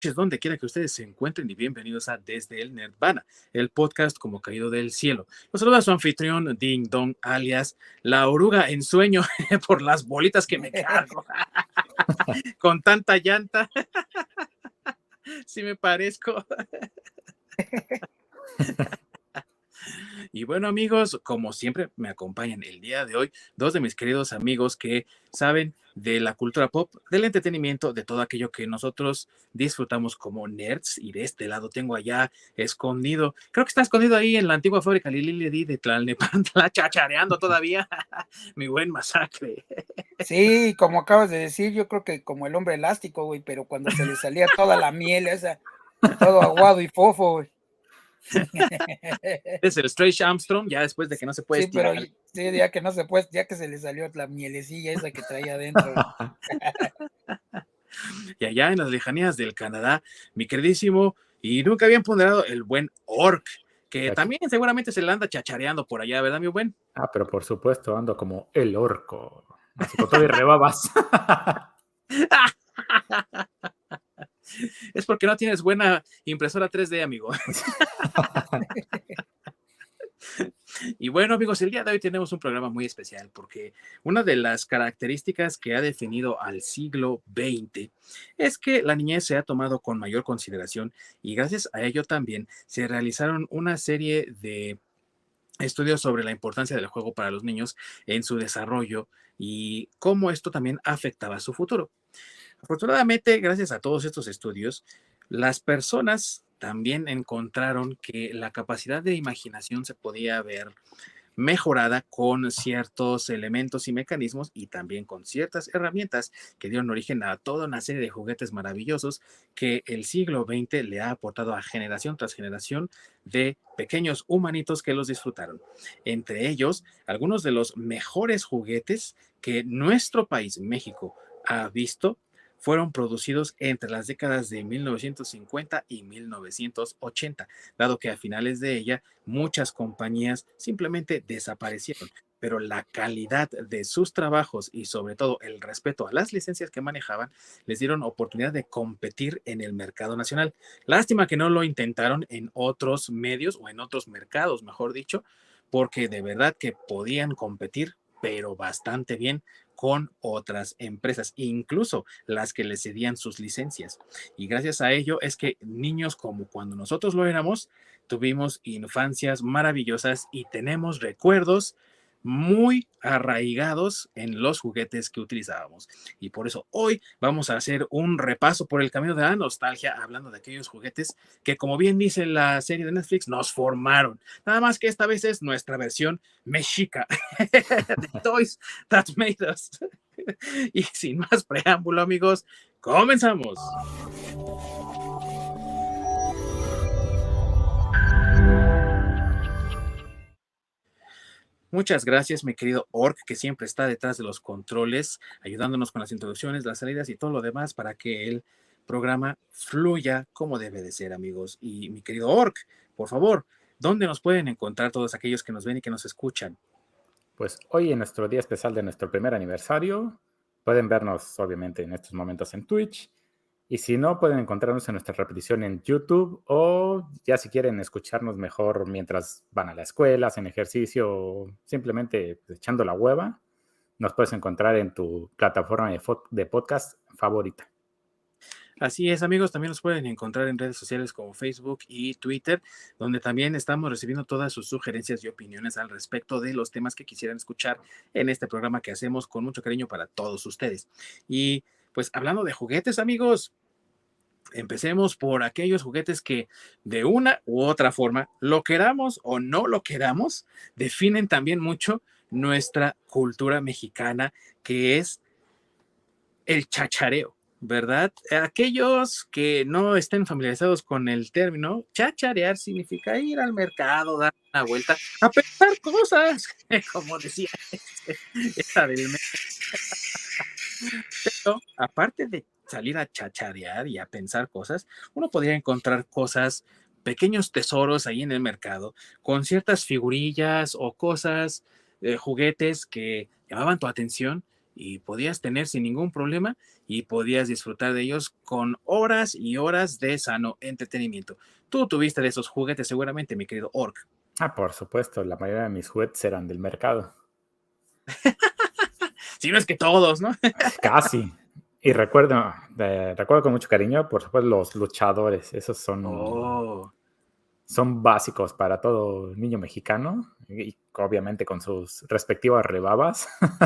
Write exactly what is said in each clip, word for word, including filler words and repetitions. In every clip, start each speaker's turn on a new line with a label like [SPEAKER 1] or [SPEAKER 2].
[SPEAKER 1] Donde quiera que ustedes se encuentren y bienvenidos a Desde el Nirvana, el podcast como caído del cielo. Los saluda su anfitrión Ding Dong, alias la oruga en sueño por las bolitas que me cargo con tanta llanta. Si me parezco. Y bueno, amigos, como siempre me acompañan el día de hoy dos de mis queridos amigos que saben de la cultura pop, del entretenimiento, de todo aquello que nosotros disfrutamos como nerds. Y de este lado tengo allá escondido, creo que está escondido ahí en la antigua fábrica Lili de Tlalnepantla, chachareando todavía, mi buen Masacre.
[SPEAKER 2] Sí, como acabas de decir, yo creo que como el hombre elástico, güey, pero cuando se le salía toda la miel esa, todo aguado y fofo, güey.
[SPEAKER 1] Es el Stretch Armstrong, ya después de que no se puede
[SPEAKER 2] Sí, pero
[SPEAKER 1] estirar.
[SPEAKER 2] sí, ya que no se puede, ya que se le salió la mielecilla esa que traía adentro.
[SPEAKER 1] Y allá en las lejanías del Canadá, mi queridísimo y nunca habían ponderado el buen Orc, que
[SPEAKER 3] Aquí.
[SPEAKER 1] también seguramente se le anda chachareando por allá, ¿verdad, mi buen?
[SPEAKER 3] Ah, pero por supuesto ando como el orco, así con todo y rebabas.
[SPEAKER 1] Es porque no tienes buena impresora tres D, amigo. Y bueno, amigos, el día de hoy tenemos un programa muy especial porque una de las características que ha definido al siglo veinte es que la niñez se ha tomado con mayor consideración y gracias a ello también se realizaron una serie de estudios sobre la importancia del juego para los niños en su desarrollo y cómo esto también afectaba su futuro. Afortunadamente, gracias a todos estos estudios, las personas también encontraron que la capacidad de imaginación se podía ver mejorada con ciertos elementos y mecanismos y también con ciertas herramientas que dieron origen a toda una serie de juguetes maravillosos que el siglo veinte le ha aportado a generación tras generación de pequeños humanitos que los disfrutaron. Entre ellos, algunos de los mejores juguetes que nuestro país, México, ha visto fueron producidos entre las décadas de mil novecientos cincuenta y mil novecientos ochenta, dado que a finales de ella muchas compañías simplemente desaparecieron, pero la calidad de sus trabajos y sobre todo el respeto a las licencias que manejaban les dieron oportunidad de competir en el mercado nacional. Lástima que no lo intentaron en otros medios o en otros mercados, mejor dicho, porque de verdad que podían competir, pero bastante bien con otras empresas, incluso las que les cedían sus licencias. Y gracias a ello es que niños como cuando nosotros lo éramos, tuvimos infancias maravillosas y tenemos recuerdos muy arraigados en los juguetes que utilizábamos. Y por eso hoy vamos a hacer un repaso por el camino de la nostalgia, hablando de aquellos juguetes que, como bien dice la serie de Netflix, nos formaron. Nada más que esta vez es nuestra versión mexica de Toys That Made Us. Y sin más preámbulo, amigos, comenzamos. Muchas gracias, mi querido Orc, que siempre está detrás de los controles, ayudándonos con las introducciones, las salidas y todo lo demás para que el programa fluya como debe de ser, amigos. Y mi querido Orc, por favor, ¿dónde nos pueden encontrar todos aquellos que nos ven y que nos escuchan?
[SPEAKER 3] Pues hoy en nuestro día especial de nuestro primer aniversario, pueden vernos obviamente en estos momentos en Twitch. Y si no, pueden encontrarnos en nuestra repetición en YouTube o ya si quieren escucharnos mejor mientras van a la escuela, hacen ejercicio o simplemente echando la hueva, nos puedes encontrar en tu plataforma de, de podcast favorita.
[SPEAKER 1] Así es, amigos, también nos pueden encontrar en redes sociales como Facebook y Twitter, donde también estamos recibiendo todas sus sugerencias y opiniones al respecto de los temas que quisieran escuchar en este programa que hacemos con mucho cariño para todos ustedes. Y pues hablando de juguetes, amigos, empecemos por aquellos juguetes que de una u otra forma, lo queramos o no lo queramos, definen también mucho nuestra cultura mexicana, que es el chachareo, ¿verdad? Aquellos que no estén familiarizados con el término, chacharear significa ir al mercado, dar una vuelta, a pensar cosas, como decía esta del Pero aparte de salir a chacharear y a pensar cosas, uno podría encontrar cosas, pequeños tesoros ahí en el mercado, con ciertas figurillas o cosas, eh, juguetes que llamaban tu atención y podías tener sin ningún problema y podías disfrutar de ellos con horas y horas de sano entretenimiento. Tú tuviste de esos juguetes seguramente, mi querido Orc.
[SPEAKER 3] Ah, por supuesto, la mayoría de mis juguetes eran del mercado.
[SPEAKER 1] Si no es que todos, ¿no?
[SPEAKER 3] Casi. Y recuerdo, eh, recuerdo con mucho cariño, por supuesto, los luchadores. Esos son,
[SPEAKER 1] Oh.
[SPEAKER 3] son básicos para todo niño mexicano. Y obviamente con sus respectivas rebabas.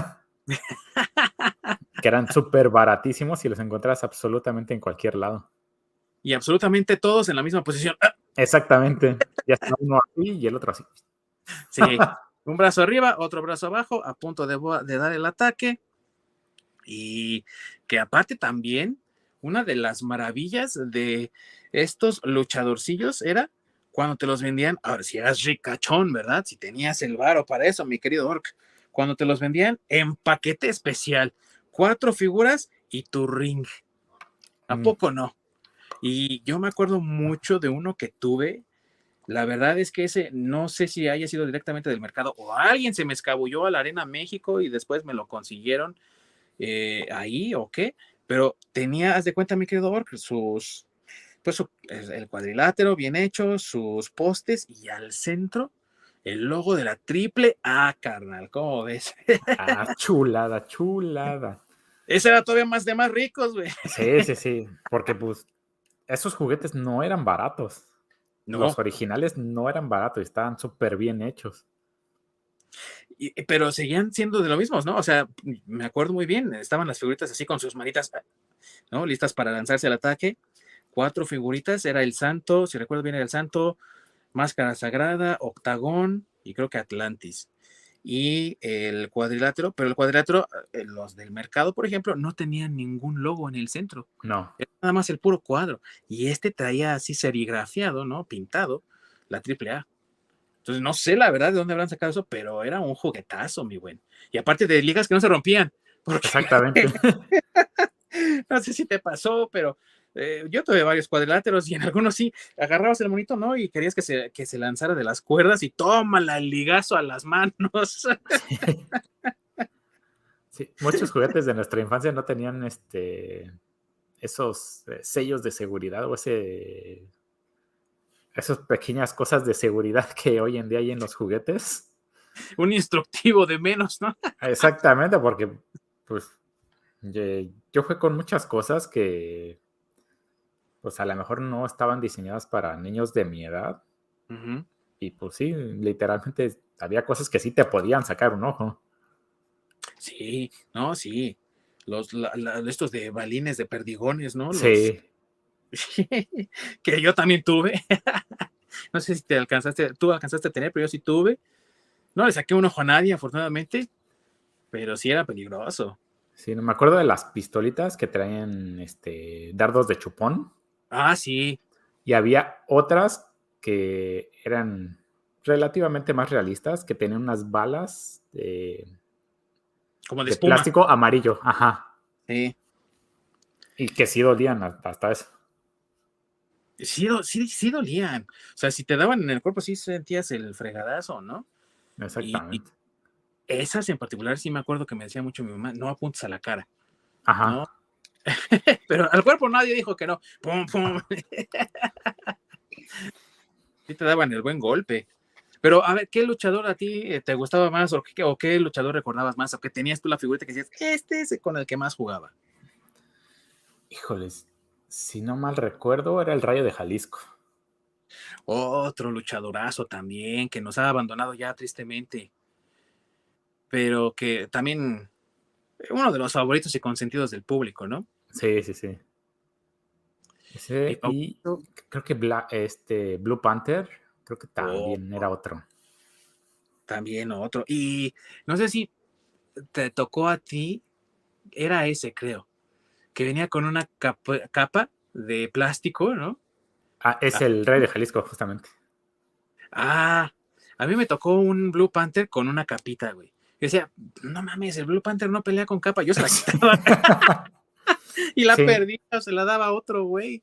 [SPEAKER 3] Que eran súper baratísimos y los encontrabas absolutamente en cualquier lado.
[SPEAKER 1] Y absolutamente todos en la misma posición. ¡Ah!
[SPEAKER 3] Exactamente. Ya está uno así y el otro así.
[SPEAKER 1] Sí, un brazo arriba, otro brazo abajo, a punto de, de dar el ataque. Y que aparte también, una de las maravillas de estos luchadorcillos era cuando te los vendían, ahora si eras ricachón, ¿verdad? Si tenías el varo para eso, mi querido Orc, cuando te los vendían en paquete especial, cuatro figuras y tu ring. ¿A poco no? Y yo me acuerdo mucho de uno que tuve. La verdad es que ese no sé si haya sido directamente del mercado o alguien se me escabulló a la Arena México y después me lo consiguieron eh, ahí o qué, pero tenía, haz de cuenta, mi querido Orc, sus, pues su, el cuadrilátero bien hecho, sus postes y al centro el logo de la triple A, carnal, ¿cómo ves?
[SPEAKER 3] Ah, chulada, chulada.
[SPEAKER 1] Ese era todavía más de más ricos, güey.
[SPEAKER 3] Sí, sí, sí, porque pues esos juguetes no eran baratos. No. Los originales no eran baratos, estaban súper bien hechos.
[SPEAKER 1] Y, pero seguían siendo de lo mismo, ¿no? O sea, me acuerdo muy bien, estaban las figuritas así con sus manitas, ¿no? Listas para lanzarse al ataque. Cuatro figuritas, era el santo, si recuerdo bien era el santo, Máscara Sagrada, Octagón y creo que Atlantis. Y el cuadrilátero, pero el cuadrilátero, los del mercado, por ejemplo, no tenían ningún logo en el centro.
[SPEAKER 3] No.
[SPEAKER 1] Era nada más el puro cuadro. Y este traía así serigrafiado, ¿no? Pintado, la triple A. Entonces, no sé la verdad de dónde habrán sacado eso, pero era un juguetazo, mi buen. Y aparte de ligas que no se rompían. Porque...
[SPEAKER 3] Exactamente.
[SPEAKER 1] No sé si te pasó, pero eh, yo tuve varios cuadriláteros y en algunos sí, agarrabas el monito, ¿no? Y querías que se, que se lanzara de las cuerdas y tómala el ligazo a las manos.
[SPEAKER 3] Sí. Sí, muchos juguetes de nuestra infancia no tenían este esos eh, sellos de seguridad o ese esas pequeñas cosas de seguridad que hoy en día hay en los juguetes.
[SPEAKER 1] Un instructivo de menos, ¿no?
[SPEAKER 3] Exactamente, porque pues yo jugué con muchas cosas que pues a lo mejor no estaban diseñadas para niños de mi edad.
[SPEAKER 1] Uh-huh.
[SPEAKER 3] Y pues sí, literalmente había cosas que sí te podían sacar un ojo.
[SPEAKER 1] Sí, no, sí. Los, la, la, estos de balines de perdigones, ¿no? Los...
[SPEAKER 3] Sí.
[SPEAKER 1] Que yo también tuve. No sé si te alcanzaste, tú alcanzaste a tener, pero yo sí tuve. No le saqué un ojo a nadie, afortunadamente, pero sí era peligroso.
[SPEAKER 3] Sí, me acuerdo de las pistolitas que traían este, dardos de chupón.
[SPEAKER 1] Ah, sí.
[SPEAKER 3] Y había otras que eran relativamente más realistas, que tenían unas balas de,
[SPEAKER 1] como de,
[SPEAKER 3] de plástico amarillo. Ajá.
[SPEAKER 1] Sí.
[SPEAKER 3] Y que sí dolían hasta eso.
[SPEAKER 1] Sí, sí, sí dolían. O sea, si te daban en el cuerpo, sí sentías el fregadazo, ¿no?
[SPEAKER 3] Exactamente.
[SPEAKER 1] Y, y esas en particular sí me acuerdo que me decía mucho mi mamá, no apuntes a la cara.
[SPEAKER 3] Ajá.
[SPEAKER 1] ¿No? Pero al cuerpo nadie dijo que no. Pum, pum. Sí te daban el buen golpe. Pero, a ver, ¿qué luchador a ti te gustaba más? ¿O qué, o qué luchador recordabas más? ¿O qué tenías tú la figurita que decías, este es con el que más jugaba?
[SPEAKER 3] Híjoles, si no mal recuerdo, era el Rayo de Jalisco.
[SPEAKER 1] Otro luchadorazo también, que nos ha abandonado ya tristemente. Pero que también, uno de los favoritos y consentidos del público, ¿no?
[SPEAKER 3] Sí, sí, sí. Ese, y creo que Black, este, Blue Panther, creo que también oh, era otro.
[SPEAKER 1] También otro. Y no sé si te tocó a ti, era ese, creo, que venía con una capa, capa de plástico, ¿no?
[SPEAKER 3] Ah, es ah. el Rey de Jalisco, justamente.
[SPEAKER 1] Ah, a mí me tocó un Blue Panther con una capita, güey. Yo decía, no mames, el Blue Panther no pelea con capa. Yo se la quitaba. Y la sí. perdí, o se la daba a otro, güey.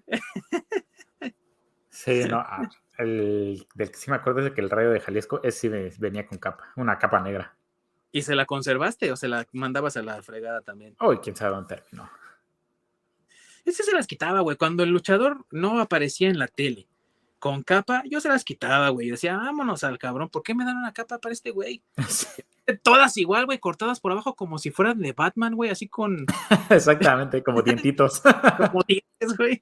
[SPEAKER 3] Sí, no, el del que sí me acuerdo es de que el Rayo de Jalisco es, sí venía con capa, una capa negra.
[SPEAKER 1] ¿Y se la conservaste o se la mandabas a la fregada también?
[SPEAKER 3] Uy, quién sabe dónde terminó.
[SPEAKER 1] Ese se las quitaba, güey. Cuando el luchador no aparecía en la tele con capa, yo se las quitaba, güey. Y decía, vámonos al cabrón, ¿por qué me dan una capa para este güey?
[SPEAKER 3] Sí,
[SPEAKER 1] Todas igual, güey, cortadas por abajo como si fueran de Batman, güey, así con
[SPEAKER 3] exactamente, como dientitos.
[SPEAKER 1] como dientes, güey.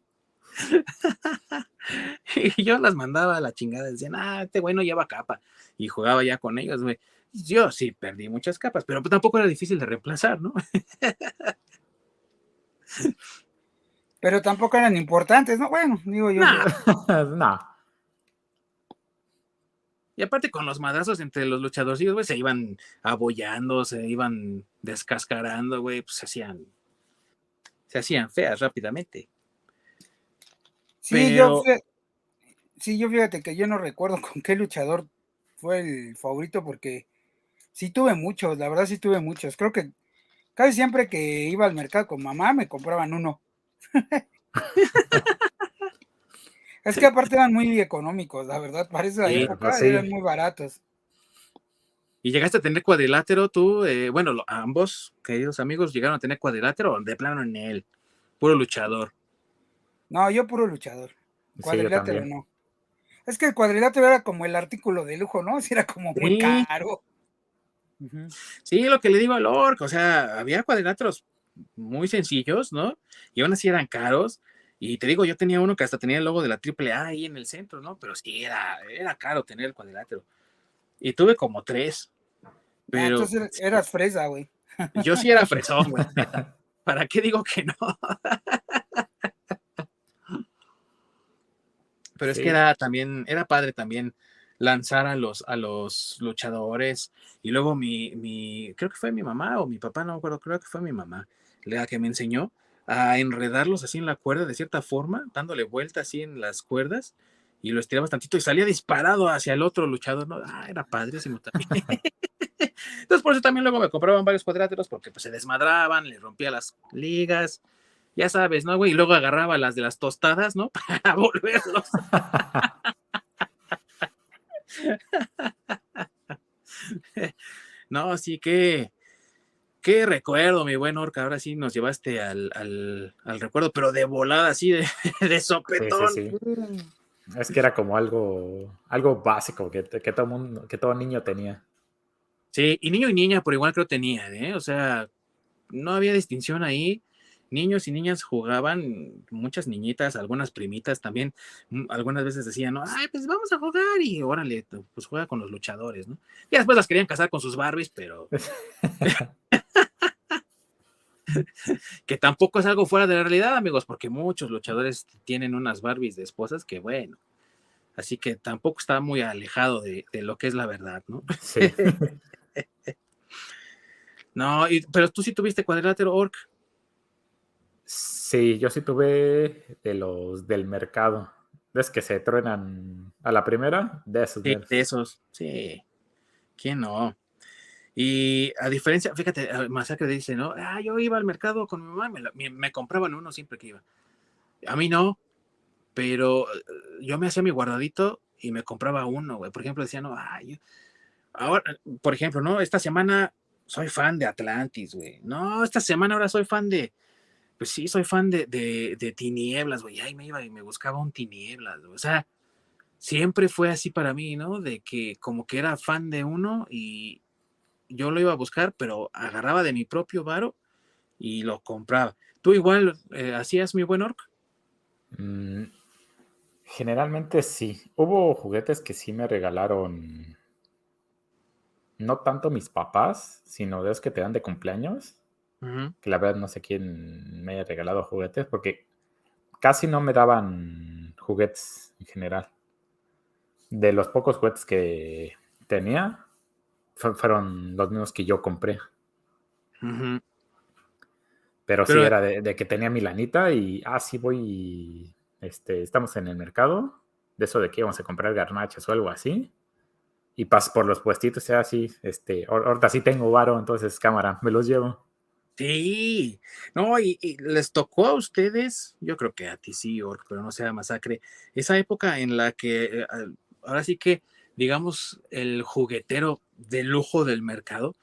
[SPEAKER 1] Y yo las mandaba a la chingada. Decían, ah, este güey no lleva capa. Y jugaba ya con ellos, güey. Yo sí perdí muchas capas, pero pues tampoco era difícil de reemplazar, ¿no?
[SPEAKER 2] Pero tampoco eran importantes, ¿no? Bueno, digo yo.
[SPEAKER 1] Nah.
[SPEAKER 3] No.
[SPEAKER 1] Y aparte con los madrazos entre los luchadorcillos, güey, se iban abollando, se iban descascarando, güey, pues se hacían, se hacían feas rápidamente.
[SPEAKER 2] Sí,
[SPEAKER 1] Pero...
[SPEAKER 2] yo, fí- sí, yo fíjate que yo no recuerdo con qué luchador fue el favorito porque sí tuve muchos, la verdad sí tuve muchos. Creo que casi siempre que iba al mercado con mamá me compraban uno. Es que aparte eran muy económicos, la verdad, para esa
[SPEAKER 1] Sí,
[SPEAKER 2] época
[SPEAKER 3] pues sí.
[SPEAKER 2] eran muy baratos.
[SPEAKER 1] ¿Y llegaste a tener cuadrilátero tú? Eh, bueno, lo- ambos, queridos amigos, ¿llegaron a tener cuadrilátero o de plano en él? Puro luchador.
[SPEAKER 2] No, yo puro luchador.
[SPEAKER 3] Sí, yo
[SPEAKER 2] Cuadrilátero
[SPEAKER 3] también.
[SPEAKER 2] no. Es que el cuadrilátero era como el artículo de lujo, ¿no? Sí, era como muy
[SPEAKER 1] Sí,
[SPEAKER 2] caro. Ujú.
[SPEAKER 1] sí, lo que le digo al Orc, o sea, había cuadriláteros muy sencillos, ¿no? Y aún así eran caros. Y te digo, yo tenía uno que hasta tenía el logo de la triple A ahí en el centro, ¿no? Pero sí, era, era caro tener el cuadrilátero. Y tuve como tres,
[SPEAKER 2] Ah,
[SPEAKER 1] pero
[SPEAKER 2] entonces eras fresa, güey.
[SPEAKER 1] yo sí era fresón, güey, neta. ¿Para qué digo que no? Pero es que
[SPEAKER 3] Sí,
[SPEAKER 1] era también, era padre también lanzar a los, a los luchadores. Y luego mi, mi, creo que fue mi mamá o mi papá, no me acuerdo, creo que fue mi mamá, la que me enseñó a enredarlos así en la cuerda de cierta forma, dándole vuelta así en las cuerdas, y lo estirabas tantito y salía disparado hacia el otro luchador, ¿no? Ah, era padrísimo también. Entonces por eso también luego me compraban varios cuadriláteros porque pues se desmadraban, le rompía las ligas, ya sabes, ¿no, güey? Y luego agarraba las de las tostadas, ¿no? Para volverlos. No, así que, qué recuerdo, mi buen Orca. Ahora sí nos llevaste al, al, al recuerdo, pero de volada, así de, de
[SPEAKER 3] sí, sí,
[SPEAKER 1] sopetón.
[SPEAKER 3] sí. Es que era como algo, algo básico que, que todo mundo, que todo niño tenía.
[SPEAKER 1] Sí, y niño y niña por igual creo tenían, ¿eh? O sea, no había distinción ahí. Niños y niñas jugaban, muchas niñitas, algunas primitas también, mm, algunas veces decían, ¿no? Ay, pues vamos a jugar y órale, pues juega con los luchadores, ¿no? Y después las querían casar con sus Barbies, pero que tampoco es algo fuera de la realidad, amigos, porque muchos luchadores tienen unas Barbies de esposas que bueno, así que tampoco está muy alejado de, de lo que es la verdad, ¿no?
[SPEAKER 3] Sí.
[SPEAKER 1] No, y, pero tú sí tuviste cuadrilátero Orc.
[SPEAKER 3] Sí, yo sí tuve de los del mercado. ¿Ves que se truenan a la primera? De esos
[SPEAKER 1] Sí, de
[SPEAKER 3] meros.
[SPEAKER 1] esos, sí, ¿quién no? Y a diferencia, fíjate, Masacre dice, ¿no? Ah, yo iba al mercado con mi mamá, me, lo, me, me compraban uno siempre que iba. A mí no, pero yo me hacía mi guardadito y me compraba uno, güey. Por ejemplo, decía, no, ah, yo, ahora, por ejemplo, ¿no? Esta semana soy fan de Atlantis, güey. No, esta semana ahora soy fan de, pues sí, soy fan de, de, de Tinieblas, güey. Ahí me iba y me buscaba un Tinieblas, güey. O sea, siempre fue así para mí, ¿no? De que como que era fan de uno y yo lo iba a buscar, pero agarraba de mi propio varo y lo compraba. ¿Tú igual eh, hacías, mi buen Orc?
[SPEAKER 3] Mm, generalmente sí. Hubo juguetes que sí me regalaron, no tanto mis papás, sino de los que te dan de cumpleaños.
[SPEAKER 1] Uh-huh.
[SPEAKER 3] Que la verdad no sé quién me haya regalado juguetes, porque casi no me daban juguetes en general. De los pocos juguetes que tenía, fueron los mismos que yo compré.
[SPEAKER 1] Uh-huh.
[SPEAKER 3] Pero sí
[SPEAKER 1] Pero
[SPEAKER 3] era de, de que tenía mi lanita y, ah, sí voy, este, estamos en el mercado, de eso de que íbamos a comprar garnachas o algo así, y pasas por los puestitos, sea así, este, ahorita sí tengo varo, entonces cámara, me los llevo.
[SPEAKER 1] sí, no, y, y les tocó a ustedes, yo creo que a ti sí, Orc, pero no sea Masacre, esa época en la que eh, ahora sí que, digamos, el juguetero de lujo del mercado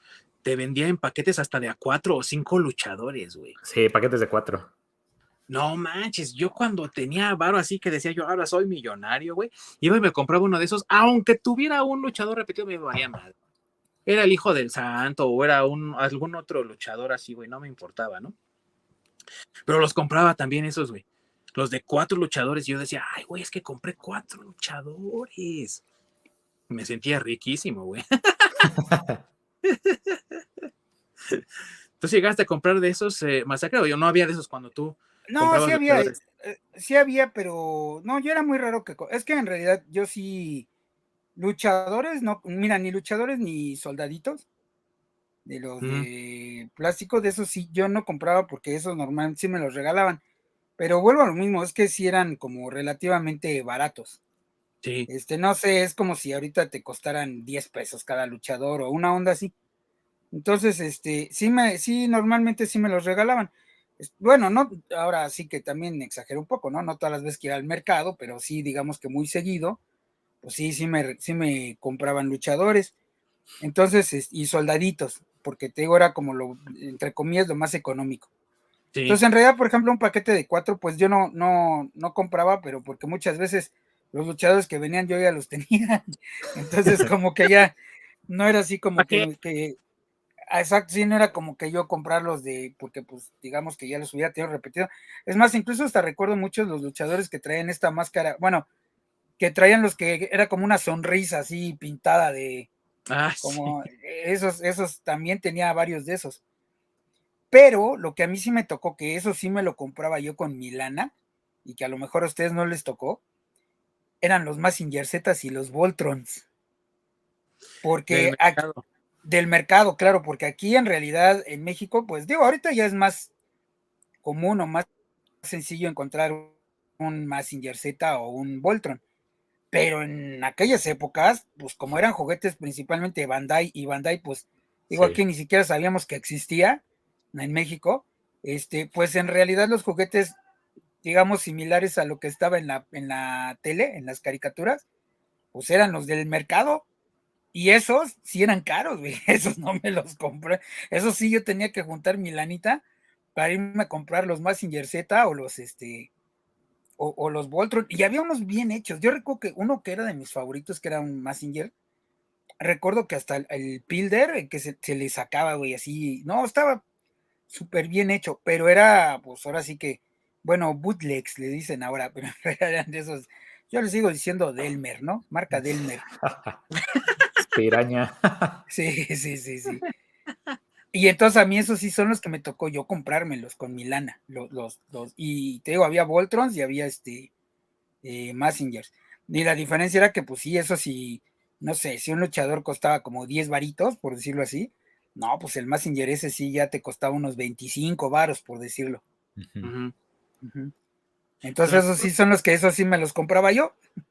[SPEAKER 1] te vendía en paquetes hasta de a cuatro o cinco luchadores, güey.
[SPEAKER 3] Sí, paquetes de cuatro.
[SPEAKER 1] No manches, yo cuando tenía varo así que decía yo, ahora soy millonario, güey, iba y me compraba uno de esos, aunque tuviera un luchador repetido, me valía mal. Era el hijo del santo o era un, algún otro luchador así, güey, no me importaba, ¿no? Pero los compraba también esos, güey. Los de cuatro luchadores, y yo decía, ay, güey, es que compré cuatro luchadores. Me sentía riquísimo, güey. ¿Tú llegaste a comprar de esos eh, Masacre o yo no había de esos cuando tú
[SPEAKER 2] No,
[SPEAKER 1] comprabas
[SPEAKER 2] sí había,
[SPEAKER 1] luchadores?
[SPEAKER 2] eh, sí había, pero no, yo era muy raro que, co- es que en realidad yo sí, luchadores, no, mira, ni luchadores ni soldaditos, de los
[SPEAKER 1] Mm,
[SPEAKER 2] de plástico, de esos sí, yo no compraba porque esos normalmente sí me los regalaban, pero vuelvo a lo mismo, es que sí eran como relativamente baratos.
[SPEAKER 1] sí.
[SPEAKER 2] Este, no sé, es como si ahorita te costaran diez pesos cada luchador o una onda así. Entonces, este, sí me, sí, normalmente sí me los regalaban. Es- Bueno, no, ahora sí que también exagero un poco, ¿no? No todas las veces que iba al mercado, pero sí, digamos que muy seguido, pues sí, sí me, sí me compraban luchadores. Entonces, es- y soldaditos, porque te digo, era como lo, entre comillas, lo más económico.
[SPEAKER 1] Sí.
[SPEAKER 2] Entonces, en realidad, por ejemplo, un paquete de cuatro, pues yo no, no, no compraba, pero porque muchas veces los luchadores que venían yo ya los tenía. Entonces, como que ya no era así como
[SPEAKER 1] ¿Para qué?
[SPEAKER 2] que, que exacto, sí, no era como que yo comprarlos de, porque pues digamos que ya los hubiera tenido repetido. Es más, incluso hasta recuerdo muchos los luchadores que traían esta máscara, bueno, que traían los que era como una sonrisa así pintada de,
[SPEAKER 1] Ah, sí.
[SPEAKER 2] como esos, esos también tenía varios de esos. Pero lo que a mí sí me tocó, que eso sí me lo compraba yo con mi lana, y que a lo mejor a ustedes no les tocó, eran los Mazinger Zetas y los Voltrons.
[SPEAKER 1] Del
[SPEAKER 2] Porque aquí,
[SPEAKER 1] mercado.
[SPEAKER 2] del mercado, claro, porque aquí en realidad en México, pues digo, ahorita ya es más común o más sencillo encontrar un Mazinger Z o un Voltron. Pero en aquellas épocas, pues como eran juguetes principalmente de Bandai y Bandai, pues digo,
[SPEAKER 3] Sí.
[SPEAKER 2] aquí ni siquiera sabíamos que existía en México, este, pues en realidad los juguetes, digamos, similares a lo que estaba en la, en la tele, en las caricaturas, pues eran los del mercado. Y esos sí eran caros, güey. Esos no me los compré. Esos sí yo tenía que juntar mi lanita para irme a comprar los Mazinger Z o los este o, o los Voltron. Y había unos bien hechos. Yo recuerdo que uno que era de mis favoritos, que era un Mazinger, recuerdo que hasta el, el Pilder, el que se, se le sacaba, güey, así. No, estaba súper bien hecho, pero era, pues ahora sí que, bueno, bootlegs le dicen ahora, pero eran de esos. Yo les sigo diciendo Delmer, ¿no? Marca Delmer.
[SPEAKER 3] Piraña.
[SPEAKER 2] Sí, sí, sí, sí. Y entonces a mí esos sí son los que me tocó yo comprármelos con mi lana. Los, los, los, y te digo, había Voltrons y había este eh, Mazingers. Y la diferencia era que, pues sí, eso sí, no sé, si un luchador costaba como diez varitos, por decirlo así, no, pues el Mazinger ese sí ya te costaba unos veinticinco varos, por decirlo.
[SPEAKER 3] Ujú.
[SPEAKER 1] Ujú.
[SPEAKER 2] Ujú.
[SPEAKER 1] No,
[SPEAKER 2] Entonces esos sí son los que esos sí me los compraba yo.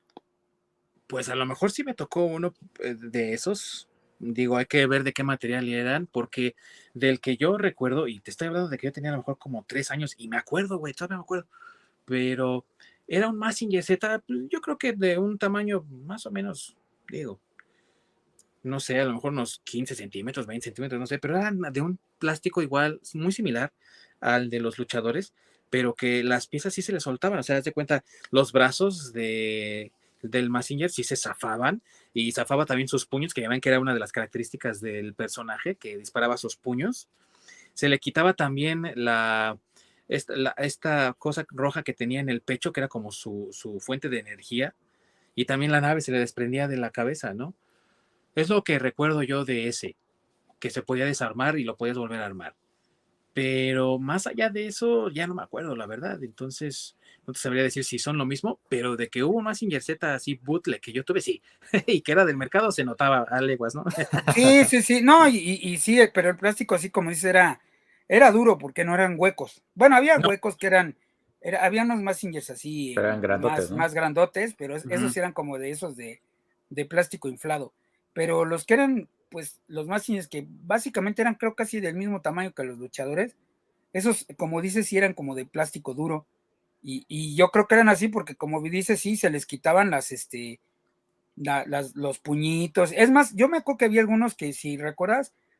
[SPEAKER 1] pues a lo mejor sí me tocó uno eh, de esos. Digo, hay que ver de qué material eran, porque del que yo recuerdo, y te estoy hablando de que yo tenía a lo mejor como tres años, y me acuerdo, güey, todavía me acuerdo, pero era un Mazinger Z, pues, yo creo que de un tamaño más o menos, digo, no sé, a lo mejor unos quince centímetros, veinte centímetros, no sé, pero eran de un plástico igual, muy similar al de los luchadores, pero que las piezas sí se le soltaban, o sea, haz de cuenta, los brazos de, del Mazinger sí se zafaban y zafaba también sus puños, que ya ven que era una de las características del personaje, que disparaba sus puños. Se le quitaba también la, esta, la, esta cosa roja que tenía en el pecho, que era como su, su fuente de energía, y también la nave se le desprendía de la cabeza, ¿no? Es lo que recuerdo yo de ese, que se podía desarmar y lo podías volver a armar. Pero más allá de eso, ya no me acuerdo, la verdad. Entonces, no te sabría decir si son lo mismo, pero de que hubo un Mazinger Z así bootleg que yo tuve, sí. Y que era del mercado, se notaba a leguas, ¿no?
[SPEAKER 2] Sí, sí, sí, no, y, y, y sí, pero el plástico así como dices era, era duro porque no eran huecos. Bueno, había
[SPEAKER 1] No.
[SPEAKER 2] huecos que eran, era, había unos Mazingers así
[SPEAKER 3] Pero
[SPEAKER 2] eh,
[SPEAKER 3] eran grandotes,
[SPEAKER 2] más,
[SPEAKER 3] ¿no?
[SPEAKER 2] más grandotes, pero es- esos
[SPEAKER 1] Ujú.
[SPEAKER 2] eran como de esos de, de plástico inflado. Pero los que eran, pues, los Mazingers que básicamente eran creo casi del mismo tamaño que los luchadores, esos, como dices, sí eran como de plástico duro. Y, y yo creo que eran así porque como dices, sí, se les quitaban las, este, la- las, los puñitos. Es más, yo me acuerdo que había algunos que, si recuerdas,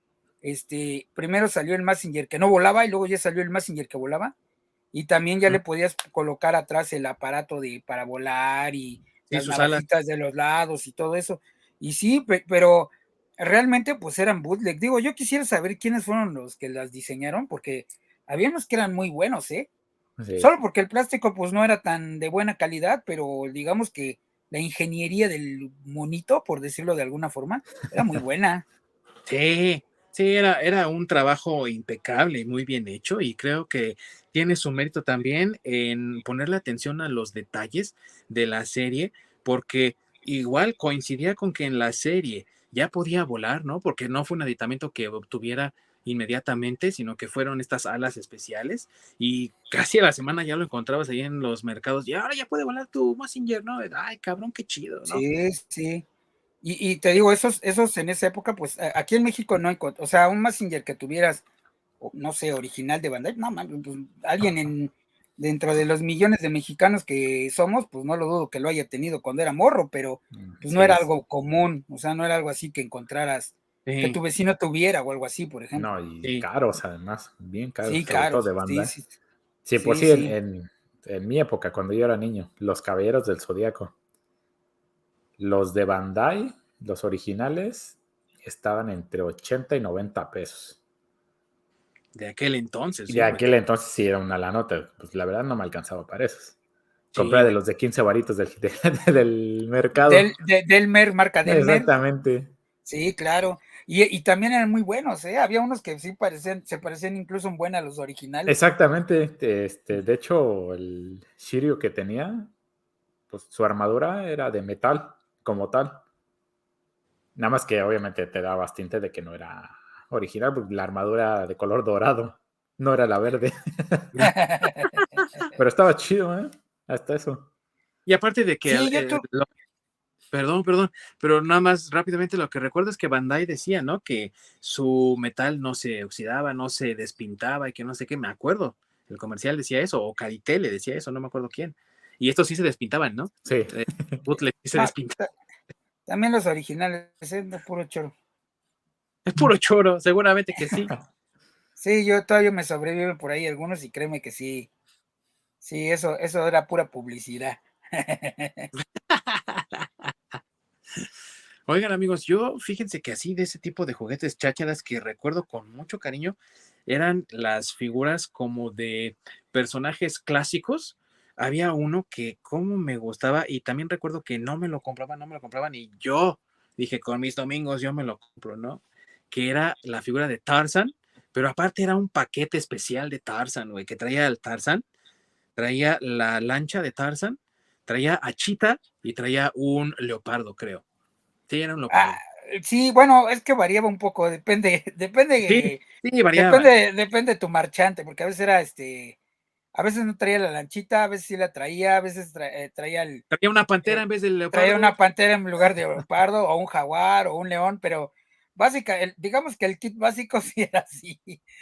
[SPEAKER 2] este, primero salió el Messenger que no volaba y luego ya salió el Messenger que volaba. Y también ya le podías colocar atrás el aparato de, para volar y
[SPEAKER 1] Sí,
[SPEAKER 2] las
[SPEAKER 1] sus alas.
[SPEAKER 2] navajitas de los lados y todo eso. Y sí, pe- pero realmente pues eran bootleg. Digo, yo quisiera saber quiénes fueron los que las diseñaron, porque había unos que eran muy buenos, ¿eh?
[SPEAKER 3] Sí.
[SPEAKER 2] Solo porque el plástico pues no era tan de buena calidad, pero digamos que la ingeniería del monito, por decirlo de alguna forma, era muy buena.
[SPEAKER 1] Sí, sí, era, era un trabajo impecable y muy bien hecho, y creo que tiene su mérito también en ponerle atención a los detalles de la serie, porque igual coincidía con que en la serie ya podía volar, ¿no? Porque no fue un aditamento que obtuviera inmediatamente, sino que fueron estas alas especiales, y casi a la semana ya lo encontrabas ahí en los mercados, y ahora ya puede volar tu Messenger, ¿no? Ay, cabrón, qué chido, ¿no?
[SPEAKER 2] Sí, sí. Y, y te digo, esos, esos en esa época, pues a- aquí en México no hay, co- o sea, un Messenger que tuvieras, o, no sé, original de Bandai, no, mames, pues, alguien en, dentro de los millones de mexicanos que somos, pues no lo dudo que lo haya tenido cuando era morro, pero pues no
[SPEAKER 3] Sí,
[SPEAKER 2] era
[SPEAKER 3] es-
[SPEAKER 2] algo común, o sea, no era algo así que encontraras, que
[SPEAKER 1] Sí,
[SPEAKER 2] tu vecino tuviera o algo así, por ejemplo.
[SPEAKER 3] no, y
[SPEAKER 1] sí.
[SPEAKER 3] caros además, bien caros,
[SPEAKER 2] Sí,
[SPEAKER 3] sobre todo
[SPEAKER 2] caros,
[SPEAKER 3] de
[SPEAKER 2] sí,
[SPEAKER 3] Bandai.
[SPEAKER 2] sí,
[SPEAKER 3] Sí, por
[SPEAKER 2] sí,
[SPEAKER 3] sí, en,
[SPEAKER 2] sí.
[SPEAKER 3] en, en mi época, cuando yo era niño, los Caballeros del Zodíaco, los de Bandai, los originales, estaban entre ochenta y noventa pesos.
[SPEAKER 1] De aquel entonces,
[SPEAKER 3] Y
[SPEAKER 1] sí,
[SPEAKER 3] de aquel
[SPEAKER 1] porque
[SPEAKER 3] entonces sí era una la nota, pues la verdad no me alcanzaba para esos.
[SPEAKER 1] sí,
[SPEAKER 3] Compré de
[SPEAKER 1] de,
[SPEAKER 3] los de quince varitos del, de- del mercado.
[SPEAKER 2] Del, de- Delmer, marca Delmer.
[SPEAKER 3] Exactamente.
[SPEAKER 2] Sí, claro. Y, y también eran muy buenos, ¿eh? Había unos que sí parecían, se parecían incluso un buen a los originales.
[SPEAKER 3] Exactamente. Este, de hecho, el Shiryu que tenía, pues su armadura era de metal, como tal. Nada más que obviamente te dabas tinte de que no era original, porque la armadura de color dorado, no era la verde. Pero estaba chido, ¿eh? Hasta eso.
[SPEAKER 1] y aparte de que, el-
[SPEAKER 2] Sí, yo
[SPEAKER 1] el-
[SPEAKER 2] tu,
[SPEAKER 1] lo- perdón, perdón, pero nada más rápidamente lo que recuerdo es que Bandai decía, ¿no? Que su metal no se oxidaba, no se despintaba y que no sé qué, me acuerdo. El comercial decía eso, o Caritel le decía eso, no me acuerdo quién. Y estos sí se despintaban, ¿no?
[SPEAKER 3] Sí.
[SPEAKER 1] Eh, bootleg sí se
[SPEAKER 2] no,
[SPEAKER 1] despinta.
[SPEAKER 2] ta- también los originales, ¿eh? De puro choro.
[SPEAKER 1] Es puro choro, seguramente que sí.
[SPEAKER 2] Sí, yo todavía me sobreviven por ahí algunos y créeme que sí. Sí, eso, eso era pura publicidad.
[SPEAKER 1] Oigan, amigos, yo fíjense que así de ese tipo de juguetes chácharas que recuerdo con mucho cariño eran las figuras como de personajes clásicos. Había uno que como me gustaba y también recuerdo que no me lo compraban, no me lo compraban y yo dije con mis domingos yo me lo compro, ¿no? Que era la figura de Tarzan, pero aparte era un paquete especial de Tarzan, güey, que traía al Tarzan, traía la lancha de Tarzan, traía a Cheetah y traía un leopardo, creo. Sí, era un
[SPEAKER 2] Ah,
[SPEAKER 1] leopardo.
[SPEAKER 2] sí, bueno, es que variaba un poco, depende,
[SPEAKER 1] Sí,
[SPEAKER 2] depende,
[SPEAKER 1] sí, variaban.
[SPEAKER 2] depende, depende de tu marchante, porque a veces era este, a veces no traía la lanchita, a veces sí la traía, a veces tra- eh, traía el,
[SPEAKER 1] Traía una pantera
[SPEAKER 2] eh,
[SPEAKER 1] en vez del
[SPEAKER 2] traía
[SPEAKER 1] leopardo.
[SPEAKER 2] una pantera en lugar de leopardo, o un jaguar, o un león, pero básica, el- digamos que el kit básico sí era así.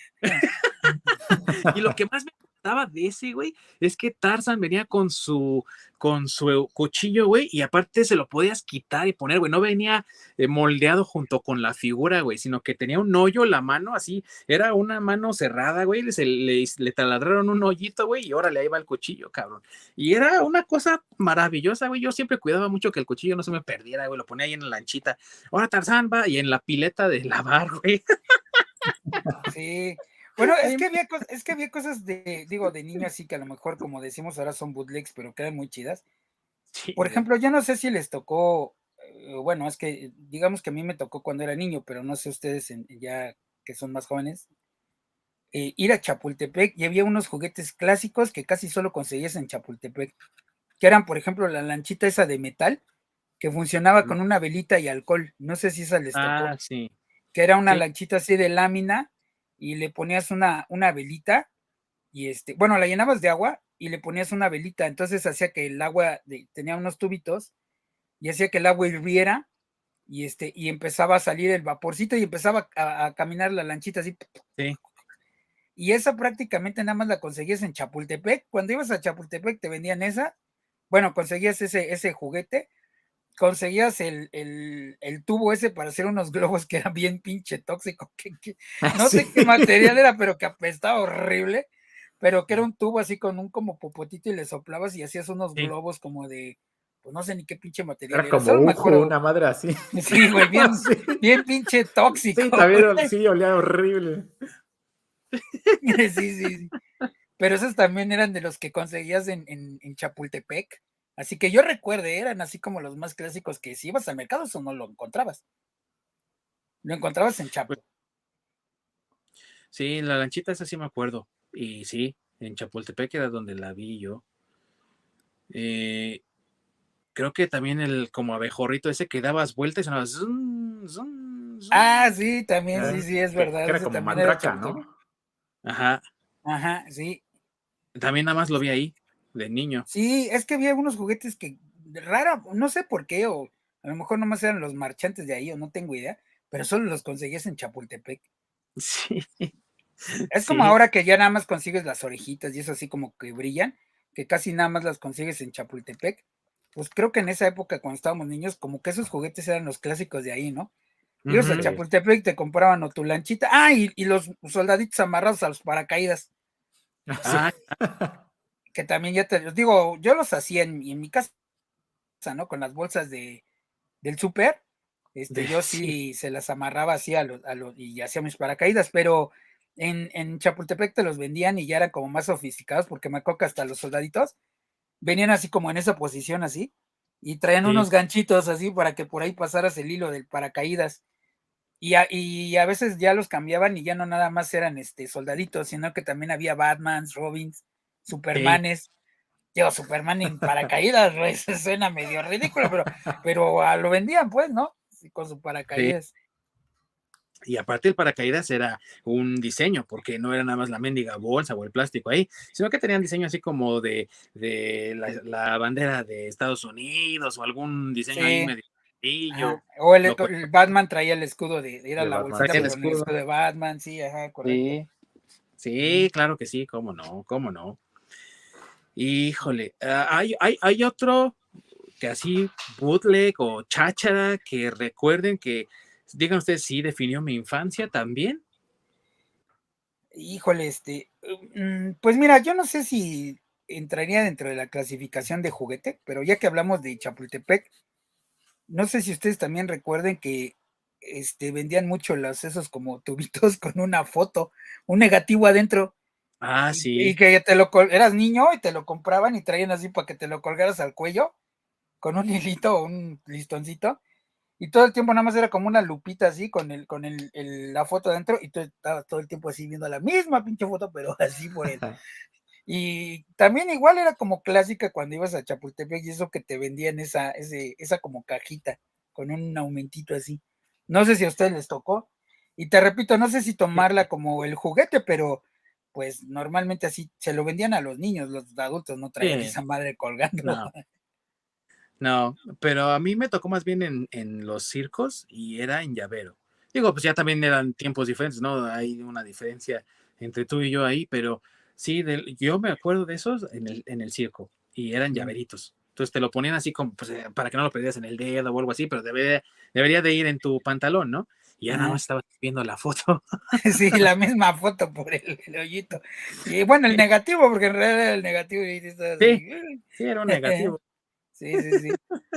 [SPEAKER 1] Y lo que más me gustaba de ese, güey, es que Tarzan venía con su, con su cuchillo, güey, y aparte se lo podías quitar y poner, güey. No venía eh, moldeado junto con la figura, güey, sino que tenía un hoyo la mano, así, era una mano cerrada, güey. Se le, le taladraron un hoyito, güey, y órale, ahí va el cuchillo, cabrón. Y era una cosa maravillosa, güey. Yo siempre cuidaba mucho que el cuchillo no se me perdiera, güey. Lo ponía ahí en la lanchita. Ahora Tarzán va y en la pileta de lavar, güey.
[SPEAKER 2] Sí. Bueno, es
[SPEAKER 1] Ahí
[SPEAKER 2] que había cosas, es que había cosas de, digo, de niño así que a lo mejor, como decimos ahora, son bootlegs, pero quedan muy chidas.
[SPEAKER 1] sí,
[SPEAKER 2] Por
[SPEAKER 1] güey.
[SPEAKER 2] ejemplo, yo no sé si les tocó, eh, bueno, es que digamos que a mí me tocó cuando era niño, pero no sé ustedes en- ya que son más jóvenes, eh, ir a Chapultepec y había unos juguetes clásicos que casi solo conseguías en Chapultepec, que eran, por ejemplo, la lanchita esa de metal que funcionaba con una velita y alcohol. No sé si esa les tocó,
[SPEAKER 1] Ah, sí,
[SPEAKER 2] que era una
[SPEAKER 1] sí.
[SPEAKER 2] lanchita así de lámina y le ponías una, una velita y este, bueno, la llenabas de agua y le ponías una velita, entonces hacía que el agua de- tenía unos tubitos y hacía que el agua hirviera y este y empezaba a salir el vaporcito y empezaba a, a caminar la lanchita así.
[SPEAKER 1] Sí,
[SPEAKER 2] Y esa prácticamente nada más la conseguías en Chapultepec. Cuando ibas a Chapultepec te vendían esa, bueno, conseguías ese, ese juguete, conseguías el, el, el tubo ese para hacer unos globos que eran bien pinche tóxico, que, que no
[SPEAKER 3] Sí.
[SPEAKER 2] sé qué material era, pero que apestaba horrible, pero que era un tubo así con un como popotito y le soplabas y hacías unos
[SPEAKER 1] Sí.
[SPEAKER 2] globos como de, pues no sé ni qué pinche material
[SPEAKER 3] Era
[SPEAKER 2] era,
[SPEAKER 3] como
[SPEAKER 2] solo me
[SPEAKER 3] Ujo,
[SPEAKER 2] acuerdo.
[SPEAKER 3] una madre así.
[SPEAKER 2] Sí, güey, bien,
[SPEAKER 3] Sí.
[SPEAKER 2] bien pinche tóxico,
[SPEAKER 3] Sí, también ol-
[SPEAKER 2] güey.
[SPEAKER 3] sí, olía horrible.
[SPEAKER 2] Sí, sí, sí. Pero esos también eran de los que conseguías en, en, en Chapultepec. Así que yo recuerde, eran así como los más clásicos que si ibas al mercado, eso no lo encontrabas. Lo encontrabas en
[SPEAKER 1] Pues,
[SPEAKER 2] Chapo.
[SPEAKER 1] sí, la lanchita esa sí me acuerdo. Y sí, en Chapultepec era donde la vi yo. Eh, creo que también el como abejorrito ese que dabas vueltas y sonaba zum, zum,
[SPEAKER 2] Ah,
[SPEAKER 1] zum, que-
[SPEAKER 2] sí, también,
[SPEAKER 3] Eh,
[SPEAKER 2] sí, sí, es
[SPEAKER 3] que, que
[SPEAKER 2] verdad.
[SPEAKER 3] era
[SPEAKER 2] Ese
[SPEAKER 3] como
[SPEAKER 2] también era de
[SPEAKER 3] mandraca,
[SPEAKER 2] Chapultepec.
[SPEAKER 3] ¿no?
[SPEAKER 1] Ajá,
[SPEAKER 2] Ajá, sí.
[SPEAKER 1] también nada más lo vi ahí, de niño.
[SPEAKER 2] Sí, es que había algunos juguetes que rara, no sé por qué, o a lo mejor nomás eran los marchantes de ahí, o no tengo idea, pero solo los conseguías en Chapultepec.
[SPEAKER 1] Sí,
[SPEAKER 2] Es como
[SPEAKER 1] sí,
[SPEAKER 2] ahora que ya nada más consigues las orejitas y eso así como que brillan, que casi nada más las consigues en Chapultepec. Pues creo que en esa época, cuando estábamos niños, como que esos juguetes eran los clásicos de ahí, ¿no? Ibas a
[SPEAKER 1] ujú,
[SPEAKER 3] Sí.
[SPEAKER 2] Chapultepec y te compraban o tu lanchita. Ah, y, y los soldaditos amarrados a los paracaídas,
[SPEAKER 3] Sí.
[SPEAKER 1] ah,
[SPEAKER 2] que también ya te los digo, yo los hacía en, en mi casa, ¿no? Con las bolsas de, del súper. Este,
[SPEAKER 1] de-
[SPEAKER 2] yo
[SPEAKER 1] sí,
[SPEAKER 2] sí se las amarraba así a los, a los y hacía mis paracaídas, pero en, en Chapultepec te los vendían y ya eran como más sofisticados, porque me acuerdo que hasta los soldaditos venían así como en esa posición así, y traían
[SPEAKER 1] sí,
[SPEAKER 2] unos ganchitos así para que por ahí pasaras el hilo del paracaídas. Y a, y a veces ya los cambiaban y ya no nada más eran este soldaditos, sino que también había Batmans, Robins,
[SPEAKER 1] sí.
[SPEAKER 2] Supermanes. Digo, Superman en paracaídas, güey, eso suena medio ridículo, pero, pero a lo vendían, pues, ¿no? Sí, con su
[SPEAKER 1] Sí.
[SPEAKER 2] paracaídas.
[SPEAKER 1] Y aparte el paracaídas era un diseño, porque no era nada más la mendiga bolsa o el plástico ahí, sino que tenían diseño así como de, de la, la bandera de Estados Unidos o algún diseño ahí
[SPEAKER 2] Sí,
[SPEAKER 1] medio amarillo,
[SPEAKER 2] ajá. O el,
[SPEAKER 1] lo co-
[SPEAKER 2] el Batman traía el escudo de, era
[SPEAKER 3] De
[SPEAKER 2] la
[SPEAKER 3] Batman,
[SPEAKER 2] bolsita,
[SPEAKER 1] traía el
[SPEAKER 3] sí.
[SPEAKER 2] pero en el
[SPEAKER 1] escudo.
[SPEAKER 2] escudo de Batman, sí, ajá, correcto.
[SPEAKER 1] Sí, sí, claro que sí, cómo no, cómo no. Híjole, ah, hay, hay, hay otro que así, bootleg o cháchara, que recuerden que, digan ustedes, sí definió mi infancia también.
[SPEAKER 2] Híjole, este, mm, pues mira, yo no sé si entraría dentro de la clasificación de juguete, pero ya que hablamos de Chapultepec, no sé si ustedes también recuerden que este, vendían mucho los, esos como tubitos con una foto, un negativo adentro.
[SPEAKER 1] Ah,
[SPEAKER 2] Y, y
[SPEAKER 1] sí,
[SPEAKER 2] que te lo eras niño y te lo compraban y traían así para que te lo colgaras al cuello con un hilito o un listoncito y todo el tiempo nada más era como una lupita así con el con el, el la foto adentro y tú estabas todo el tiempo así viendo la misma pinche foto pero así por él. Y también igual era como clásica cuando ibas a Chapultepec y eso que te vendían esa ese esa como cajita con un aumentito así. No sé si a ustedes les tocó. Y te repito, no sé si tomarla como el juguete, pero pues normalmente así se lo vendían a los niños, los adultos no traían
[SPEAKER 1] sí,
[SPEAKER 2] esa madre colgando.
[SPEAKER 1] no. No, pero a mí me tocó más bien en, en los circos y era en llavero. Digo, pues ya también eran tiempos diferentes, ¿no? Hay una diferencia entre tú y yo ahí, pero sí, del- yo me acuerdo de esos en el, en el circo y eran llaveritos. Entonces te lo ponían así como pues, eh, para que no lo perdieras en el dedo o algo así, pero debería, debería de ir en tu pantalón, ¿no? Y ya nada
[SPEAKER 2] Ajá.
[SPEAKER 1] más estabas viendo la foto.
[SPEAKER 2] Sí, la misma foto por el, el hoyito. Y bueno, el negativo, porque en realidad era el negativo y estás
[SPEAKER 1] Sí,
[SPEAKER 2] así.
[SPEAKER 1] sí, era un negativo.
[SPEAKER 2] Sí, sí, sí.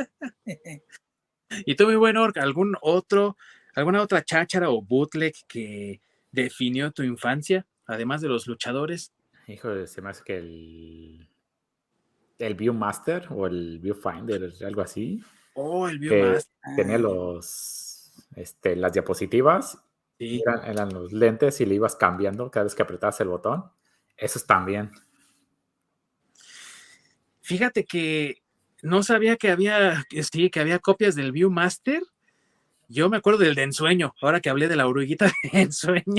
[SPEAKER 1] ¿Y tú, mi buen Orc, algún otro, alguna otra cháchara o bootleg que definió tu infancia, además de los luchadores?
[SPEAKER 3] Hijo, se me hace que el, el Viewmaster o el Viewfinder, algo así,
[SPEAKER 1] Oh, el
[SPEAKER 3] que
[SPEAKER 1] Viewmaster.
[SPEAKER 3] tenía
[SPEAKER 2] Ah,
[SPEAKER 3] los, este, las diapositivas y
[SPEAKER 1] Sí.
[SPEAKER 3] eran, eran los lentes y le ibas cambiando cada vez que apretabas el botón. Esos también.
[SPEAKER 1] Fíjate que no sabía que había, que sí, que había copias del Viewmaster. Yo me acuerdo del de ensueño, ahora que hablé de la oruguita de ensueño.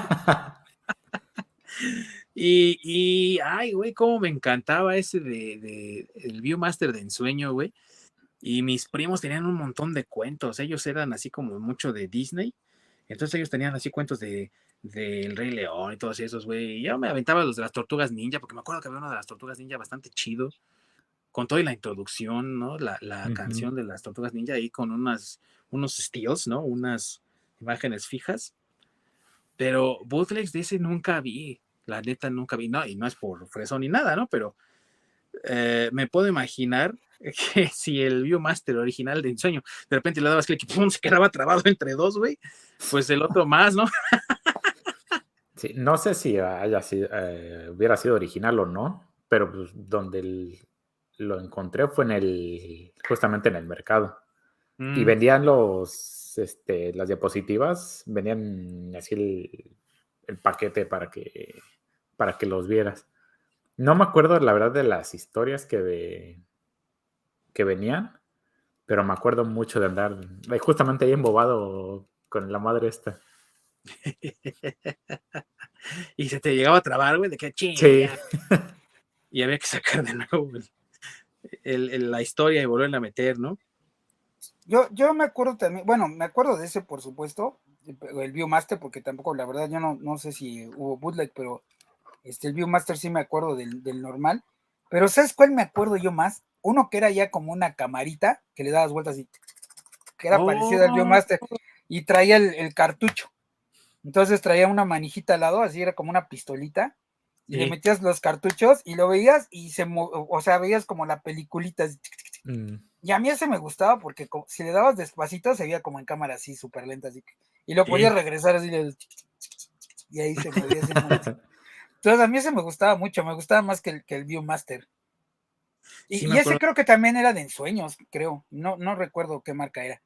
[SPEAKER 1] Y, y ay, güey, cómo me encantaba ese de, de el Viewmaster de ensueño, güey. Y mis primos tenían un montón de cuentos. Ellos eran así como mucho de Disney. Entonces ellos tenían así cuentos de del Rey León y todos esos, güey. Y yo me aventaba los de las tortugas ninja, porque me acuerdo que había uno de las tortugas ninja bastante chido. con toda la introducción, ¿no? La, la
[SPEAKER 3] Ujú.
[SPEAKER 1] canción de las Tortugas Ninja ahí con unas, unos stills, ¿no? Unas imágenes fijas. Pero bootlegs de ese nunca vi, la neta nunca vi, no, y no es por fresón ni nada, ¿no? Pero eh, me puedo imaginar que si el Viewmaster original de Ensueño de repente le dabas clic y ¡pum! Se quedaba trabado entre dos, güey, pues el otro más, ¿no?
[SPEAKER 3] Sí, no sé si haya sido, eh, hubiera sido original o no, pero pues, donde el- lo encontré fue en el, justamente en el mercado. Y
[SPEAKER 1] Mm,
[SPEAKER 3] vendían los, este, las diapositivas, vendían así el, el paquete para que, para que los vieras. No me acuerdo, la verdad, de las historias que, de, que venían, pero me acuerdo mucho de andar eh, justamente ahí embobado con la madre esta.
[SPEAKER 1] y se te llegaba a trabar, güey, de que ching,
[SPEAKER 3] Sí,
[SPEAKER 1] ya. Y había que sacar de nuevo el, el, el, la historia y volverla a meter, ¿no?
[SPEAKER 2] Yo, yo me acuerdo también, bueno, me acuerdo de ese, por supuesto, el Viewmaster, porque tampoco, la verdad, yo no, no sé si hubo bootleg, pero este, el Viewmaster sí me acuerdo del, del normal. Pero ¿sabes cuál me acuerdo yo más? Uno que era ya como una camarita que le dabas vueltas y que era parecido al
[SPEAKER 1] Oh,
[SPEAKER 2] Viewmaster y traía el, el cartucho. Entonces traía una manijita al lado, así era como una pistolita, y le
[SPEAKER 1] sí.
[SPEAKER 2] metías los cartuchos y lo veías y se, o sea, veías como la peliculita. Así.
[SPEAKER 3] mm,
[SPEAKER 2] Y a mí ese me gustaba porque como, si le dabas despacito se veía como en cámara así, súper lenta, así. Y lo podías
[SPEAKER 1] Sí.
[SPEAKER 2] regresar así, y ahí se movía así. Entonces a mí ese me gustaba mucho, me gustaba más que el, que el Viewmaster.
[SPEAKER 1] Sí
[SPEAKER 2] Y,
[SPEAKER 1] me
[SPEAKER 2] y ese
[SPEAKER 1] acuerdo.
[SPEAKER 2] creo que también era de Ensueños, creo. No, no recuerdo qué marca era.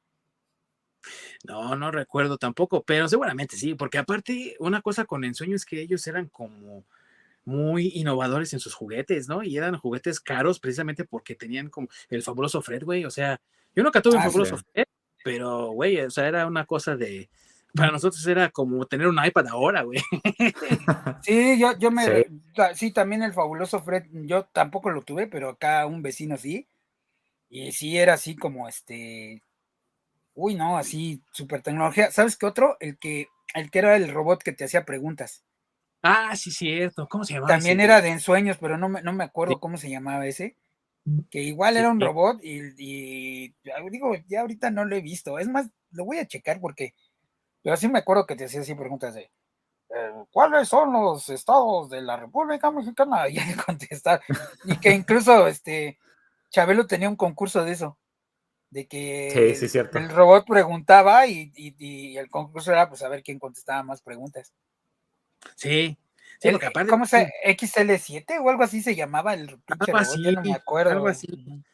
[SPEAKER 1] No, no recuerdo tampoco, pero seguramente sí, porque aparte una cosa con Ensueño es que ellos eran como muy innovadores en sus juguetes, ¿no? Y eran juguetes caros precisamente porque tenían como el fabuloso Fred, güey. O sea, yo nunca tuve un
[SPEAKER 2] Ah, sí.
[SPEAKER 3] sí.
[SPEAKER 1] fabuloso Fred, pero, güey, o sea, era una cosa de, para nosotros era como tener un iPad ahora, güey.
[SPEAKER 2] Sí, yo, yo me,
[SPEAKER 3] Sí,
[SPEAKER 2] sí, también el fabuloso Fred, yo tampoco lo tuve, pero acá un vecino sí. Y sí era así como este, uy, no, así, súper tecnología. ¿Sabes qué otro? El que, el que era el robot que te hacía preguntas.
[SPEAKER 1] Ah, sí, cierto. ¿Cómo se llamaba ese,
[SPEAKER 2] También
[SPEAKER 1] güey?
[SPEAKER 2] era de Ensueños, pero no me, no me
[SPEAKER 1] Sí,
[SPEAKER 2] acuerdo cómo se llamaba ese. Que igual
[SPEAKER 1] sí.
[SPEAKER 2] era un robot y, y digo, ya ahorita no lo he visto. Es más, lo voy a checar porque, pero sí me acuerdo que te hacía así preguntas de, eh, ¿cuáles son los estados de la República Mexicana? Y ya contestar. Y que incluso este Chabelo tenía un concurso de eso, de
[SPEAKER 3] sí,
[SPEAKER 2] que
[SPEAKER 3] sí, cierto.
[SPEAKER 2] el robot preguntaba y, y, y el concurso era pues a ver quién contestaba más preguntas.
[SPEAKER 1] Sí, sí,
[SPEAKER 2] El,
[SPEAKER 1] porque aparte,
[SPEAKER 2] ¿cómo se? ¿X L siete o algo así se llamaba el pinche
[SPEAKER 1] algo
[SPEAKER 2] robot? Ya
[SPEAKER 1] así,
[SPEAKER 2] no me
[SPEAKER 1] algo
[SPEAKER 2] acuerdo.
[SPEAKER 1] así.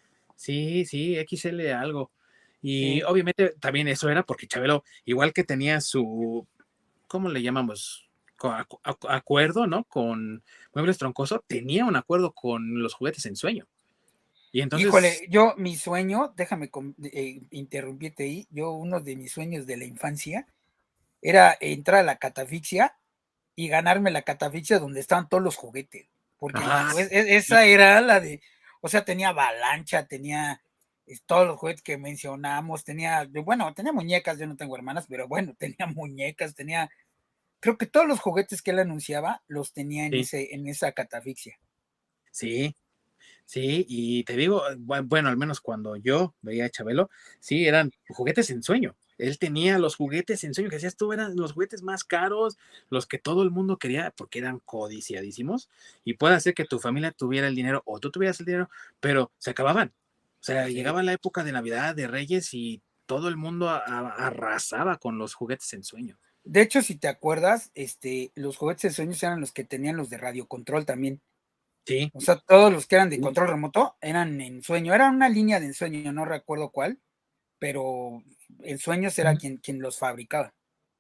[SPEAKER 1] Sí, sí, X L algo. Y
[SPEAKER 2] Sí.
[SPEAKER 1] obviamente también eso era porque Chabelo, igual que tenía su, ¿cómo le llamamos? Acu acuerdo, ¿no? Con Muebles Troncoso, tenía un acuerdo con los juguetes en sueño. Y entonces,
[SPEAKER 2] Híjole, yo mi sueño, déjame eh, interrumpirte ahí, yo uno de mis sueños de la infancia era entrar a la catafixia y ganarme la catafixia donde estaban todos los juguetes, porque
[SPEAKER 1] ah,
[SPEAKER 2] hijo, es, es, esa era la de, o sea, tenía avalancha, tenía es, todos los juguetes que mencionamos, tenía, bueno, tenía muñecas, yo no tengo hermanas, pero bueno, tenía muñecas, tenía, creo que todos los juguetes que él anunciaba los tenía en,
[SPEAKER 1] sí,
[SPEAKER 2] ese, en esa catafixia.
[SPEAKER 1] sí, sí, y te digo, bueno, al menos cuando yo veía a Chabelo, sí, eran juguetes en sueño. Él tenía los juguetes en sueño, que decías tú, eran los juguetes más caros, los que todo el mundo quería, porque eran codiciadísimos. Y puede ser que tu familia tuviera el dinero o tú tuvieras el dinero, pero se acababan. O sea,
[SPEAKER 2] Sí.
[SPEAKER 1] llegaba la época de Navidad, de Reyes, y todo el mundo a, a, arrasaba con los juguetes en sueño.
[SPEAKER 2] De hecho, si te acuerdas, este, los juguetes de sueños eran los que tenían los de radio control también.
[SPEAKER 1] Sí.
[SPEAKER 2] O sea, todos los que eran de control remoto eran en sueño. Era una línea de ensueño, no recuerdo cuál, pero en sueños era quien, quien los fabricaba.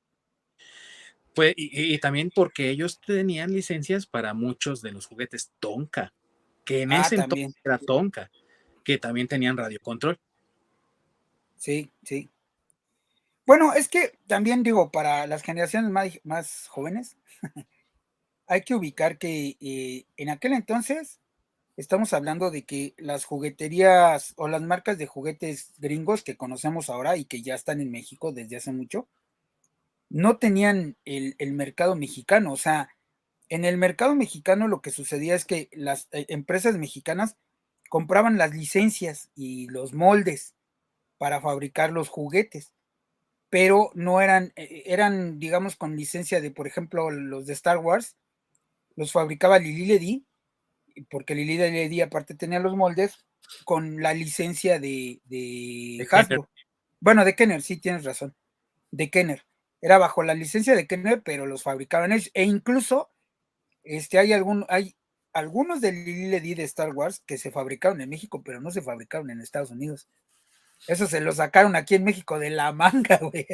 [SPEAKER 1] Pues, y, y, también porque ellos tenían licencias para muchos de los juguetes Tonka, que en
[SPEAKER 2] Ah,
[SPEAKER 1] ese entonces
[SPEAKER 2] también.
[SPEAKER 1] era Tonka, que también tenían radiocontrol.
[SPEAKER 2] Sí, sí. Bueno, es que también digo, para las generaciones más, más jóvenes, hay que ubicar que eh, en aquel entonces estamos hablando de que las jugueterías o las marcas de juguetes gringos que conocemos ahora y que ya están en México desde hace mucho, no tenían el, el mercado mexicano. O sea, en el mercado mexicano lo que sucedía es que las eh, empresas mexicanas compraban las licencias y los moldes para fabricar los juguetes, pero no eran, eran, digamos, con licencia de, por ejemplo, los de Star Wars, los fabricaba Lili Ledy, porque Lili Ledy aparte tenía los moldes, con la licencia de, de, de Hasbro. Kenner. Bueno, de Kenner, sí, tienes razón, de Kenner. Era bajo la licencia de Kenner, pero los fabricaban ellos, e incluso este, hay, algún, hay algunos de Lili Ledy de Star Wars que se fabricaron en México, pero no se fabricaron en Estados Unidos. Eso se lo sacaron aquí en México de la manga, güey.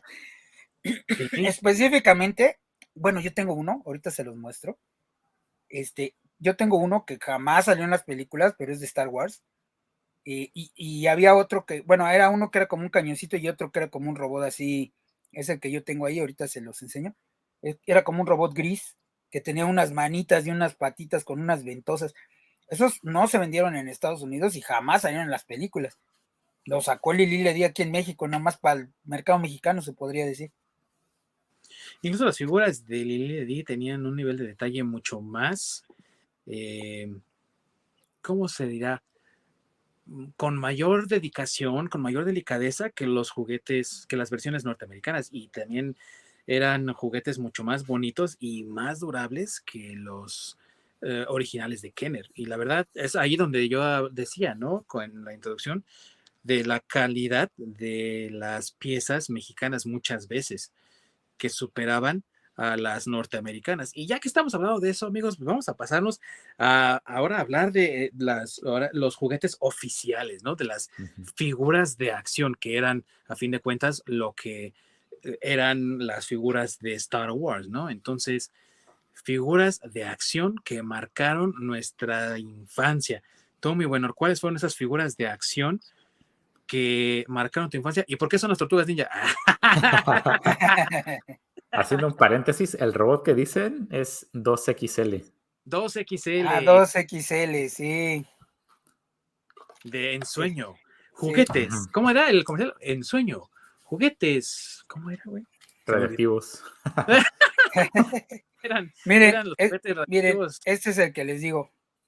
[SPEAKER 2] ¿Sí? Específicamente, bueno, yo tengo uno, ahorita se los muestro. Este, yo tengo uno que jamás salió en las películas, pero es de Star Wars. Eh, y, y había otro que, bueno, era uno que era como un cañoncito y otro que era como un robot así. Es el que yo tengo ahí, ahorita se los enseño. Era como un robot gris que tenía unas manitas y unas patitas con unas ventosas. Esos no se vendieron en Estados Unidos y jamás salieron en las películas. Lo sacó Lili Ledy aquí en México, nada más para el mercado mexicano, se podría decir.
[SPEAKER 1] Incluso las figuras de Lili Ledy tenían un nivel de detalle mucho más, eh, ¿cómo se dirá? Con mayor dedicación, con mayor delicadeza que los juguetes, que las versiones norteamericanas, y también eran juguetes mucho más bonitos y más durables que los eh, originales de Kenner. Y la verdad es ahí donde yo decía, ¿no? Con la introducción, de la calidad de las piezas mexicanas muchas veces, que superaban a las norteamericanas. Y ya que estamos hablando de eso, amigos, pues vamos a pasarnos a ahora a hablar de las, ahora, los juguetes oficiales, ¿no? De las uh-huh. figuras de acción, que eran, a fin de cuentas, lo que eran las figuras de Star Wars, ¿no? Entonces, figuras de acción que marcaron nuestra infancia. Tommy, bueno, ¿cuáles fueron esas figuras de acción que marcaron tu infancia? ¿Y por qué son las tortugas ninja?
[SPEAKER 3] Haciendo un paréntesis, el robot que dicen es dos equis ele.
[SPEAKER 1] dos equis ele.
[SPEAKER 2] Ah, dos equis ele, sí.
[SPEAKER 1] De ensueño. Juguetes. Sí. ¿Cómo era el comercial? Ensueño. Juguetes. ¿Cómo era, güey?
[SPEAKER 3] Radioactivos.
[SPEAKER 2] eran, miren, eran los juguetes es, radioactivos. Miren, este es el que les digo.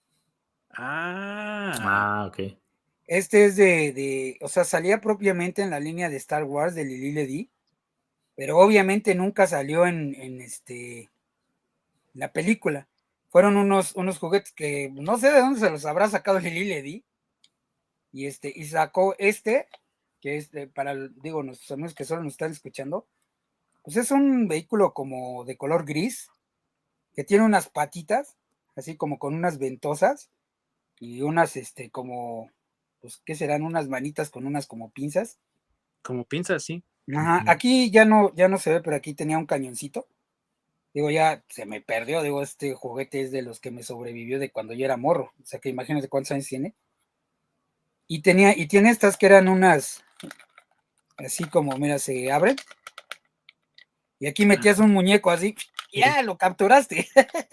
[SPEAKER 1] Ah.
[SPEAKER 3] Ah, ok.
[SPEAKER 2] Este es de, de, o sea, salía propiamente en la línea de Star Wars de Lili Ledy, pero obviamente nunca salió en, en este, la película. Fueron unos, unos juguetes que no sé de dónde se los habrá sacado Lili Ledy, y este, y sacó este, que es de, para, digo, nuestros amigos que solo nos están escuchando, pues es un vehículo como de color gris, que tiene unas patitas, así como con unas ventosas, y unas, este, como, pues, ¿qué serán? Unas manitas con unas como pinzas.
[SPEAKER 1] Como pinzas, sí.
[SPEAKER 2] Ajá, aquí ya no, ya no se ve, pero aquí tenía un cañoncito. Digo, ya se me perdió, digo, este juguete es de los que me sobrevivió de cuando yo era morro. O sea que imagínate cuántos años tiene. Y tenía, y tiene estas que eran unas, así como, mira, se abren. Y aquí metías un muñeco así, ya lo capturaste.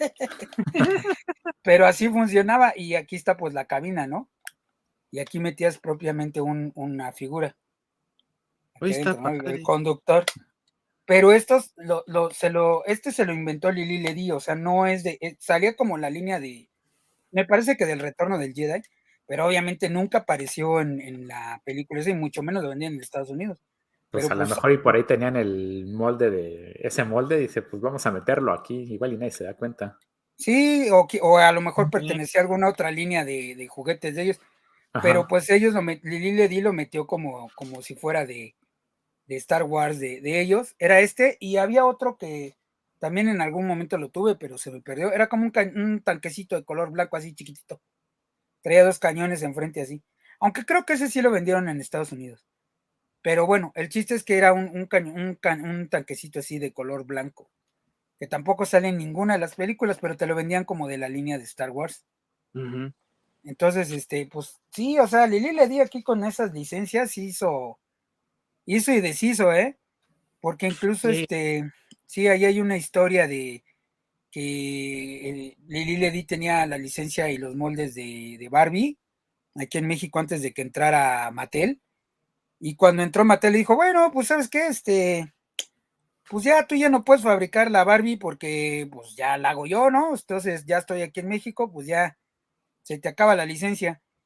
[SPEAKER 2] Pero así funcionaba, y aquí está pues la cabina, ¿no? Y aquí metías propiamente un, una figura.
[SPEAKER 1] Aquí adentro,
[SPEAKER 2] ¿no? El conductor. Pero estos, lo, lo, se lo, este se lo inventó Lili Ledy, o sea, no es de, eh, salía como la línea de, me parece que del Retorno del Jedi, pero obviamente nunca apareció en, en la película, y mucho menos lo vendían en Estados Unidos.
[SPEAKER 3] Pues
[SPEAKER 2] pero
[SPEAKER 3] a pues, lo mejor y por ahí tenían el molde de, ese molde, y dice, pues vamos a meterlo aquí, igual y nadie se da cuenta.
[SPEAKER 2] Sí, o, o a lo mejor pertenecía a alguna otra línea de, de juguetes de ellos, ajá, pero pues ellos, lo Lili Ledy lo metió como, como si fuera de, de Star Wars de, de ellos, era este, y había otro que también en algún momento lo tuve, pero se me perdió, era como un, un tanquecito de color blanco así chiquitito, traía dos cañones enfrente así, aunque creo que ese sí lo vendieron en Estados Unidos, pero bueno, el chiste es que era un, un, caño, un, can, un tanquecito así de color blanco, que tampoco sale en ninguna de las películas, pero te lo vendían como de la línea de Star Wars.
[SPEAKER 1] Uh-huh.
[SPEAKER 2] Entonces, este, pues sí, o sea, Lili Ledy aquí con esas licencias hizo, hizo y deshizo, ¿eh? Porque incluso, sí. este, sí, ahí hay una historia de que eh, Lili Ledy tenía la licencia y los moldes de, de Barbie aquí en México antes de que entrara Mattel. Y cuando entró Mattel le dijo, bueno, pues ¿sabes qué? Este, pues ya tú ya no puedes fabricar la Barbie porque pues ya la hago yo, ¿no? Entonces ya estoy aquí en México, pues ya se te acaba la licencia.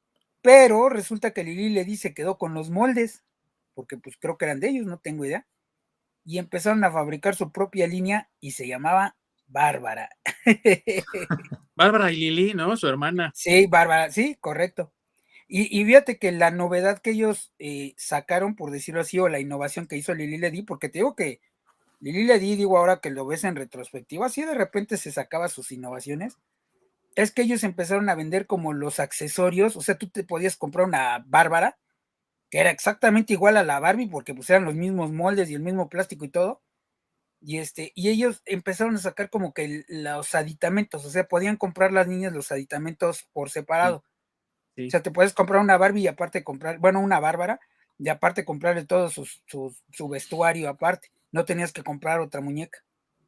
[SPEAKER 2] pero resulta que Lili Ledy se quedó con los moldes, porque pues creo que eran de ellos, no tengo idea, y empezaron a fabricar su propia línea y se llamaba Bárbara.
[SPEAKER 1] Bárbara y Lili, ¿no? Su hermana.
[SPEAKER 2] Sí, Bárbara, sí, correcto. Y, y fíjate que la novedad que ellos eh, sacaron, por decirlo así, o la innovación que hizo Lili Ledy, porque te digo que Lili Ledy, digo ahora que lo ves en retrospectiva, así de repente se sacaba sus innovaciones, es que ellos empezaron a vender como los accesorios, o sea, tú te podías comprar una Bárbara, que era exactamente igual a la Barbie, porque pues eran los mismos moldes y el mismo plástico y todo, y este, y ellos empezaron a sacar como que el, los aditamentos, o sea, podían comprar las niñas los aditamentos por separado.
[SPEAKER 1] Sí, sí.
[SPEAKER 2] O sea, te puedes comprar una Barbie y aparte comprar, bueno, una Bárbara, y aparte comprarle todo su, su, su vestuario aparte. No tenías que comprar otra muñeca.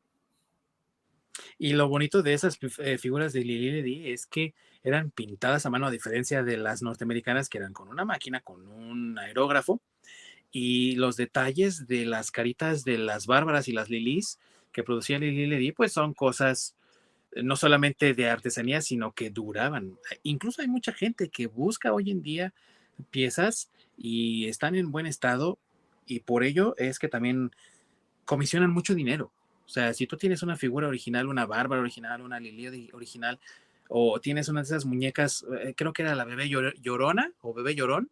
[SPEAKER 1] Y lo bonito de esas eh, figuras de Lili Ledy es que eran pintadas a mano, a diferencia de las norteamericanas, que eran con una máquina, con un aerógrafo. Y los detalles de las caritas de las Bárbaras y las Lilis que producía Lili Ledy, pues son cosas no solamente de artesanía, sino que duraban. Incluso hay mucha gente que busca hoy en día piezas y están en buen estado, y por ello es que también comisionan mucho dinero. O sea, si tú tienes una figura original, una Bárbara original, una Lili original, o tienes una de esas muñecas, eh, creo que era la bebé llorona o bebé llorón,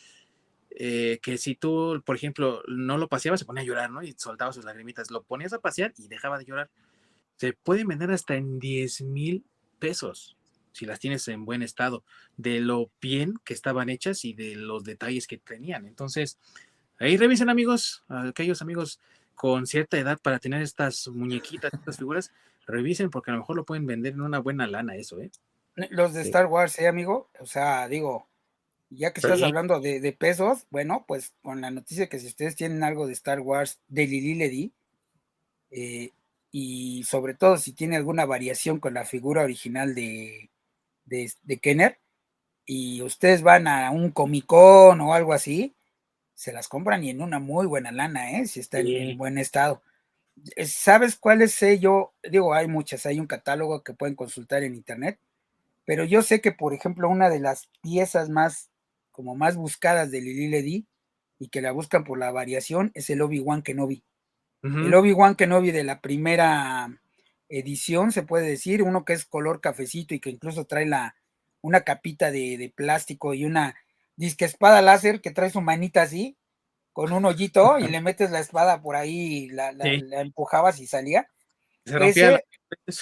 [SPEAKER 1] eh, que si tú, por ejemplo, no lo paseabas, se ponía a llorar, ¿no? Y soltaba sus lagrimitas. Lo ponías a pasear y dejaba de llorar. Se pueden vender hasta en diez mil pesos si las tienes en buen estado, de lo bien que estaban hechas y de los detalles que tenían. Entonces, ahí revisen, amigos, aquellos amigos con cierta edad para tener estas muñequitas, estas figuras, revisen porque a lo mejor lo pueden vender en una buena lana eso, ¿eh?
[SPEAKER 2] Los de
[SPEAKER 3] Sí.
[SPEAKER 2] Star Wars, ¿eh, amigo? O sea, digo, ya que estás
[SPEAKER 1] Sí.
[SPEAKER 2] hablando de, de pesos, bueno, pues con la noticia que si ustedes tienen algo de Star Wars de Lili Ledy, eh, y sobre todo si tiene alguna variación con la figura original de, de, de Kenner, y ustedes van a un Comic Con o algo así, se las compran y en una muy buena lana, ¿eh? Si está en, en
[SPEAKER 1] Sí.
[SPEAKER 2] buen estado. ¿Sabes cuáles sé yo? Digo, hay muchas, hay un catálogo que pueden consultar en internet, pero yo sé que, por ejemplo, una de las piezas más, como más buscadas de Lili Ledy y que la buscan por la variación es el Obi-Wan Kenobi. El
[SPEAKER 1] Uh-huh.
[SPEAKER 2] Obi-Wan Kenobi de la primera edición, se puede decir, uno que es color cafecito y que incluso trae la, una capita de, de plástico y una disque espada láser que trae su manita así, con un hoyito, y le metes la espada por ahí, la, la,
[SPEAKER 1] Sí.
[SPEAKER 2] la empujabas y salía.
[SPEAKER 1] Se rompía la...
[SPEAKER 2] Ese,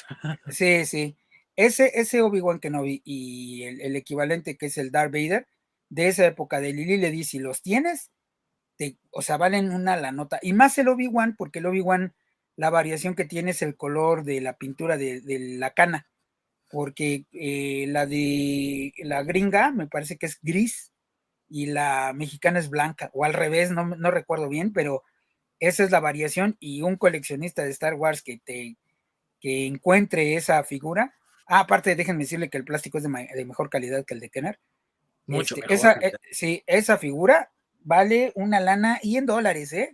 [SPEAKER 2] sí, sí. Ese, ese Obi-Wan Kenobi y el, el, equivalente que es el Darth Vader, de esa época de Lili Ledy, si los tienes, te, o sea, valen una la nota. Y más el Obi-Wan, porque el Obi-Wan, la variación que tiene es el color de la pintura de, de la cana, porque eh, la de la gringa me parece que es gris y la mexicana es blanca, o al revés, no, no recuerdo bien, pero esa es la variación. Y un coleccionista de Star Wars que te que encuentre esa figura, ah, aparte déjenme decirle que el plástico es de, ma de mejor calidad que el de Kenner,
[SPEAKER 1] Mucho
[SPEAKER 2] este,
[SPEAKER 1] mejor.
[SPEAKER 2] esa, eh, sí, esa figura vale una lana y en dólares, ¿eh?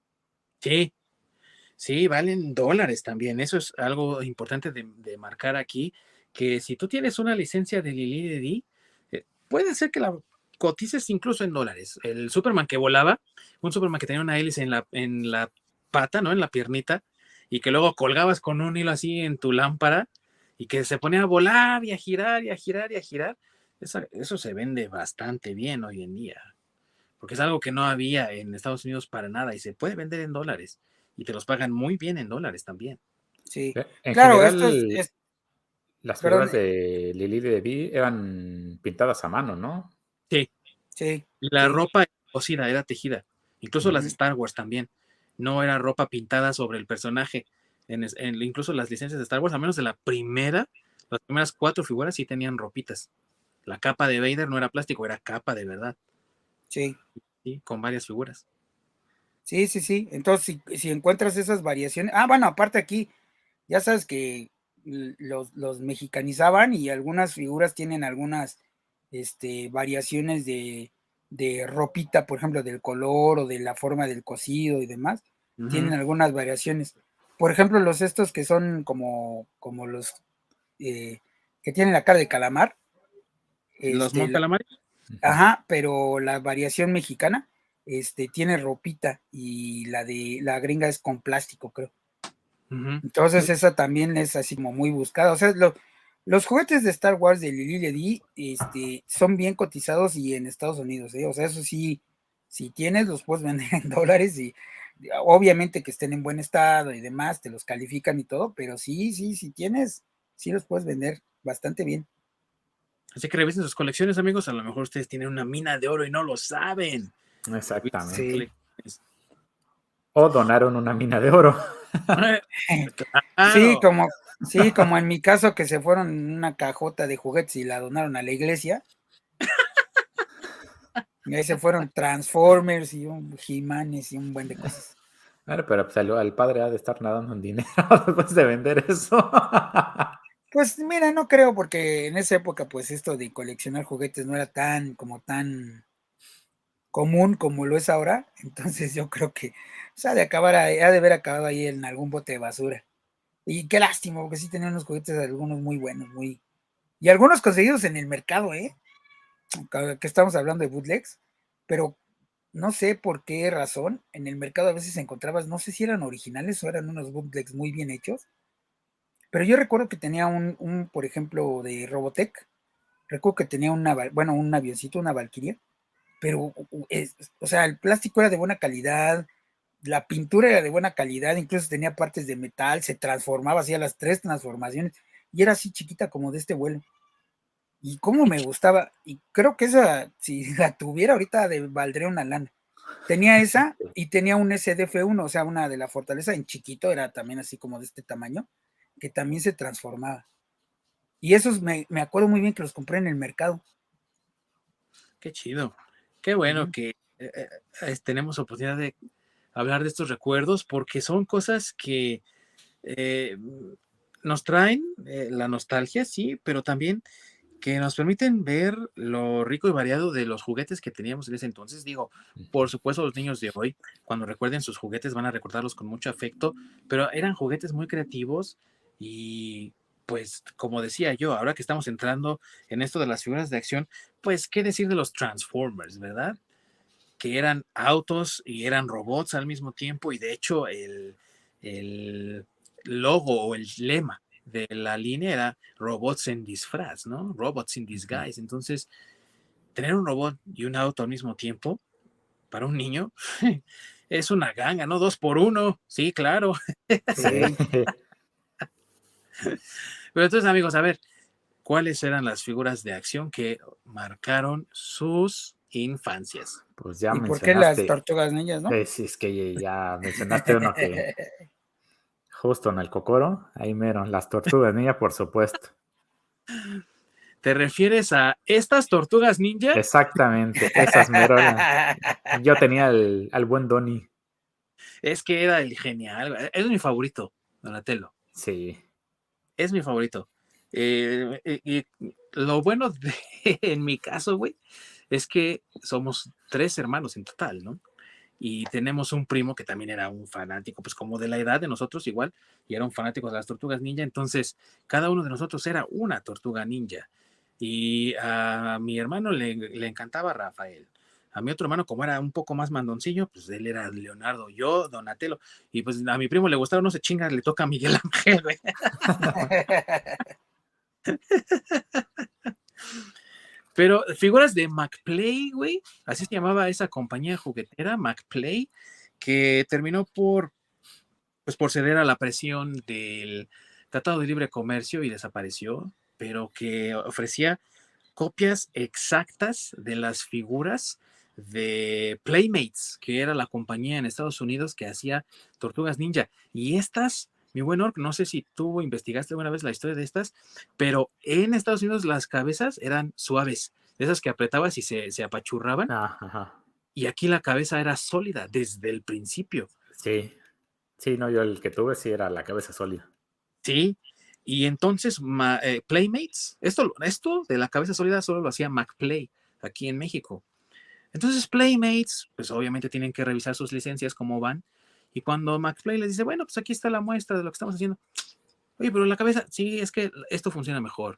[SPEAKER 1] Sí, sí, valen dólares también. Eso es algo importante de, de marcar aquí, que si tú tienes una licencia de Lili Ledy, eh, puede ser que la cotices incluso en dólares. El Superman que volaba, un Superman que tenía una hélice en la, en la pata, ¿no? En la piernita, y que luego colgabas con un hilo así en tu lámpara, y que se ponía a volar y a girar y a girar y a girar. Esa, eso se vende bastante bien hoy en día, porque es algo que no había en Estados Unidos para nada y se puede vender en dólares y te los pagan muy bien en dólares también.
[SPEAKER 2] Sí,
[SPEAKER 3] Eh, En
[SPEAKER 2] claro, esto es,
[SPEAKER 3] general,
[SPEAKER 2] es
[SPEAKER 3] las
[SPEAKER 2] perdón,
[SPEAKER 3] figuras de Lili Ledy eran pintadas a mano, ¿no?
[SPEAKER 1] Sí,
[SPEAKER 2] sí,
[SPEAKER 1] y la
[SPEAKER 2] sí,
[SPEAKER 1] ropa era cosida, era tejida, incluso las de
[SPEAKER 2] uh-huh.
[SPEAKER 1] Star Wars también. No era ropa pintada sobre el personaje. En, en, incluso las licencias de Star Wars, a menos de la primera, las primeras cuatro figuras sí tenían ropitas. La capa de Vader no era plástico, era capa de verdad.
[SPEAKER 2] Sí,
[SPEAKER 1] ¿Sí? Con varias figuras.
[SPEAKER 2] sí, sí, sí. Entonces, si, si encuentras esas variaciones, ah, bueno, aparte aquí, ya sabes que los, los mexicanizaban y algunas figuras tienen algunas este, variaciones de, de ropita, por ejemplo, del color o de la forma del cosido y demás. Tienen
[SPEAKER 1] Uh-huh.
[SPEAKER 2] algunas variaciones. Por ejemplo, los estos que son como, como los eh, que tienen la cara de calamar.
[SPEAKER 1] Los
[SPEAKER 2] Este,
[SPEAKER 1] Mon
[SPEAKER 2] la,
[SPEAKER 1] Calamari.
[SPEAKER 2] Ajá, pero la variación mexicana este, tiene ropita y la de la gringa es con plástico, creo.
[SPEAKER 1] Ujú.
[SPEAKER 2] Entonces esa también es así como muy buscada. O sea, lo, los juguetes de Star Wars de Lili Ledy este, son bien cotizados y en Estados Unidos, ¿eh? O sea, eso sí, si tienes, los puedes vender en dólares y obviamente que estén en buen estado y demás, te los califican y todo, pero sí, sí, si tienes, sí los puedes vender bastante bien.
[SPEAKER 1] Así que revisen sus colecciones, amigos. A lo mejor ustedes tienen una mina de oro y no lo saben. Revisen sus
[SPEAKER 3] Exactamente.
[SPEAKER 2] Sí.
[SPEAKER 1] colecciones.
[SPEAKER 3] O donaron una mina de oro.
[SPEAKER 2] Sí,
[SPEAKER 1] Claro.
[SPEAKER 2] como, sí, como en mi caso que se fueron en una cajota de juguetes y la donaron a la iglesia. Y ahí se fueron Transformers y un He-Manes y un buen de cosas.
[SPEAKER 3] Claro, pero pues el, el padre ha de estar nadando en dinero después de vender eso.
[SPEAKER 2] Pues mira, no creo, porque en esa época, pues esto de coleccionar juguetes no era tan, como tan común como lo es ahora. Entonces yo creo que, o sea, de acabar, ahí- ha de haber acabado ahí en algún bote de basura. Y qué lástima, porque sí tenían unos juguetes, algunos muy buenos, muy. Y algunos conseguidos en el mercado, ¿eh? Que estamos hablando de bootlegs, pero no sé por qué razón, en el mercado a veces encontrabas, no sé si eran originales o eran unos bootlegs muy bien hechos, pero yo recuerdo que tenía un, un por ejemplo, de Robotech, recuerdo que tenía una, bueno, un avioncito, una Valkyria, pero, es, o sea, el plástico era de buena calidad, la pintura era de buena calidad, incluso tenía partes de metal, se transformaba, hacía las tres transformaciones, y era así chiquita como de este vuelo. Y cómo me gustaba, y creo que esa, si la tuviera ahorita, de, valdría una lana. Tenía esa y tenía un S D F uno, o sea, una de la Fortaleza en chiquito, era también así como de este tamaño, que también se transformaba. Y esos me, me acuerdo muy bien que los compré en el mercado.
[SPEAKER 1] Qué chido. Qué bueno
[SPEAKER 2] Ujú.
[SPEAKER 1] que eh, eh, eh, tenemos oportunidad de hablar de estos recuerdos porque son cosas que eh, nos traen eh, la nostalgia, sí, pero también que nos permiten ver lo rico y variado de los juguetes que teníamos en ese entonces. Digo, por supuesto, los niños de hoy, cuando recuerden sus juguetes, van a recordarlos con mucho afecto, pero eran juguetes muy creativos y pues, como decía yo, ahora que estamos entrando en esto de las figuras de acción, pues, ¿qué decir de los Transformers, verdad? Que eran autos y eran robots al mismo tiempo y de hecho el, el logo o el lema de la línea era robots en disfraz, ¿no? Robots in disguise. Entonces, tener un robot y un auto al mismo tiempo para un niño es una ganga, ¿no? Dos por uno, sí, claro.
[SPEAKER 3] Sí.
[SPEAKER 2] Sí.
[SPEAKER 1] Pero entonces, amigos, a ver, ¿cuáles eran las figuras de acción que marcaron sus infancias?
[SPEAKER 3] Pues ya
[SPEAKER 2] ¿Y por qué las
[SPEAKER 3] mencionaste,
[SPEAKER 2] tortugas niñas, no?
[SPEAKER 3] eh, si es que ya mencionaste uno que justo en el Cocoro, ahí mero, las tortugas niña, por supuesto.
[SPEAKER 1] ¿Te refieres a estas tortugas ninja?
[SPEAKER 3] Exactamente, esas merolas. Yo tenía el, al buen Donnie.
[SPEAKER 1] Es que era el genial, es mi favorito, Donatello,
[SPEAKER 3] Sí.
[SPEAKER 1] es mi favorito. Eh, eh, y lo bueno de, en mi caso, güey, es que somos tres hermanos en total, ¿no? Y tenemos un primo que también era un fanático, pues como de la edad de nosotros igual, y era un fanático de las tortugas ninja, entonces cada uno de nosotros era una tortuga ninja. Y a mi hermano le, le encantaba Rafael. A mi otro hermano, como era un poco más mandoncillo, pues él era Leonardo, yo, Donatello. Y pues a mi primo le gustaba, no se chinga, le toca a Miguel Ángel, güey. Pero figuras de McPlay, güey, así se llamaba esa compañía juguetera, McPlay, que terminó por, pues, por ceder a la presión del Tratado de Libre Comercio y desapareció, pero que ofrecía copias exactas de las figuras de Playmates, que era la compañía en Estados Unidos que hacía Tortugas Ninja. Y estas, mi buen Orc, no sé si tú investigaste alguna vez la historia de estas, pero en Estados Unidos las cabezas eran suaves, de esas que apretabas y se, se apachurraban,
[SPEAKER 3] Ah, ajá.
[SPEAKER 1] y aquí la cabeza era sólida desde el principio.
[SPEAKER 3] Sí. Sí, no, yo el que tuve sí era la cabeza sólida.
[SPEAKER 1] Sí, y entonces ma, eh, Playmates, esto, esto de la cabeza sólida solo lo hacía McPlay aquí en México. Entonces Playmates, pues obviamente tienen que revisar sus licencias, cómo van, y cuando McPlay les dice, bueno, pues aquí está la muestra de lo que estamos haciendo. Oye, pero la cabeza, sí, es que esto funciona mejor.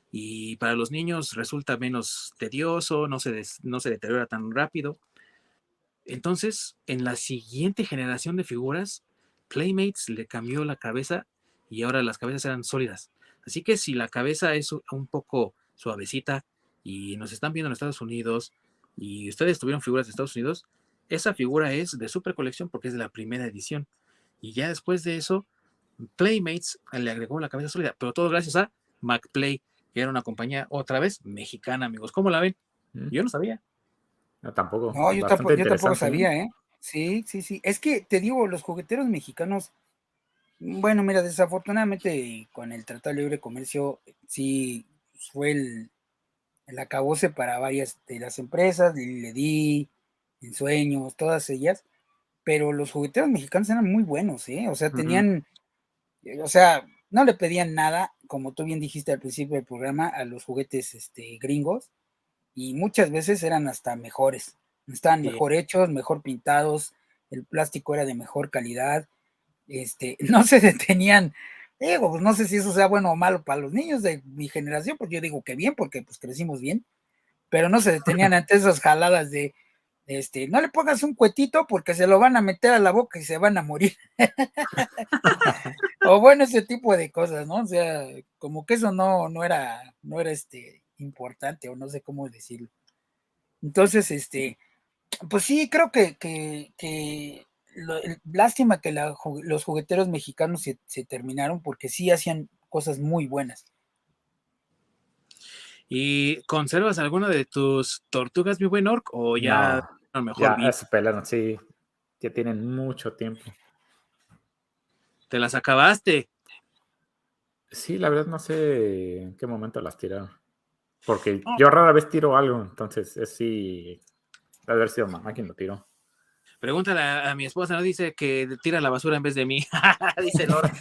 [SPEAKER 1] y para los niños resulta menos tedioso, no se, des, no se deteriora tan rápido. Entonces, en la siguiente generación de figuras, Playmates le cambió la cabeza y ahora las cabezas eran sólidas. Así que si la cabeza es un poco suavecita y nos están viendo en Estados Unidos y ustedes tuvieron figuras de Estados Unidos, esa figura es de super colección porque es de la primera edición. Y ya después de eso, Playmates le agregó la cabeza sólida, pero todo gracias a McPlay, que era una compañía otra vez mexicana, amigos. ¿Cómo la ven?
[SPEAKER 3] Mm,
[SPEAKER 1] Yo no sabía.
[SPEAKER 3] No, tampoco.
[SPEAKER 2] No, yo
[SPEAKER 3] Bastante
[SPEAKER 2] tampoco, yo tampoco
[SPEAKER 3] interesante, ¿eh?
[SPEAKER 2] sabía, ¿eh? Sí, sí, sí. Es que te digo, los jugueteros mexicanos, bueno, mira, desafortunadamente con el Tratado de Libre Comercio, sí fue el, el acabose para varias de las empresas, le di, Ensueños, todas ellas, pero los jugueteros mexicanos eran muy buenos, ¿eh? O sea,
[SPEAKER 1] Ujú.
[SPEAKER 2] tenían, eh, o sea, no le pedían nada, como tú bien dijiste al principio del programa, a los juguetes este, gringos, y muchas veces eran hasta mejores, estaban
[SPEAKER 1] Sí.
[SPEAKER 2] mejor hechos, mejor pintados, el plástico era de mejor calidad, este, no se detenían, digo, pues no sé si eso sea bueno o malo para los niños de mi generación, pues yo digo que bien, porque pues crecimos bien, pero no se detenían ante esas jaladas de, este, no le pongas un cuetito porque se lo van a meter a la boca y se van a morir. O bueno, ese tipo de cosas, ¿no? O sea, como que eso no, no era, no era este importante, o no sé cómo decirlo. Entonces, este, pues sí, creo que, que, que lo, lástima que la, los jugueteros mexicanos se, se terminaron porque sí hacían cosas muy buenas.
[SPEAKER 1] ¿Y conservas alguna de tus tortugas, mi buen orc? ¿O ya
[SPEAKER 3] No,
[SPEAKER 1] a lo mejor
[SPEAKER 3] ya
[SPEAKER 1] vi,
[SPEAKER 3] se pelaron, sí. Ya tienen mucho tiempo.
[SPEAKER 1] te las acabaste?
[SPEAKER 3] Sí, la verdad no sé en qué momento las tiraron. Porque
[SPEAKER 1] No,
[SPEAKER 3] yo rara vez tiro algo, entonces es sí. Debe haber sido mamá quien lo tiró.
[SPEAKER 1] pregúntale a, a mi esposa, ¿no? Dice que tira la basura en vez de mí. Dice el orc.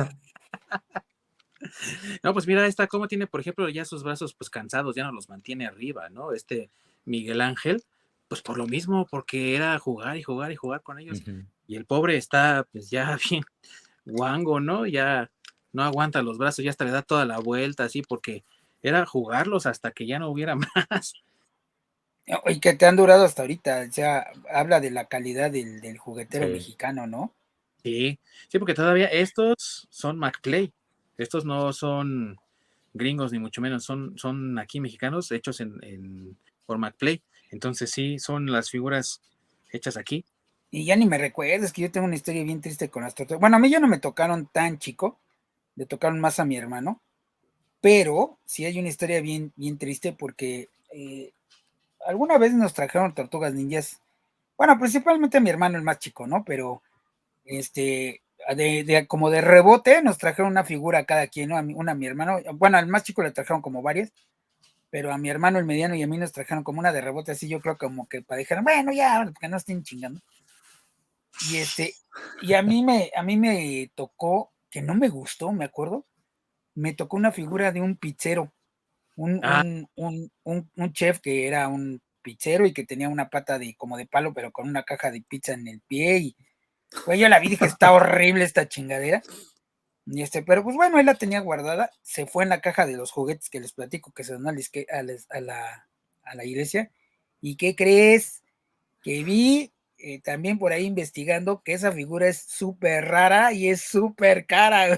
[SPEAKER 1] No, pues mira, esta, cómo tiene, por ejemplo, ya sus brazos pues cansados, ya no los mantiene arriba, ¿no? Este Miguel Ángel, pues por lo mismo, porque era jugar y jugar y jugar con ellos.
[SPEAKER 3] Ujú.
[SPEAKER 1] Y el pobre está pues ya bien guango, ¿no? Ya no aguanta los brazos, ya hasta le da toda la vuelta así, porque era jugarlos hasta que ya no hubiera más.
[SPEAKER 2] Y que te han durado hasta ahorita, o sea, habla de la calidad del, del juguetero
[SPEAKER 3] Sí.
[SPEAKER 2] mexicano, ¿no?
[SPEAKER 1] Sí, sí, porque todavía estos son McPlay, estos no son gringos ni mucho menos, son, son aquí mexicanos hechos en, en por McPlay. Entonces sí, son las figuras hechas aquí.
[SPEAKER 2] Y ya ni me recuerdes que yo tengo una historia bien triste con las tortugas. Bueno, a mí ya no me tocaron tan chico, le tocaron más a mi hermano, pero sí hay una historia bien, bien triste porque eh, alguna vez nos trajeron tortugas ninjas. Bueno, principalmente a mi hermano, el más chico, ¿no? Pero este, de, de, como de rebote nos trajeron una figura a cada quien, ¿no? A mí, una a mi hermano, bueno, al más chico le trajeron como varias, pero a mi hermano, el mediano y a mí nos trajeron como una de rebote, así yo creo como que para dejar, bueno, ya, porque no estén chingando. Y este, y a mí me, a mí me tocó, que no me gustó, me acuerdo, me tocó una figura de un pizzero, un,
[SPEAKER 1] Ah,
[SPEAKER 2] un, un, un, un chef que era un pizzero y que tenía una pata de como de palo, pero con una caja de pizza en el pie. Y güey, yo la vi y dije, está horrible esta chingadera. Y este, pero pues bueno, él la tenía guardada, se fue en la caja de los juguetes que les platico que se donó a la, a la, a la iglesia. ¿Y qué crees? Que vi eh, también por ahí investigando que esa figura es súper rara y es súper cara.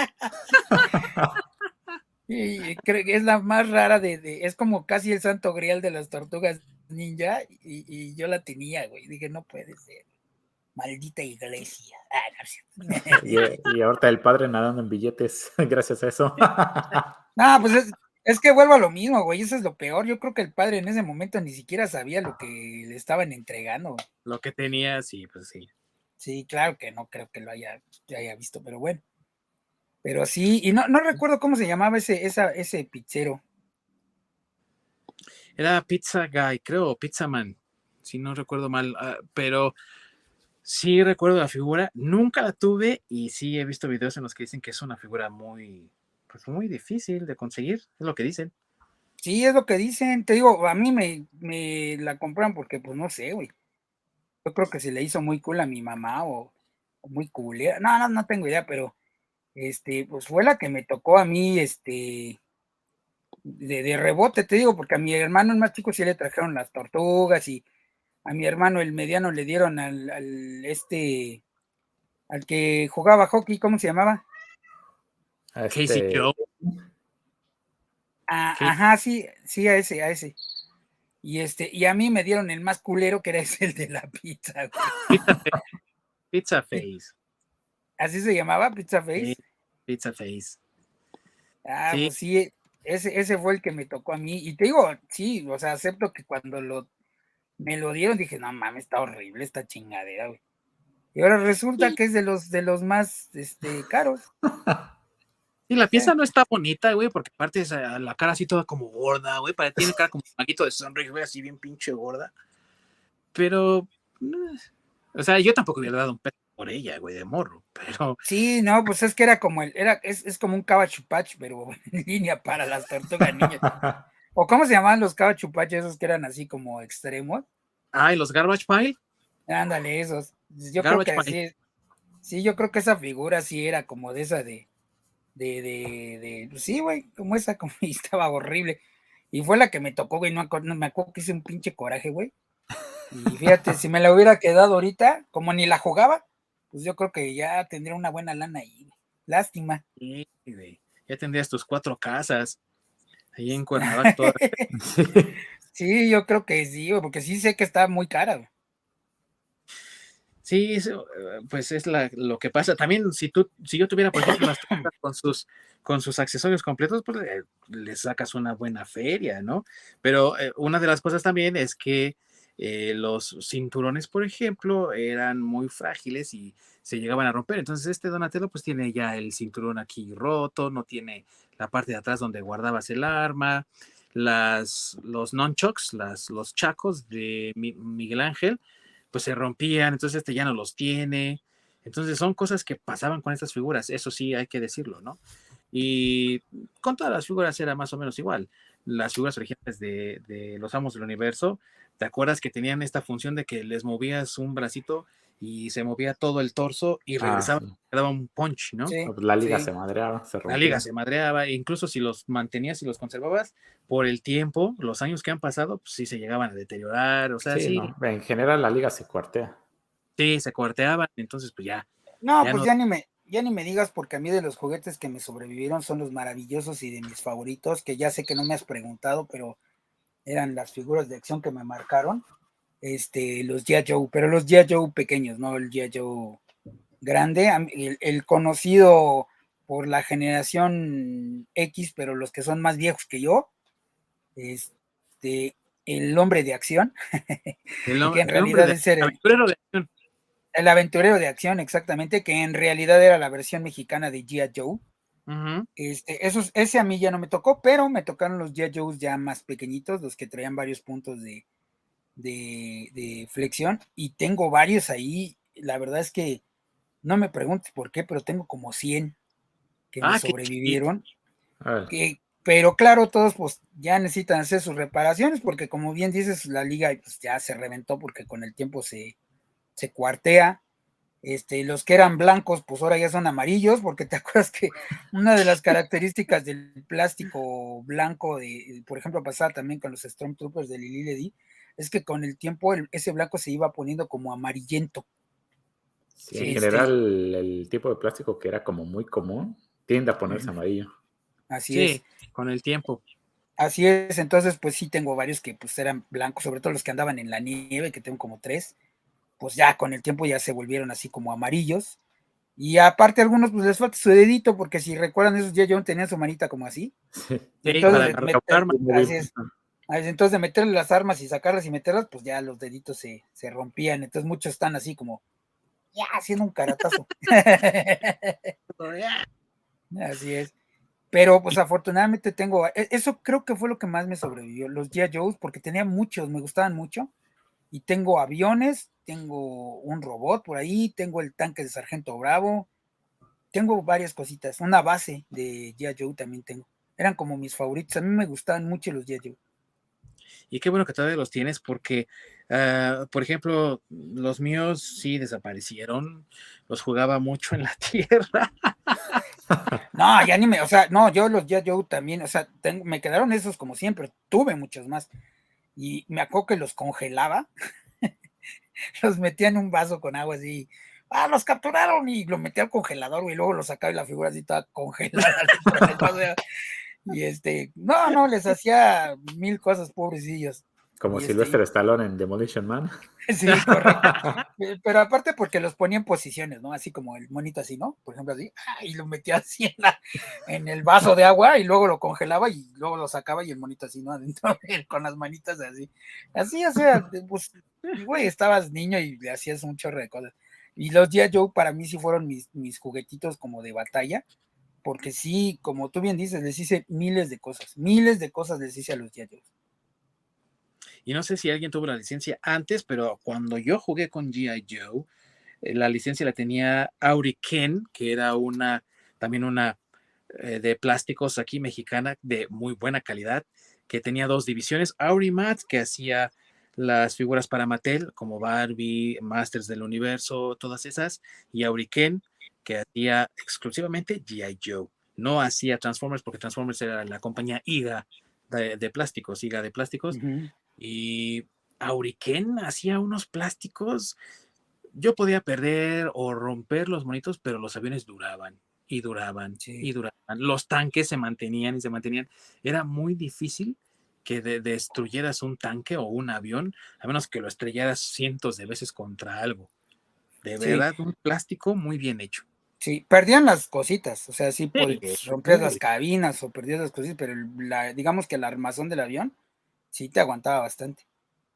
[SPEAKER 2] Y creo que es la más rara de, de, es como casi el santo grial de las tortugas ninja y, y yo la tenía, güey. Dije, no puede ser. Maldita iglesia. Ah, no,
[SPEAKER 3] Y, y ahorita el padre nadando en billetes, gracias a eso.
[SPEAKER 2] no, pues es, es que vuelvo a lo mismo, güey. Eso es lo peor. Yo creo que el padre en ese momento ni siquiera sabía lo que le estaban entregando.
[SPEAKER 1] lo que tenía, sí, pues sí.
[SPEAKER 2] Sí, claro que no creo que lo haya, haya visto, pero bueno. Pero sí, y no, no recuerdo cómo se llamaba ese, esa, ese pizzero.
[SPEAKER 1] Era Pizza Guy, creo, Pizza Man, si no recuerdo mal, uh, pero sí recuerdo la figura, nunca la tuve y sí he visto videos en los que dicen que es una figura muy, pues muy difícil de conseguir, es lo que dicen.
[SPEAKER 2] Sí, es lo que dicen. Te digo, a mí me, me la compran porque, pues no sé, güey. Yo creo que se le hizo muy cool a mi mamá o, o muy cool. No, no, no tengo idea, pero este, pues fue la que me tocó a mí, este, de, de rebote, te digo, porque a mi hermano el más chico sí le trajeron las tortugas y a mi hermano el mediano le dieron al, al este, al que jugaba hockey, ¿cómo se llamaba?
[SPEAKER 3] A
[SPEAKER 1] Casey
[SPEAKER 3] Este,
[SPEAKER 1] Joe.
[SPEAKER 2] A,
[SPEAKER 1] Casey-
[SPEAKER 2] ajá, sí, sí, a ese, a ese. Y este, y a mí me dieron el más culero, que era ese, el de la pizza, güey.
[SPEAKER 1] Pizza Face. Pizza Face.
[SPEAKER 2] ¿Así se llamaba, Pizza
[SPEAKER 1] Sí,
[SPEAKER 2] Face?
[SPEAKER 1] Pizza Face.
[SPEAKER 2] Ah,
[SPEAKER 1] Sí,
[SPEAKER 2] pues sí, ese, ese fue el que me tocó a mí. Y te digo, sí, o sea, acepto que cuando lo, me lo dieron dije, no mames, está horrible esta chingadera, güey. Y ahora resulta
[SPEAKER 1] sí,
[SPEAKER 2] que es de los, de los más este, caros.
[SPEAKER 1] sí, la
[SPEAKER 2] ¿Eh?
[SPEAKER 1] pieza no está bonita, güey, porque aparte es a la cara así toda como gorda, güey, para tiene cara como un maguito de Sonrix, güey, así bien pinche gorda. Pero, eh, o sea, yo tampoco hubiera dado un peso por ella, güey, de morro, pero
[SPEAKER 2] Sí, no, pues es que era como el, era, es, es como un cabachupach, pero en línea para las tortugas niñas. ¿O cómo se llamaban los cabachupach esos que eran así como extremos?
[SPEAKER 1] ay, los Garbage Pile,
[SPEAKER 2] Ándale, esos. Yo creo
[SPEAKER 1] Garbage
[SPEAKER 2] que
[SPEAKER 1] Pile.
[SPEAKER 2] así, sí, yo creo que esa figura sí era como de esa de, de, de, de pues sí, güey, como esa, como y estaba horrible. Y fue la que me tocó, güey, no, acu- no me acuerdo que hice un pinche coraje, güey. Y fíjate, si me la hubiera quedado ahorita, como ni la jugaba, pues yo creo que ya tendría una buena lana ahí, güey. Lástima.
[SPEAKER 1] Sí, güey, ya tendrías tus cuatro casas ahí en Cuernavaca todas.
[SPEAKER 2] Sí, yo creo que sí, güey, porque sí sé que está muy cara, güey.
[SPEAKER 1] Sí, eso, eh, pues es la, lo que pasa. También si tú, si yo tuviera, por ejemplo, unas tortas con sus, con sus accesorios completos, pues eh, le sacas una buena feria, ¿no? Pero eh, una de las cosas también es que eh, los cinturones, por ejemplo, eran muy frágiles y se llegaban a romper. Entonces este Donatello pues tiene ya el cinturón aquí roto, no tiene la parte de atrás donde guardabas el arma, las, los nunchucks, las, los chacos de Mi- Miguel Ángel pues se rompían, entonces este ya no los tiene. Entonces son cosas que pasaban con estas figuras, eso sí hay que decirlo, ¿no? Y con todas las figuras era más o menos igual. Las figuras originales de, de los Amos del Universo, ¿te acuerdas que tenían esta función de que les movías un bracito y se movía todo el torso y
[SPEAKER 3] Ah,
[SPEAKER 1] regresaba,
[SPEAKER 3] sí.
[SPEAKER 1] daba un punch, ¿no?
[SPEAKER 2] Sí,
[SPEAKER 3] No, pues la liga
[SPEAKER 2] sí.
[SPEAKER 3] se madreaba, se
[SPEAKER 1] La liga
[SPEAKER 3] rompía.
[SPEAKER 1] se madreaba, e incluso si los mantenías y los conservabas, por el tiempo, los años que han pasado, pues sí se llegaban a deteriorar, o sea,
[SPEAKER 3] Sí,
[SPEAKER 1] sí,
[SPEAKER 3] no. En general la liga se cuartea.
[SPEAKER 1] sí, se cuarteaban, entonces pues ya,
[SPEAKER 2] No,
[SPEAKER 1] ya
[SPEAKER 2] pues
[SPEAKER 1] no.
[SPEAKER 2] ya ni me, ya ni me digas, porque a mí de los juguetes que me sobrevivieron son los maravillosos y de mis favoritos, que ya sé que no me has preguntado, pero eran las figuras de acción que me marcaron. Este, los G I. Joe, pero los G I. Joe pequeños, no el G I. Joe grande, el, el conocido por la generación X, pero los que son más viejos que yo, este, el hombre de acción,
[SPEAKER 1] El,
[SPEAKER 2] que en
[SPEAKER 1] el hombre
[SPEAKER 2] realidad
[SPEAKER 1] de
[SPEAKER 2] es el,
[SPEAKER 1] aventurero de acción.
[SPEAKER 2] el aventurero de acción, exactamente, que en realidad era la versión mexicana de G I. Joe.
[SPEAKER 1] Uh-huh.
[SPEAKER 2] Este, esos, ese a mí ya no me tocó, pero me tocaron los G I. Joes ya más pequeñitos, los que traían varios puntos de, de, de flexión, y tengo varios ahí. La verdad es que no me preguntes por qué, pero tengo como cien que me
[SPEAKER 1] Ah, qué chiquito.
[SPEAKER 2] sobrevivieron.
[SPEAKER 3] A ver,
[SPEAKER 2] Que, pero claro, todos pues ya necesitan hacer sus reparaciones, porque como bien dices, la liga pues, ya se reventó porque con el tiempo se, se cuartea. Este, los que eran blancos, pues ahora ya son amarillos, porque te acuerdas que una de las características del plástico blanco, de, por ejemplo, pasaba también con los Stormtroopers de Lili Ledy, es que con el tiempo el, ese blanco se iba poniendo como amarillento.
[SPEAKER 3] sí, en
[SPEAKER 2] Este,
[SPEAKER 3] general el tipo de plástico que era como muy común tiende a ponerse
[SPEAKER 2] uh-huh.
[SPEAKER 3] amarillo.
[SPEAKER 2] Así es.
[SPEAKER 1] Sí, con el tiempo.
[SPEAKER 2] Así es, entonces pues sí tengo varios que pues eran blancos, sobre todo los que andaban en la nieve, que tengo como tres, pues ya con el tiempo ya se volvieron así como amarillos. Y aparte algunos pues les falta su dedito, porque si recuerdan esos ya John tenían su manita como así.
[SPEAKER 1] Sí,
[SPEAKER 2] Y
[SPEAKER 1] para
[SPEAKER 2] entonces de
[SPEAKER 1] agarrar
[SPEAKER 2] meter,
[SPEAKER 1] armas.
[SPEAKER 2] así es, entonces de meterle las armas y sacarlas y meterlas, pues ya los deditos se, se rompían. Entonces muchos están así como, ya haciendo un caratazo. Así es. Pero pues afortunadamente tengo, eso creo que fue lo que más me sobrevivió, los G I. Joes, porque tenía muchos, me gustaban mucho. Y tengo aviones, tengo un robot por ahí, tengo el tanque de Sargento Bravo, tengo varias cositas, una base de G I. Joe también tengo. Eran como mis favoritos, a mí me gustaban mucho los G I. Joe.
[SPEAKER 1] Y qué bueno que todavía los tienes porque, uh, por ejemplo, los míos sí desaparecieron, los jugaba mucho en la tierra.
[SPEAKER 2] No, ya ni me, o sea, no, yo los G I. Joe también, o sea, tengo, me quedaron esos como siempre, tuve muchos más. Y me acuerdo que los congelaba, los metía en un vaso con agua así, ah, los capturaron y lo metía al congelador, güey, y luego los sacaba y la figura así toda congelada dentro del vaso. Y este, no, no, les hacía mil cosas, pobrecillos.
[SPEAKER 3] Como
[SPEAKER 2] y
[SPEAKER 3] Sylvester
[SPEAKER 2] este,
[SPEAKER 3] Stallone en Demolition Man.
[SPEAKER 2] Sí, correcto. Pero aparte porque los ponía en posiciones, ¿no? Así como el monito así, ¿no? Por ejemplo, así, y lo metía así en, la, en el vaso de agua y luego lo congelaba y luego lo sacaba y el monito así, ¿no? Adentro de él, con las manitas así. Así, o sea, pues, güey, estabas niño y le hacías un chorro de cosas. Y los G I. Joe para mí sí fueron mis, mis juguetitos como de batalla, porque sí, como tú bien dices, les hice miles de cosas, miles de cosas les hice a los G I. Joe.
[SPEAKER 1] Y no sé si alguien tuvo la licencia antes, pero cuando yo jugué con G I. Joe, eh, la licencia la tenía Auri Ken, que era una, también una eh, de plásticos aquí mexicana de muy buena calidad, que tenía dos divisiones. Auri Matt, que hacía las figuras para Mattel, como Barbie, Masters del Universo, todas esas, y Auri Ken, que hacía exclusivamente G I. Joe. No hacía Transformers, porque Transformers era la compañía I G A de, de plásticos, I G A de plásticos,
[SPEAKER 2] Uh-huh.
[SPEAKER 1] y Auriken hacía unos plásticos. Yo podía perder o romper los monitos, pero los aviones duraban y duraban
[SPEAKER 2] Sí.
[SPEAKER 1] y duraban. Los tanques se mantenían y se mantenían. Era muy difícil que de destruyeras un tanque o un avión, a menos que lo estrellaras cientos de veces contra algo. De
[SPEAKER 2] Sí.
[SPEAKER 1] verdad, un plástico muy bien hecho.
[SPEAKER 2] Sí, perdían las cositas, o sea, sí,
[SPEAKER 1] Sí,
[SPEAKER 2] pues, rompías las cabinas o perdías las cositas, pero la, digamos que el armazón del avión sí te aguantaba bastante.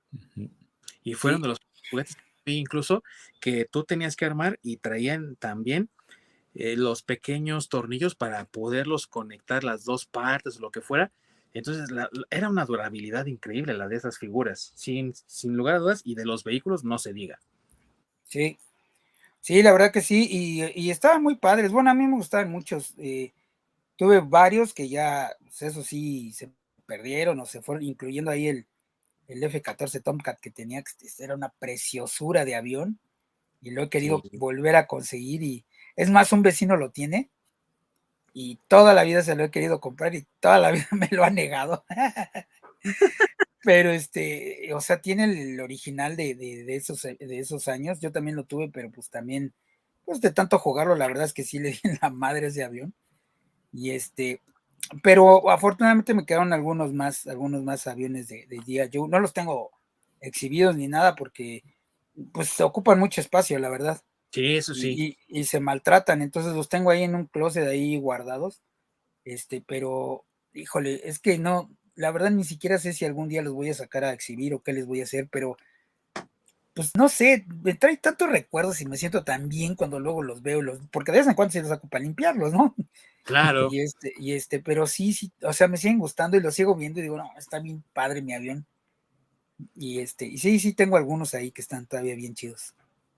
[SPEAKER 1] Y fueron
[SPEAKER 2] Sí.
[SPEAKER 1] de los juguetes que vi incluso que tú tenías que armar y traían también eh, los pequeños tornillos para poderlos conectar las dos partes o lo que fuera. Entonces la, era una durabilidad increíble la de esas figuras, sin, sin lugar a dudas, y de los vehículos no se diga.
[SPEAKER 2] Sí, sí, la verdad que sí, y, y estaban muy padres. Bueno, a mí me gustaban muchos. Eh, tuve varios que ya, pues eso sí, se perdieron o se fueron, incluyendo ahí el, el F catorce Tomcat que tenía, que era una preciosura de avión, y lo he querido
[SPEAKER 1] Sí.
[SPEAKER 2] volver a conseguir, y es más, un vecino lo tiene, y toda la vida se lo he querido comprar, y toda la vida me lo ha negado. Pero este, o sea, tiene el original de, de, de, esos, de esos años. Yo también lo tuve, pero pues también, pues de tanto jugarlo, la verdad es que sí le di en la madre a ese avión. Y este, pero afortunadamente me quedaron algunos más, algunos más aviones de, de G I. Joe. No los tengo exhibidos ni nada porque pues se ocupan mucho espacio, la verdad.
[SPEAKER 1] Sí, eso sí.
[SPEAKER 2] Y, y, y se maltratan, entonces los tengo ahí en un closet ahí guardados. Este, pero, híjole, es que no, la verdad ni siquiera sé si algún día los voy a sacar a exhibir o qué les voy a hacer, pero pues no sé, me trae tantos recuerdos y me siento tan bien cuando luego los veo, los, porque de vez en cuando se los saco para limpiarlos, ¿no?
[SPEAKER 1] Claro.
[SPEAKER 2] Y este, y este, pero sí, sí, o sea, me siguen gustando y los sigo viendo y digo, no, está bien padre mi avión. Y este, y sí, sí tengo algunos ahí que están todavía bien chidos.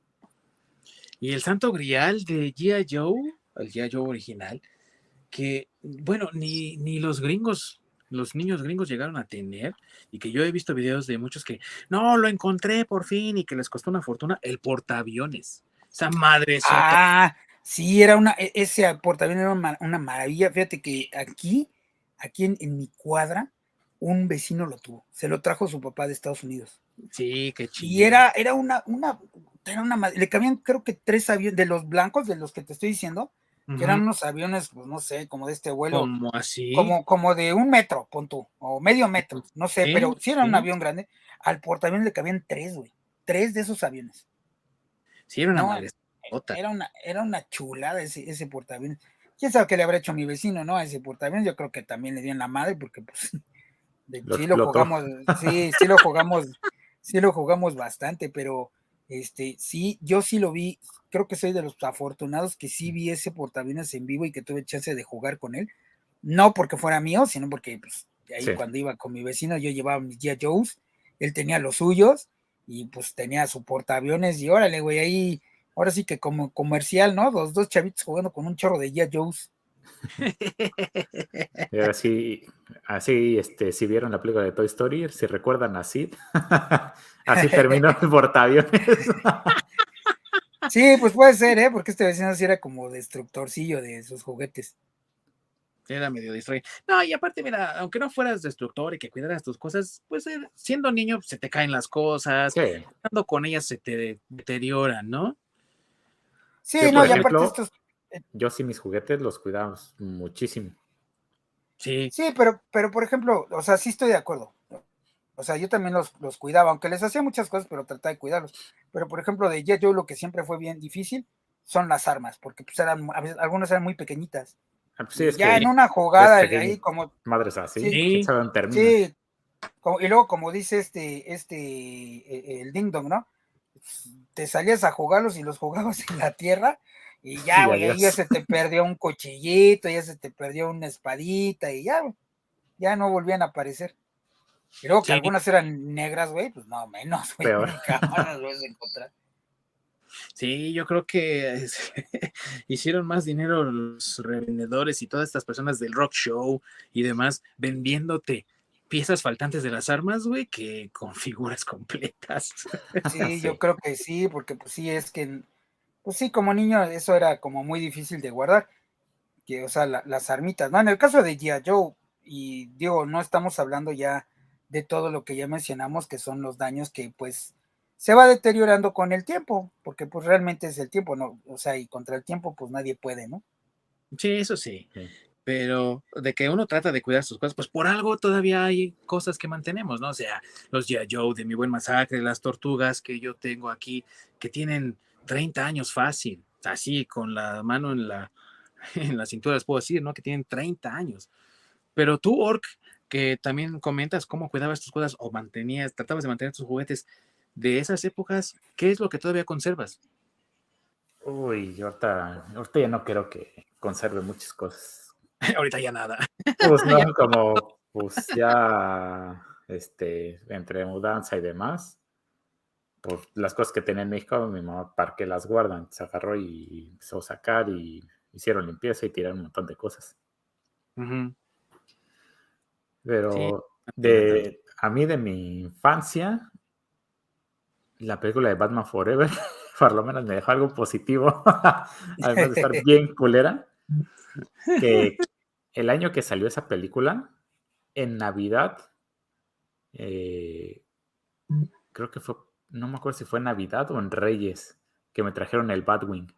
[SPEAKER 1] Y el santo grial de G I. Joe, el G I. Joe original, que, bueno, ni, ni los gringos, los niños gringos llegaron a tener, y que yo he visto videos de muchos que, no, lo encontré por fin, y que les costó una fortuna, el portaaviones. Esa madre sota.
[SPEAKER 2] Ah, sí, era una, ese portaaviones era una, una maravilla. Fíjate que aquí, aquí en, en mi cuadra, un vecino lo tuvo. Se lo trajo su papá de Estados Unidos.
[SPEAKER 1] Sí, qué chido.
[SPEAKER 2] Y era, era una, una, era una, le cabían creo que tres aviones, de los blancos, de los que te estoy diciendo, uh-huh. que eran unos aviones, pues no sé, como de este vuelo.
[SPEAKER 1] ¿Cómo así?
[SPEAKER 2] Como, como de un metro, pon tú, o medio metro, no sé,
[SPEAKER 1] sí,
[SPEAKER 2] pero sí era
[SPEAKER 1] sí.
[SPEAKER 2] un avión grande. Al portaaviones le cabían tres, güey. Tres de esos aviones.
[SPEAKER 1] Sí, era una
[SPEAKER 2] no,
[SPEAKER 1] madre.
[SPEAKER 2] Era una, era una chulada ese, ese portaaviones. ¿Quién sabe qué le habrá hecho a mi vecino, no? A ese portaaviones, yo creo que también le dio en la madre, porque pues de,
[SPEAKER 3] lo
[SPEAKER 2] sí
[SPEAKER 3] explotó.
[SPEAKER 2] lo jugamos, sí, sí lo jugamos, sí lo jugamos bastante, pero este, sí, yo sí lo vi, creo que soy de los afortunados que sí vi ese portaaviones en vivo y que tuve chance de jugar con él, no porque fuera mío, sino porque pues, ahí sí. Cuando iba con mi vecino yo llevaba mis G I. Joes, él tenía los suyos y pues tenía su portaaviones y órale, güey, ahí, ahora sí que como comercial, ¿no? Los dos chavitos jugando con un chorro de G I. Joes.
[SPEAKER 3] Y ahora sí, así, este, si vieron la película de Toy Story, si recuerdan a Sid, así terminó el portaaviones.
[SPEAKER 2] Sí, pues puede ser, ¿eh? Porque este vecino sí era como destructorcillo de sus juguetes.
[SPEAKER 1] Era medio distraído. No, y aparte, mira, aunque no fueras destructor y que cuidaras tus cosas, pues eh, siendo niño pues, se te caen las cosas,
[SPEAKER 3] Sí.
[SPEAKER 1] estando con ellas se te deterioran, ¿no?
[SPEAKER 2] Sí,
[SPEAKER 3] Yo,
[SPEAKER 2] no,
[SPEAKER 3] por
[SPEAKER 2] y aparte
[SPEAKER 3] ejemplo,
[SPEAKER 2] estos,
[SPEAKER 3] yo sí mis juguetes los cuidamos muchísimo.
[SPEAKER 1] Sí,
[SPEAKER 2] sí, pero, pero por ejemplo, o sea, sí estoy de acuerdo. O sea, yo también los, los cuidaba, aunque les hacía muchas cosas, pero trataba de cuidarlos. Pero por ejemplo, de G I. Joe lo que siempre fue bien difícil son las armas, porque pues eran, a veces, algunas eran muy pequeñitas.
[SPEAKER 3] Ah, pues sí,
[SPEAKER 2] Y
[SPEAKER 3] es
[SPEAKER 2] ya en
[SPEAKER 3] que
[SPEAKER 2] una
[SPEAKER 3] ves
[SPEAKER 2] jugada
[SPEAKER 3] pequeño,
[SPEAKER 2] ahí como,
[SPEAKER 3] madres así,
[SPEAKER 2] sí,
[SPEAKER 3] quién
[SPEAKER 1] sí,
[SPEAKER 3] sabe dónde terminan.
[SPEAKER 2] sí, como- y luego como dice este, este, eh, el Ding Dong, ¿no? Te salías a jugarlos y los jugabas en la tierra y ya,
[SPEAKER 3] Y
[SPEAKER 2] güey, ahí ya
[SPEAKER 3] adiós.
[SPEAKER 2] se te perdió un cuchillito, ya se te perdió una espadita y ya, güey, ya no volvían a aparecer. Y luego que
[SPEAKER 1] sí,
[SPEAKER 2] algunas eran negras, güey, pues no, menos, güey,
[SPEAKER 3] Peor.
[SPEAKER 2] nunca más las vas a encontrar.
[SPEAKER 1] sí, yo creo que es- hicieron más dinero los revendedores y todas estas personas del rock show y demás vendiéndote piezas faltantes de las armas, güey, que con figuras completas.
[SPEAKER 2] Sí, yo
[SPEAKER 3] Sí.
[SPEAKER 2] creo que sí, porque pues sí, es que, pues sí, como niño eso era como muy difícil de guardar, que, o sea, la, las armitas, ¿no? En el caso de G I. Joe, y digo, no estamos hablando ya de todo lo que ya mencionamos, que son los daños que pues se va deteriorando con el tiempo, porque pues realmente es el tiempo, ¿no? O sea, y contra el tiempo pues nadie puede, ¿no?
[SPEAKER 1] Sí, eso sí.
[SPEAKER 3] Sí.
[SPEAKER 1] Pero de que uno trata de cuidar sus cosas, pues por algo todavía hay cosas que mantenemos, ¿no? O sea, los G I. Joe de Mi Buen Masacre, las tortugas que yo tengo aquí, que tienen treinta años fácil, así con la mano en la, en la cintura les puedo decir, ¿no? Que tienen treinta años. Pero tú, Orc, que también comentas cómo cuidabas tus cosas o mantenías, tratabas de mantener tus juguetes de esas épocas, ¿qué es lo que todavía conservas?
[SPEAKER 3] Uy, yo ahorita, ahorita ya no creo que conserve muchas cosas.
[SPEAKER 1] Ahorita ya nada.
[SPEAKER 3] Pues
[SPEAKER 1] Ya.
[SPEAKER 3] no, como pues ya este, entre mudanza y demás, pues las cosas que tenía en México, mi mamá para qué las guardan, se agarró y empezó a sacar y hicieron limpieza y tiraron un montón de cosas.
[SPEAKER 1] Ujú. Sí,
[SPEAKER 3] Pero
[SPEAKER 1] tiene tanto.
[SPEAKER 3] de a mí de mi infancia, la película de Batman Forever, por lo menos me dejó algo positivo, además de estar bien culera, que el año que salió esa película, en Navidad, eh, creo que fue, no me acuerdo si fue en Navidad o en Reyes, que me trajeron el Batwing.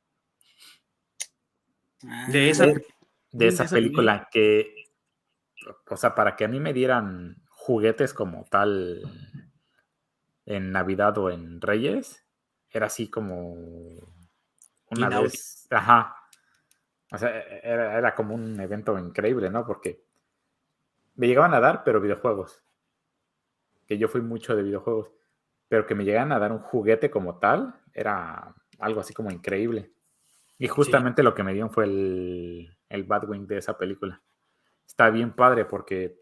[SPEAKER 1] De esa,
[SPEAKER 2] Ah,
[SPEAKER 3] De,
[SPEAKER 1] pe-
[SPEAKER 3] de
[SPEAKER 1] sí, de
[SPEAKER 3] esa
[SPEAKER 1] esa película.
[SPEAKER 3] película que, o sea, para que a mí me dieran juguetes como tal en Navidad o en Reyes, era así como una
[SPEAKER 1] Inaudito.
[SPEAKER 3] vez, ajá, o sea, era, era como un evento increíble, ¿no? Porque me llegaban a dar, pero videojuegos, que yo fui mucho de videojuegos, pero que me llegaran a dar un juguete como tal, era algo así como increíble. Y
[SPEAKER 1] Sí.
[SPEAKER 3] justamente lo que me dieron fue el, el Batwing de esa película. Está bien padre porque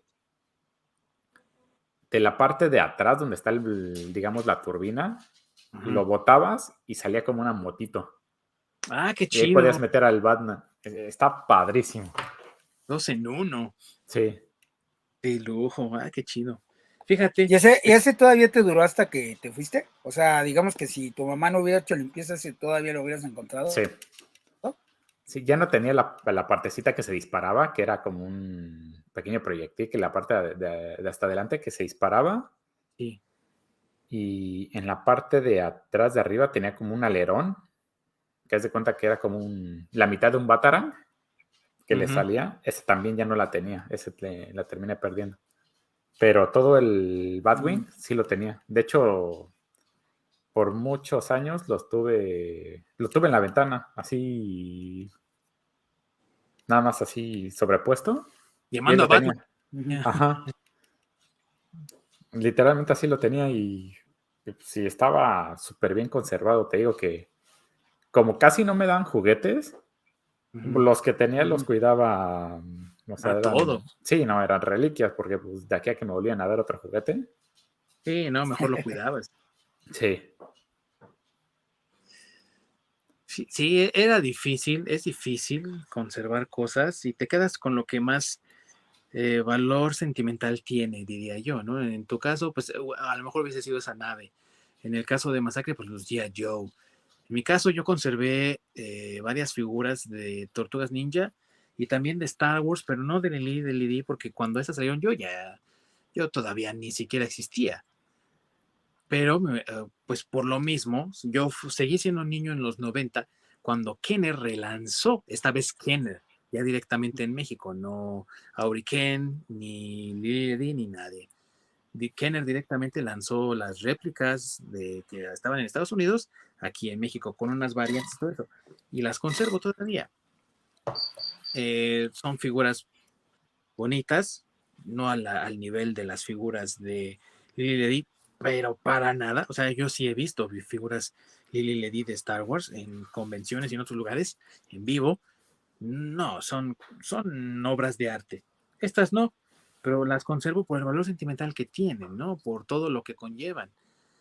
[SPEAKER 3] de la parte de atrás, donde está, el, digamos, la turbina,
[SPEAKER 1] Ujú.
[SPEAKER 3] lo botabas y salía como una motito.
[SPEAKER 1] Ah, qué
[SPEAKER 3] Y ahí podías
[SPEAKER 1] chido.
[SPEAKER 3] meter al Batman. Eh, Está padrísimo.
[SPEAKER 1] Dos en uno.
[SPEAKER 3] Sí.
[SPEAKER 1] De lujo. Ah, qué chido. Fíjate.
[SPEAKER 2] ¿y ese, y
[SPEAKER 1] es-
[SPEAKER 2] ese todavía te duró hasta que te fuiste? O sea, digamos que si tu mamá no hubiera hecho limpieza, ese todavía lo hubieras
[SPEAKER 3] Sí.
[SPEAKER 2] encontrado, ¿no?
[SPEAKER 3] Sí, ya no tenía la, la partecita que se disparaba, que era como un pequeño proyectil, que la parte de, de- de hasta adelante que se disparaba.
[SPEAKER 1] Sí.
[SPEAKER 3] Y en la parte de atrás de arriba tenía como un alerón, que haz de cuenta que era como un, la mitad de un Batarang que le
[SPEAKER 1] Ujú.
[SPEAKER 3] salía. Ese también ya no la tenía, ese le- la terminé perdiendo. Pero todo el
[SPEAKER 2] Mm.
[SPEAKER 3] Batwing sí lo tenía. De hecho, por muchos años los tuve, lo tuve en la ventana, así, nada más así sobrepuesto, y ahí
[SPEAKER 1] Llamando a
[SPEAKER 3] lo tenía.
[SPEAKER 1] Batman.
[SPEAKER 2] Ujú.
[SPEAKER 3] Ajá, literalmente así lo tenía y sí estaba súper bien conservado. Te digo que como casi no me dan juguetes,
[SPEAKER 1] Ujú.
[SPEAKER 3] los que tenía los
[SPEAKER 2] Ujú.
[SPEAKER 3] cuidaba, o
[SPEAKER 1] A
[SPEAKER 3] sea,
[SPEAKER 1] todo.
[SPEAKER 3] eran, sí, no, eran reliquias, porque pues, de aquí a que me volvían a dar otro juguete,
[SPEAKER 1] Sí, no, mejor lo cuidabas.
[SPEAKER 3] sí,
[SPEAKER 1] Sí, sí, e- era difícil, es difícil conservar cosas y te quedas con lo que más eh, valor sentimental tiene, diría yo, ¿no? En tu caso, pues u- a lo mejor hubiese sido esa nave. En el caso de Masacre, pues los G I. Joe. En mi caso, yo conservé eh, varias figuras de Tortugas Ninja y también de Star Wars, pero no de Lili de Lili, porque cuando esas salieron yo ya, yo todavía ni siquiera existía. Pero pues por lo mismo, yo seguí siendo un niño en los noventa cuando Kenner relanzó, esta vez Kenner, ya directamente en México, no Auriken, ni Lili, ni nadie. Kenner directamente lanzó las réplicas de que estaban en Estados Unidos, aquí en México, con unas variantes y todo eso, y las conservo todavía. Eh, son figuras bonitas, no a la, al nivel de las figuras de Lili Ledy, pero para nada. O sea, yo sí he visto figuras Lili Ledy de Star Wars en convenciones y en otros lugares, en vivo. No, son, son obras de arte. Estas no, pero las conservo por el valor sentimental que tienen, ¿no? Por todo lo que conllevan.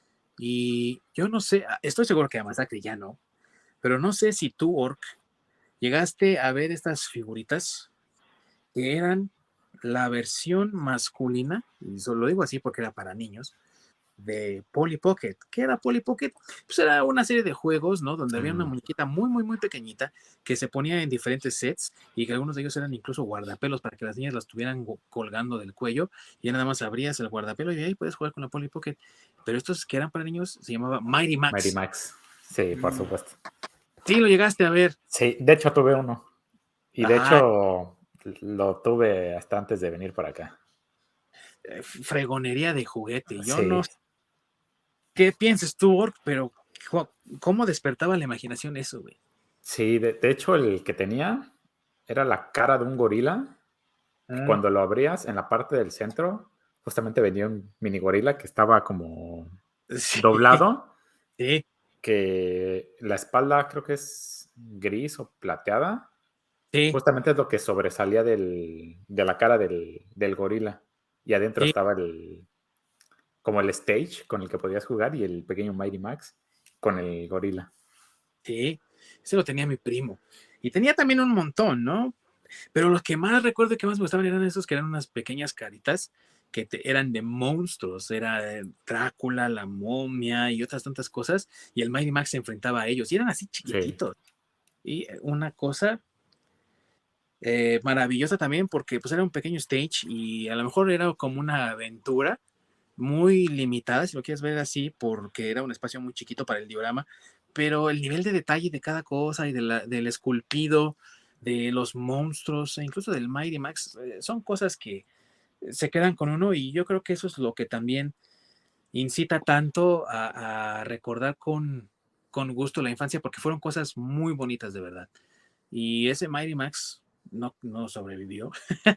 [SPEAKER 1] Y yo no sé, estoy seguro que a Masacre ya no, pero no sé si tú, Orc, llegaste a ver estas figuritas que eran la versión masculina, y solo lo digo así porque era para niños, de Polly Pocket. ¿Qué era Polly Pocket? Pues era una serie de juegos, ¿no? Donde había una muñequita muy, muy, muy pequeñita que se ponía en diferentes sets y que algunos de ellos eran incluso guardapelos para que las niñas las tuvieran colgando del cuello y ya nada más abrías el guardapelo y ahí puedes jugar con la Polly Pocket. Pero estos que eran para niños se llamaba Mighty Max.
[SPEAKER 3] Mighty Max, sí, por supuesto.
[SPEAKER 1] Sí, lo llegaste a ver.
[SPEAKER 3] Sí, de hecho tuve uno. Y de ah. hecho lo tuve hasta antes de venir para acá.
[SPEAKER 1] Fregonería de juguete. Yo sí. no sé qué piensas tú, Orc, pero ¿cómo despertaba la imaginación eso, güey?
[SPEAKER 3] Sí, de, de hecho el que tenía era la cara de un gorila. Ah. Cuando lo abrías en la parte del centro, justamente venía un mini gorila que estaba como sí. doblado.
[SPEAKER 1] Sí.
[SPEAKER 3] Que la espalda creo que es gris o plateada.
[SPEAKER 1] Sí.
[SPEAKER 3] Justamente es lo que sobresalía del, de la cara del, del gorila. Y adentro sí. estaba el como el stage con el que podías jugar y el pequeño Mighty Max con el gorila.
[SPEAKER 1] Sí, ese lo tenía mi primo. Y tenía también un montón, ¿no? Pero los que más recuerdo y que más me gustaban eran esos que eran unas pequeñas caritas que te, eran de monstruos. Era Drácula, la momia y otras tantas cosas. Y el Mighty Max se enfrentaba a ellos. Y eran así chiquititos. Sí. Y una cosa eh, maravillosa también porque pues era un pequeño stage y a lo mejor era como una aventura muy limitada, si lo quieres ver así, porque era un espacio muy chiquito para el diorama, pero el nivel de detalle de cada cosa y de la, del esculpido, de los monstruos, e incluso del Mighty Max, eh, son cosas que se quedan con uno y yo creo que eso es lo que también incita tanto a, a recordar con, con gusto la infancia, porque fueron cosas muy bonitas de verdad. Y ese Mighty Max no, no sobrevivió.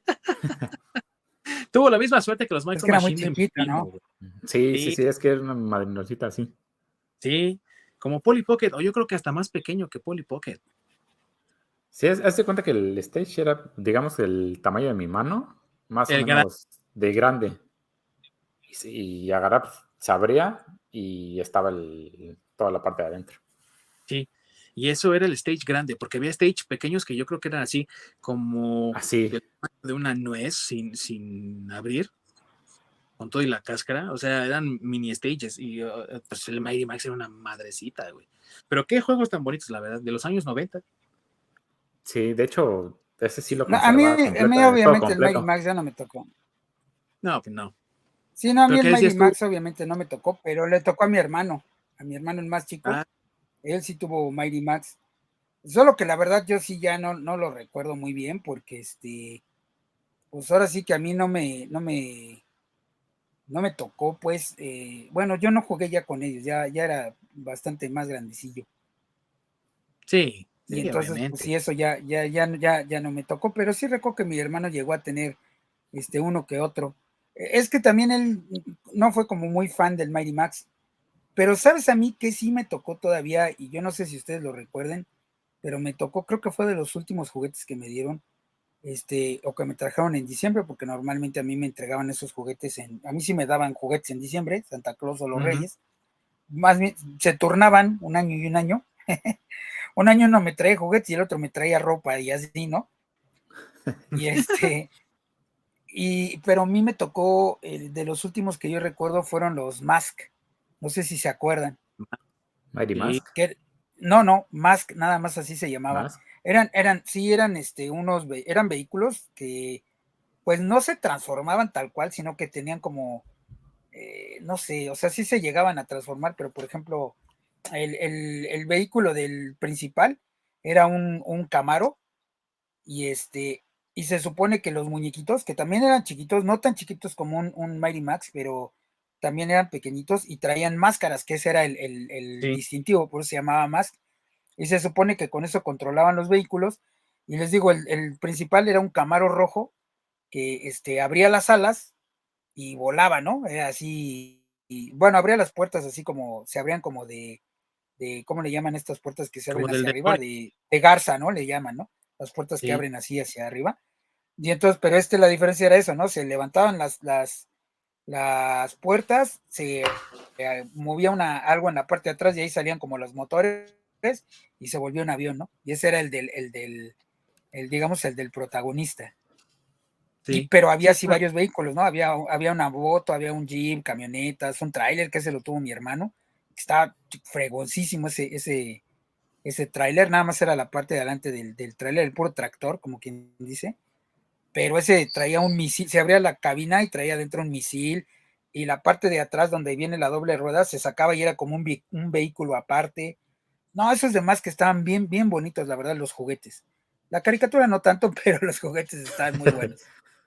[SPEAKER 1] Tuvo la misma suerte que los Micro
[SPEAKER 2] es que era
[SPEAKER 1] Machine.
[SPEAKER 2] Muy chiquito, ¿no?
[SPEAKER 3] Sí, sí, sí, es que era una marinosita así.
[SPEAKER 1] Sí, como Polly Pocket, o yo creo que hasta más pequeño que Polly Pocket.
[SPEAKER 3] Sí, hazte cuenta que el stage era, digamos, el tamaño de mi mano, más el o menos gran... de grande. Y, y agarrar, pues, se abría y estaba el, toda la parte de adentro.
[SPEAKER 1] Sí, y eso era el stage grande, porque había stage pequeños que yo creo que eran así, como
[SPEAKER 3] así.
[SPEAKER 1] De, de una nuez sin, sin abrir, con todo y la cáscara. O sea, eran mini stages, y uh, pues el Mighty Max era una madrecita, güey. Pero qué juegos tan bonitos, la verdad, de los años noventa.
[SPEAKER 3] Sí, de hecho, ese sí lo
[SPEAKER 2] no, a mí, a mí obviamente el Mighty Max ya no me tocó.
[SPEAKER 1] No, pues no.
[SPEAKER 2] Sí, no, a mí el Mighty Max tú? obviamente no me tocó, pero le tocó a mi hermano, a mi hermano el más chico. Ah. Él sí tuvo Mighty Max. Solo que la verdad yo sí ya no, no lo recuerdo muy bien, porque este, pues ahora sí que a mí no me, no me, no me tocó, pues, eh, bueno, yo no jugué ya con ellos, ya, ya era bastante más grandecillo.
[SPEAKER 1] Sí.
[SPEAKER 2] Y
[SPEAKER 1] sí,
[SPEAKER 2] entonces, pues, sí, eso ya, ya, ya, ya, ya no me tocó, pero sí recuerdo que mi hermano llegó a tener este uno que otro. Es que también él no fue como muy fan del Mighty Max, pero sabes a mí que sí me tocó todavía, y yo no sé si ustedes lo recuerden, pero me tocó, creo que fue de los últimos juguetes que me dieron, este, o que me trajeron en diciembre, porque normalmente a mí me entregaban esos juguetes, en, a mí sí me daban juguetes en diciembre, Santa Claus o los uh-huh. Reyes, más bien se turnaban un año y un año, un año uno me traía juguetes y el otro me traía ropa y así, ¿no? Y este... Y, pero a mí me tocó, eh, de los últimos que yo recuerdo fueron los Mask, no sé si se acuerdan.
[SPEAKER 3] ¿Mighty Mask?
[SPEAKER 2] Que, no, no, Mask, nada más así se llamaba. ¿Mask? Eran, eran, sí, eran este, unos, eran vehículos que pues no se transformaban tal cual, sino que tenían como, eh, no sé, o sea, sí se llegaban a transformar, pero por ejemplo, el, el, el vehículo del principal era un, un Camaro y este, y se supone que los muñequitos, que también eran chiquitos, no tan chiquitos como un, un Mighty Max, pero también eran pequeñitos y traían máscaras, que ese era el, el, el
[SPEAKER 1] Sí,
[SPEAKER 2] distintivo, por eso se llamaba Mask, y se supone que con eso controlaban los vehículos, y les digo, el, el principal era un Camaro rojo, que este, abría las alas y volaba, ¿no? Era así, y, bueno, abría las puertas así como, se abrían como de, de, ¿cómo le llaman estas puertas que se
[SPEAKER 1] como
[SPEAKER 2] abren
[SPEAKER 1] del
[SPEAKER 2] hacia arriba?
[SPEAKER 1] demonio.
[SPEAKER 2] De, de garza, ¿no? Le llaman, ¿no? Las puertas que
[SPEAKER 1] Sí.
[SPEAKER 2] abren así hacia arriba. Y entonces, pero este, la diferencia era eso, ¿no? Se levantaban las, las, las puertas, se eh, movía una, algo en la parte de atrás y ahí salían como los motores y se volvió un avión, ¿no? Y ese era el del, el del, el, digamos, el del protagonista. Y,
[SPEAKER 1] Sí,
[SPEAKER 2] pero había
[SPEAKER 1] sí,
[SPEAKER 2] así
[SPEAKER 1] no,
[SPEAKER 2] varios vehículos, ¿no? Había, había una moto, había un jeep, camionetas, un tráiler que se lo tuvo mi hermano. Estaba fregoncísimo ese, ese, ese tráiler, nada más era la parte de adelante del, del tráiler, el puro tractor, como quien dice. Pero ese traía un misil, se abría la cabina y traía dentro un misil. Y la parte de atrás donde viene la doble rueda se sacaba y era como un, un vehículo aparte. No, esos demás que estaban bien, bien bonitos, la verdad, los juguetes. La caricatura no tanto, pero los juguetes estaban muy buenos.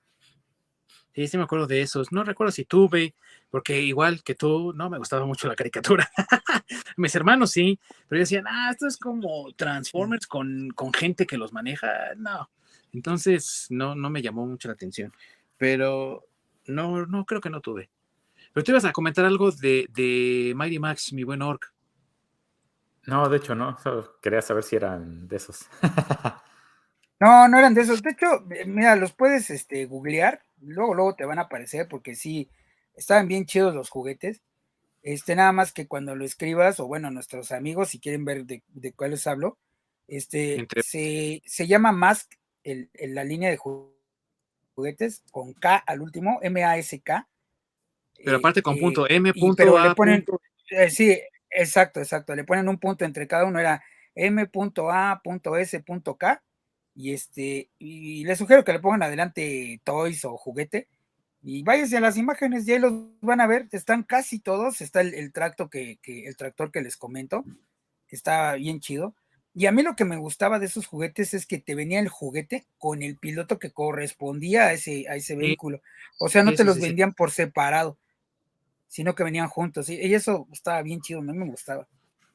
[SPEAKER 1] sí, sí me acuerdo de esos. No recuerdo si tuve, porque igual que tú, no me gustaba mucho la caricatura. Mis hermanos sí, pero decían, ah, esto es como Transformers con, con gente que los maneja. No, entonces no, no me llamó mucho la atención. Pero no, no creo que no tuve. Pero te ibas a comentar algo de, de Mighty Max, mi buen Orc.
[SPEAKER 3] No, de hecho no. Solo quería saber si eran de esos.
[SPEAKER 2] No, no eran de esos. De hecho, eh, mira, los puedes este, googlear, luego, luego te van a aparecer porque sí, estaban bien chidos los juguetes. Este, nada más que cuando lo escribas, o bueno, nuestros amigos, si quieren ver de, de cuáles hablo, este,
[SPEAKER 1] Entre,
[SPEAKER 2] se, se llama Mask, el, el, la línea de juguetes, con K al último, M A S K,
[SPEAKER 1] pero
[SPEAKER 2] eh,
[SPEAKER 1] aparte con punto
[SPEAKER 2] eh,
[SPEAKER 1] M
[SPEAKER 2] y, pero
[SPEAKER 1] punto
[SPEAKER 2] le
[SPEAKER 1] A
[SPEAKER 2] ponen,
[SPEAKER 1] punto.
[SPEAKER 2] eh, sí, exacto, exacto, le ponen un punto entre cada uno, era M A S K, y este, y les sugiero que le pongan adelante toys o juguete, y váyanse a las imágenes, y ahí los van a ver, están casi todos, está el, el tracto que, que, el tractor que les comento, que está bien chido, y a mí lo que me gustaba de esos juguetes es que te venía el juguete con el piloto que correspondía a ese, a ese
[SPEAKER 1] Sí,
[SPEAKER 2] vehículo, o sea, no
[SPEAKER 1] sí,
[SPEAKER 2] te
[SPEAKER 1] sí,
[SPEAKER 2] los
[SPEAKER 1] sí, sí.
[SPEAKER 2] vendían por separado, sino que venían juntos, y, y eso estaba bien chido, a mí me gustaba.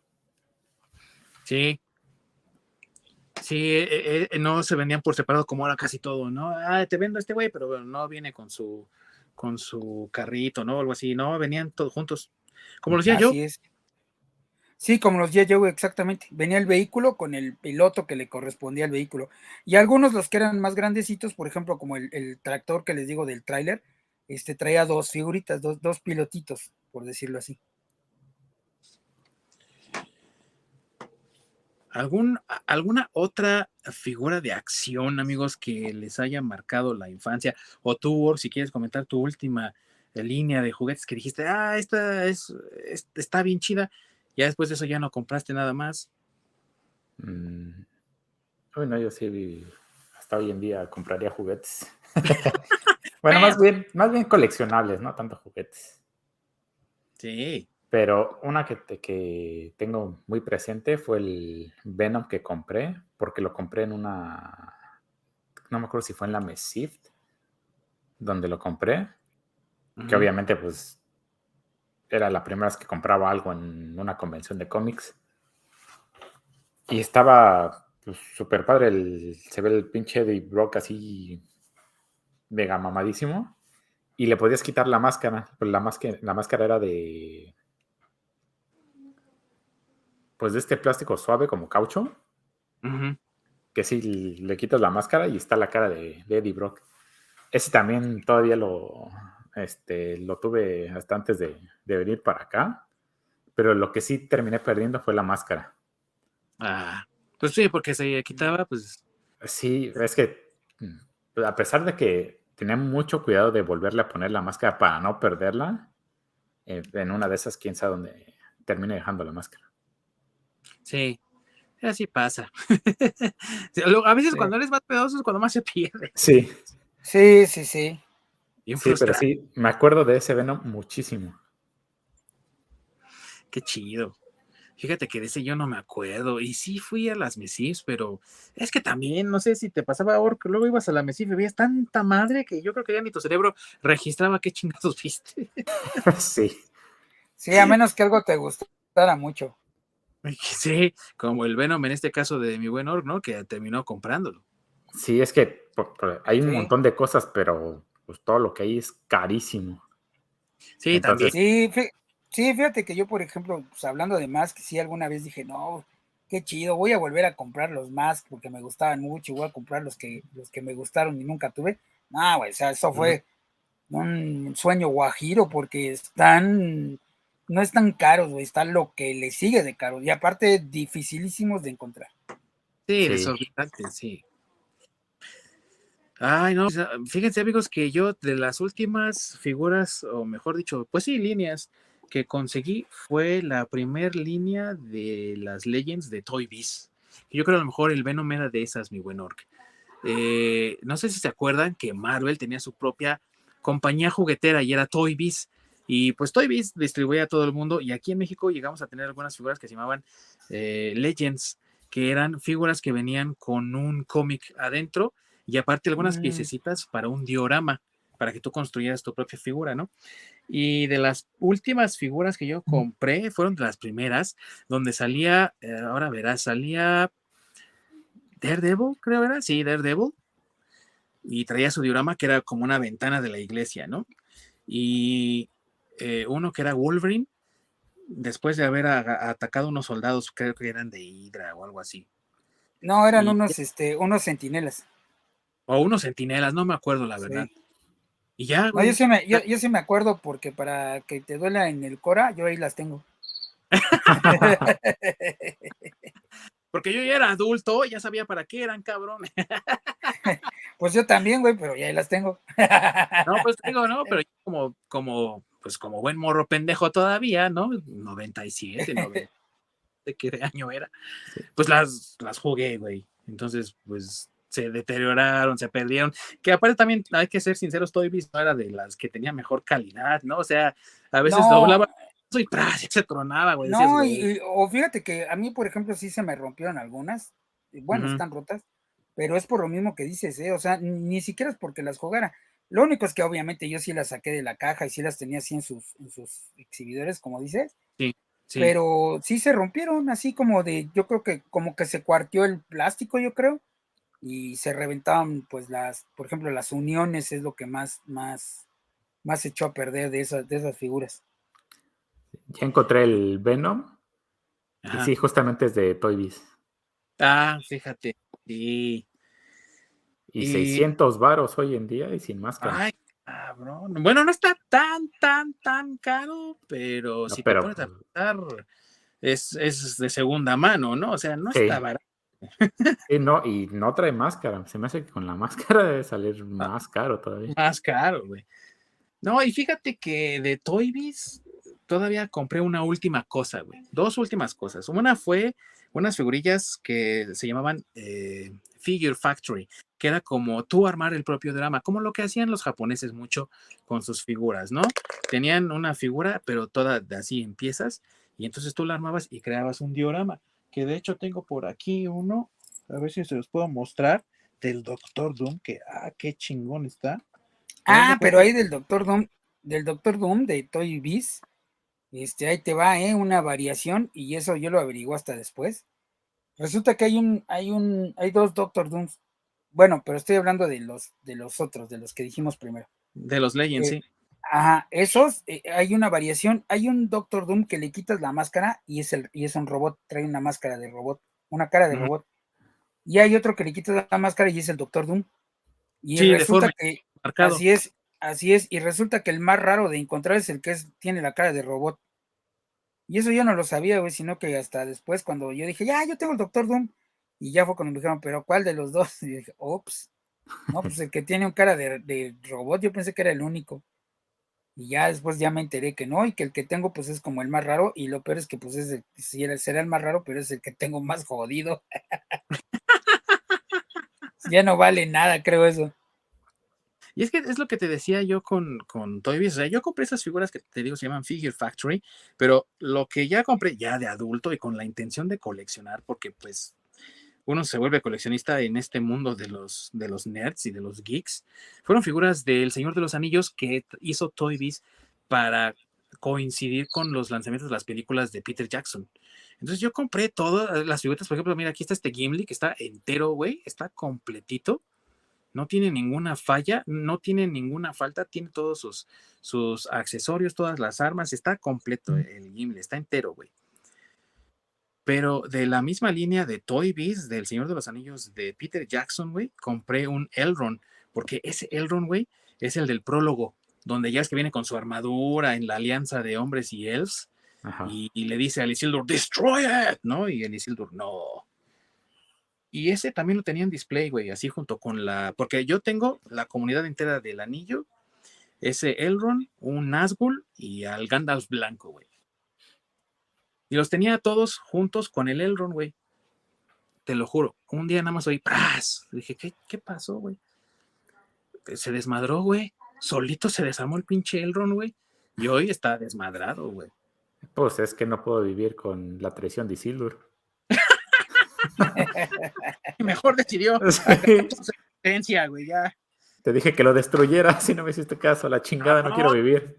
[SPEAKER 1] Sí, sí, eh, eh, no se vendían por separado como ahora casi todo, ¿no? Ah, te vendo este güey, pero bueno, no viene con su, con su carrito, ¿no? Algo así, no, venían todos juntos. Como lo decía yo,
[SPEAKER 2] Así es. Sí, como los G I. Joe, exactamente. Venía el vehículo con el piloto que le correspondía al vehículo. Y algunos, los que eran más grandecitos, por ejemplo, como el, el tractor que les digo del tráiler, este traía dos figuritas, dos, dos pilotitos, por decirlo así.
[SPEAKER 1] ¿algún, ¿alguna otra figura de acción, amigos, que les haya marcado la infancia? O tú, Or, si quieres comentar tu última eh, línea de juguetes que dijiste, ah, esta es, es- está bien chida, ya después de eso ya no compraste nada más.
[SPEAKER 3] Mm, Bueno, yo sí hasta hoy en día compraría juguetes. Bueno, más
[SPEAKER 1] Bueno,
[SPEAKER 3] bien, más bien coleccionables, no tanto juguetes.
[SPEAKER 1] sí.
[SPEAKER 3] Pero una que, te- que tengo muy presente fue el Venom que compré, porque lo compré en una, no me acuerdo si fue en la Mesift, donde lo compré, que
[SPEAKER 1] Ujú.
[SPEAKER 3] obviamente pues era la primera vez que compraba algo en una convención de cómics. Y estaba pues, súper padre, el, se ve el pinche Eddie Brock así mega mamadísimo. Y le podías quitar la máscara, pero la máscara, la máscara era de, pues de este plástico suave como caucho,
[SPEAKER 1] Ujú.
[SPEAKER 3] que si le quitas la máscara y está la cara de, de Eddie Brock. Ese también todavía lo, este, lo tuve hasta antes de, de venir para acá, pero lo que sí terminé perdiendo fue la máscara.
[SPEAKER 1] Ah, pues sí, porque se quitaba, pues
[SPEAKER 3] Sí, es que mm, a pesar de que tenía mucho cuidado de volverle a poner la máscara para no perderla, eh, en una de esas, quién sabe dónde termine dejando la máscara.
[SPEAKER 1] sí. Así pasa. A veces
[SPEAKER 3] Sí.
[SPEAKER 1] cuando eres más pedoso es cuando más se pierde.
[SPEAKER 3] Sí.
[SPEAKER 2] Sí, sí, sí.
[SPEAKER 1] Bien
[SPEAKER 3] Sí, pero
[SPEAKER 1] frustrante.
[SPEAKER 3] sí, me acuerdo de ese Venom muchísimo.
[SPEAKER 1] Qué chido. Fíjate que de ese yo no me acuerdo. Y sí fui a las Mesís, pero es que también, no sé si te pasaba ahora que luego ibas a la Mesís y veías tanta madre que yo creo que ya ni tu cerebro registraba qué chingados viste.
[SPEAKER 3] Sí.
[SPEAKER 2] Sí, a menos que algo te gustara mucho.
[SPEAKER 1] Sí, como el Venom en este caso de mi buen Orc, ¿no? Que terminó comprándolo.
[SPEAKER 3] Sí, es que por- por- hay un
[SPEAKER 2] Sí,
[SPEAKER 3] montón de cosas, pero pues todo lo que hay es carísimo.
[SPEAKER 1] Sí, también.
[SPEAKER 3] Entonces,
[SPEAKER 2] sí, fí- sí, fíjate que yo, por ejemplo, pues, hablando de Mask, sí, alguna vez dije, no, qué chido, voy a volver a comprar los Mask porque me gustaban mucho y voy a comprar los que, los que me gustaron y nunca tuve. No, güey, o sea, eso
[SPEAKER 1] Ujú.
[SPEAKER 2] fue un sueño guajiro porque están, no están caros, güey, está lo que le sigue de caro y aparte dificilísimos de encontrar.
[SPEAKER 1] Sí,
[SPEAKER 3] sí.
[SPEAKER 1] desorbitante, sí. Ay, no, fíjense amigos que yo de las últimas figuras, o mejor dicho, pues sí, líneas que conseguí fue la primer línea de las Legends de Toy Biz. Yo creo a lo mejor el Venom era de esas, mi buen Orc. Eh, no sé si se acuerdan que Marvel tenía su propia compañía juguetera y era Toy Biz. Y pues Toy Biz distribuía a todo el mundo y aquí en México llegamos a tener algunas figuras que se llamaban eh, Legends, que eran figuras que venían con un cómic adentro y aparte algunas
[SPEAKER 2] Mm,
[SPEAKER 1] piececitas para un diorama, para que tú construyeras tu propia figura, ¿no? Y de las últimas figuras que yo compré, fueron de las primeras, donde salía, eh, ahora verás, salía Daredevil, creo era, sí, Daredevil, y traía su diorama que era como una ventana de la iglesia, ¿no? Y eh, uno que era Wolverine, después de haber a- atacado unos soldados, creo que eran de Hydra o algo así.
[SPEAKER 2] no, eran
[SPEAKER 1] Y,
[SPEAKER 2] unos, este, unos centinelas.
[SPEAKER 1] o unos centinelas, no me acuerdo la verdad.
[SPEAKER 2] Sí.
[SPEAKER 1] Y ya,
[SPEAKER 2] No, yo
[SPEAKER 1] güey.
[SPEAKER 2] sí me, yo, yo sí me acuerdo porque para que te duela en el Cora, yo ahí las tengo.
[SPEAKER 1] Porque yo ya era adulto, ya sabía para qué eran, cabrón.
[SPEAKER 2] Pues yo también, güey, pero ya ahí las tengo.
[SPEAKER 1] No, pues te digo, ¿no? Pero yo como, como, pues como buen morro pendejo todavía, ¿no? noventa y siete, noventa, ¿de qué año era?
[SPEAKER 3] Sí.
[SPEAKER 1] Pues las, las jugué, güey. Entonces, pues se deterioraron, se perdieron. Que aparte también hay que ser sinceros, Toy Biz no era de las que tenía mejor calidad, ¿no? O sea, a veces
[SPEAKER 2] No,
[SPEAKER 1] doblaba y ¡pras! Se tronaba, güey. Decías,
[SPEAKER 2] no, y,
[SPEAKER 1] güey.
[SPEAKER 2] y- o fíjate que a mí, por ejemplo, sí se me rompieron algunas. Y bueno,
[SPEAKER 1] Uh-huh.
[SPEAKER 2] están rotas, pero es por lo mismo que dices, ¿eh? O sea, ni, ni siquiera es porque las jugara. Lo único es que obviamente yo sí las saqué de la caja y sí las tenía así en sus, en sus exhibidores, como dices,
[SPEAKER 1] Sí, sí.
[SPEAKER 2] pero sí se rompieron, así como de, yo creo que como que se cuarteó el plástico, yo creo, y se reventaban, pues las, por ejemplo, las uniones es lo que más, más, más echó a perder de esas, de esas figuras.
[SPEAKER 3] Ya encontré el Venom y
[SPEAKER 1] Ajá.
[SPEAKER 3] sí, justamente es de Toy Biz.
[SPEAKER 1] Ah, fíjate. Sí.
[SPEAKER 3] Y
[SPEAKER 1] Y,
[SPEAKER 3] seiscientos varos hoy en día y sin máscara.
[SPEAKER 1] ay, cabrón. Bueno, no está tan, tan, tan caro, pero
[SPEAKER 3] No,
[SPEAKER 1] si te
[SPEAKER 3] pero
[SPEAKER 1] pones a pensar, es, es de segunda mano, ¿no? O sea, no está
[SPEAKER 3] sí,
[SPEAKER 1] barato.
[SPEAKER 3] sí, no, y no trae máscara. Se me hace que con la máscara debe salir
[SPEAKER 1] Ah,
[SPEAKER 3] más caro todavía.
[SPEAKER 1] más caro, güey. No, y fíjate que de Toy Biz todavía compré una última cosa, güey. Dos últimas cosas. Una fue unas figurillas que se llamaban eh, Figure Factory, que era como tú armar el propio drama, como lo que hacían los japoneses mucho con sus figuras, ¿no? Tenían una figura, pero toda de así en piezas, y entonces tú la armabas y creabas un diorama, que de hecho tengo por aquí uno, a ver si se los puedo mostrar, del Doctor Doom, que, ah, qué chingón está. Que haz de
[SPEAKER 2] Ah, pero
[SPEAKER 1] cuenta.
[SPEAKER 2] ahí del Doctor Doom, del Doctor Doom de Toy Biz, este, ahí te va, ¿eh? Una variación, y eso yo lo averiguo hasta después. Resulta que hay un, hay un, hay dos Doctor Dooms. Bueno, pero estoy hablando de los, de los otros, de los que dijimos primero.
[SPEAKER 1] De los Legends,
[SPEAKER 2] Eh,
[SPEAKER 1] sí.
[SPEAKER 2] ajá, esos, eh, hay una variación, hay un Doctor Doom que le quitas la máscara y es, el, y es un robot, trae una máscara de robot, una cara de
[SPEAKER 1] Ujú.
[SPEAKER 2] robot. Y hay otro que le quitas la máscara y es el Doctor Doom. Y
[SPEAKER 1] Sí,
[SPEAKER 2] resulta
[SPEAKER 1] deforme,
[SPEAKER 2] que,
[SPEAKER 1] marcado.
[SPEAKER 2] así es, así es, y resulta que el más raro de encontrar es el que es, tiene la cara de robot. Y eso yo no lo sabía, güey, sino que hasta después cuando yo dije, ya, yo tengo el Doctor Doom, y ya fue cuando me dijeron, pero ¿cuál de los dos? Y dije, ops, no, pues el que tiene un cara de, de robot, yo pensé que era el único. Y ya después ya me enteré que no, y que el que tengo pues es como el más raro, y lo peor es que pues es el, sí, será el más raro, pero es el que tengo más jodido. Ya no vale nada, creo eso.
[SPEAKER 1] Y es que es lo que te decía yo con, con Toy Biz. O sea, yo compré esas figuras que te digo se llaman Figure Factory, pero lo que ya compré ya de adulto y con la intención de coleccionar, porque pues uno se vuelve coleccionista en este mundo de los, de los nerds y de los geeks, fueron figuras del Señor de los Anillos que hizo Toy Biz para coincidir con los lanzamientos de las películas de Peter Jackson. Entonces yo compré todas las figuras, por ejemplo, mira, aquí está este Gimli que está entero, güey, está completito, no tiene ninguna falla, no tiene ninguna falta, tiene todos sus, sus accesorios, todas las armas, está completo el Gimli, está entero, güey. Pero de la misma línea de Toy Biz, del Señor de los Anillos de Peter Jackson, güey, compré un Elrond, porque ese Elrond, güey, es el del prólogo, donde ya es que viene con su armadura en la alianza de hombres y elves, y, y le dice a Isildur, destroy it, ¿no? Y el Isildur, no. Y ese también lo tenía en display, güey, así junto con la, porque yo tengo la comunidad entera del anillo, ese Elrond, un Nazgûl y al Gandalf blanco, güey. Y los tenía todos juntos con el Elrond, güey. Te lo juro. Un día nada más oí ¡pras! Dije, ¿qué, qué pasó, güey? Se desmadró, güey. Solito se desarmó el pinche Elrond, güey. Y hoy está desmadrado, güey.
[SPEAKER 3] Pues es que no puedo vivir con la traición de Isildur.
[SPEAKER 1] Y mejor decidió
[SPEAKER 3] Sí.
[SPEAKER 1] su sentencia, güey, ya.
[SPEAKER 3] Te dije que lo destruyera si no me hiciste caso. La chingada, no, no quiero vivir.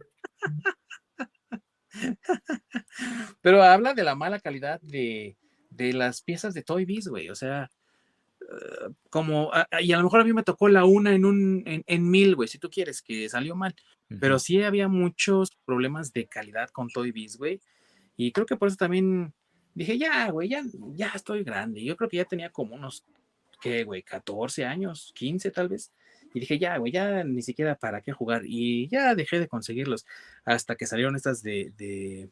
[SPEAKER 1] Pero habla de la mala calidad de, de las piezas de Toy Biz, güey. O sea, uh, como, uh, y a lo mejor a mí me tocó la una en un, en, en mil, güey, si tú quieres, que salió mal. Uh-huh. Pero sí había muchos problemas de calidad con Toy Biz, güey. Y creo que por eso también dije, ya, güey, ya, ya estoy grande. Yo creo que ya tenía como unos, ¿qué, güey? catorce años, quince tal vez. Y dije, ya, güey, ya ni siquiera para qué jugar. Y ya dejé de conseguirlos hasta que salieron estas de, de,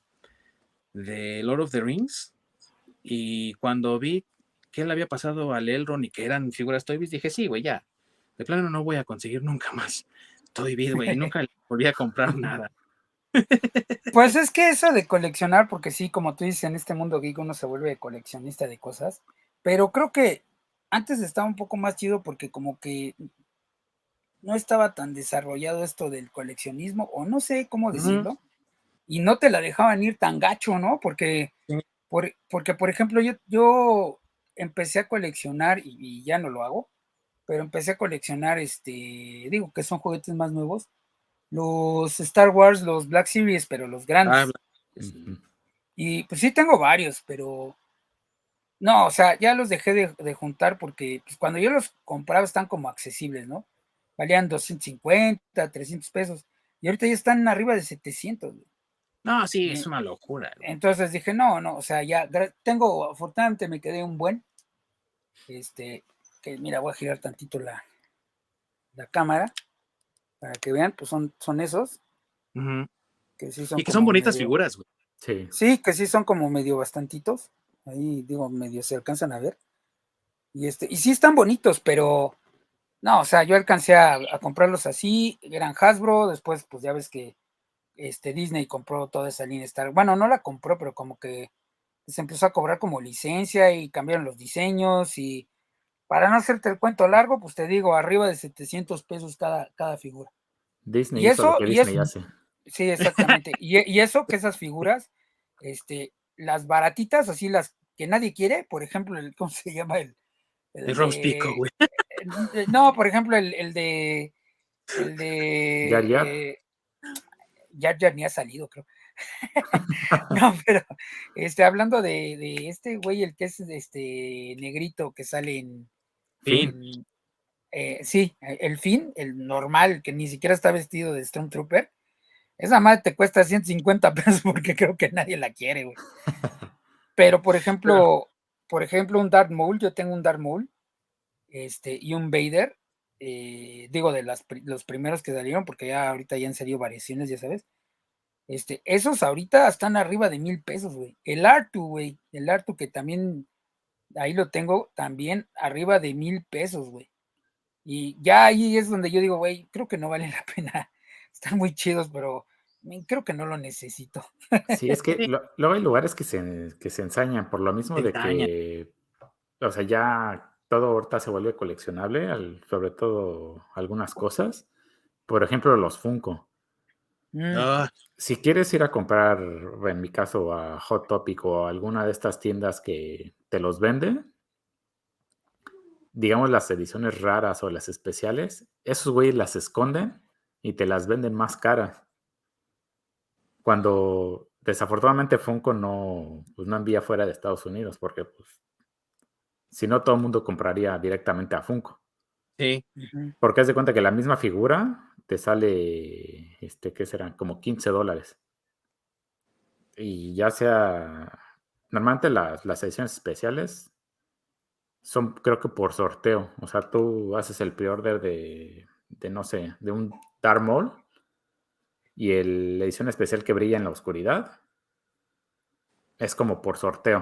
[SPEAKER 1] de Lord of the Rings. Y cuando vi que le había pasado al Elrond y que eran figuras Toy Biz, dije, sí, güey, ya. De plano no voy a conseguir nunca más Toy Biz, güey. Y nunca le volví a comprar nada.
[SPEAKER 2] Pues es que eso de coleccionar, porque sí, como tú dices, en este mundo geek uno se vuelve coleccionista de cosas, pero creo que antes estaba un poco más chido porque como que no estaba tan desarrollado esto del coleccionismo, o no sé cómo decirlo, uh-huh. Y no te la dejaban ir tan gacho, ¿no? Porque, sí. por, porque por ejemplo, yo, yo empecé a coleccionar, y, y ya no lo hago, pero empecé a coleccionar, este, digo que son juguetes más nuevos, los Star Wars, los Black Series, pero los grandes. Ah, uh-huh. Y pues sí tengo varios, pero no, o sea, ya los dejé de, de juntar porque pues, cuando yo los compraba están como accesibles, ¿no? Valían doscientos cincuenta, trescientos pesos. Y ahorita ya están arriba de setecientos.
[SPEAKER 1] No, sí, es una locura.
[SPEAKER 2] ¿No? Entonces dije, no, no, o sea, ya tengo, afortunadamente me quedé un buen, este, que mira, voy a girar tantito la, la cámara para que vean, pues son, son esos.
[SPEAKER 1] Uh-huh.
[SPEAKER 2] Que sí son
[SPEAKER 1] y que son bonitas
[SPEAKER 2] medio,
[SPEAKER 1] figuras, güey.
[SPEAKER 2] Sí. Sí, que sí son como medio bastantitos. Ahí, digo, medio se alcanzan a ver. Y este, y sí están bonitos, pero no, o sea, yo alcancé a, a comprarlos así, eran Hasbro, después, pues ya ves que este Disney compró toda esa línea Star. Bueno, no la compró, pero como que se empezó a cobrar como licencia y cambiaron los diseños y para no hacerte el cuento largo, pues te digo, arriba de setecientos pesos cada, cada figura.
[SPEAKER 3] Disney y eso, hizo lo que Disney y eso, hace.
[SPEAKER 2] Sí, exactamente. y, y eso que esas figuras, este, las baratitas, así las que nadie quiere, por ejemplo, el, ¿cómo se llama? El,
[SPEAKER 1] el, el Rose Pico, güey.
[SPEAKER 2] No, por ejemplo, el, el de el de
[SPEAKER 3] Yar Yar.
[SPEAKER 2] Eh, Yar Yar ni ha salido, creo. No, pero este, hablando de, de este güey, el que es este negrito que sale en
[SPEAKER 1] Fin.
[SPEAKER 2] En, eh, sí, el Fin, el normal, que ni siquiera está vestido de Stormtrooper. Esa madre te cuesta ciento cincuenta pesos porque creo que nadie la quiere, güey. Pero, por ejemplo, Pero... por ejemplo, un Darth Maul, yo tengo un Darth Maul, este, y un Vader, eh, digo, de las, los primeros que salieron, porque ya ahorita ya han salido variaciones, ya sabes. Este, esos ahorita están arriba de mil pesos, güey. El Artu, güey, el Artu que también, ahí lo tengo, también arriba de mil pesos, güey. Y ya ahí es donde yo digo, güey, creo que no vale la pena. Están muy chidos, pero Creo que no lo necesito.
[SPEAKER 3] Sí, es que lo, luego hay lugares que se, que se ensañan por lo mismo
[SPEAKER 1] Se
[SPEAKER 3] de
[SPEAKER 1] ensañan.
[SPEAKER 3] que, o sea, ya todo ahorita se vuelve coleccionable, al- sobre todo algunas cosas. Por ejemplo, los Funko.
[SPEAKER 2] Mm,
[SPEAKER 1] Ah,
[SPEAKER 3] Si quieres ir a comprar, en mi caso, a Hot Topic o a alguna de estas tiendas que te los venden, digamos las ediciones raras o las especiales, esos güeyes las esconden y te las venden más caras. Cuando desafortunadamente Funko no, pues no envía fuera de Estados Unidos, porque pues, si no todo el mundo compraría directamente a Funko.
[SPEAKER 1] sí.
[SPEAKER 2] ujú.
[SPEAKER 3] Porque haz de cuenta que la misma figura te sale, este, ¿qué serán? Como quince dólares. Y ya sea, normalmente las, las ediciones especiales son creo que por sorteo. O sea, tú haces el pre-order de, de, no sé, de un Darth Maul y el- la edición especial que brilla en la oscuridad es como por sorteo.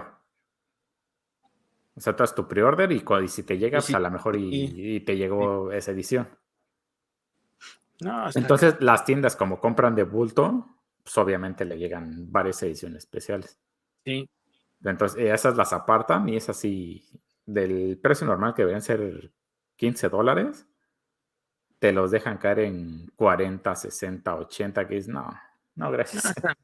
[SPEAKER 3] O sea, tú haces tu pre-order y, cua- y si te llega,
[SPEAKER 1] Y
[SPEAKER 3] pues
[SPEAKER 1] sí,
[SPEAKER 3] a lo mejor
[SPEAKER 1] y-
[SPEAKER 3] y, y te
[SPEAKER 1] y-
[SPEAKER 3] llegó esa edición.
[SPEAKER 1] no, está
[SPEAKER 3] Entonces,
[SPEAKER 1] acá.
[SPEAKER 3] las tiendas como compran de bulto, pues obviamente le llegan varias ediciones especiales.
[SPEAKER 1] Sí.
[SPEAKER 3] Entonces, eh, esas las apartan y es así, del precio normal que deberían ser quince dólares, te los dejan caer en cuarenta, sesenta, ochenta, que es, no, no,
[SPEAKER 1] No,
[SPEAKER 3] gracias.
[SPEAKER 1] está-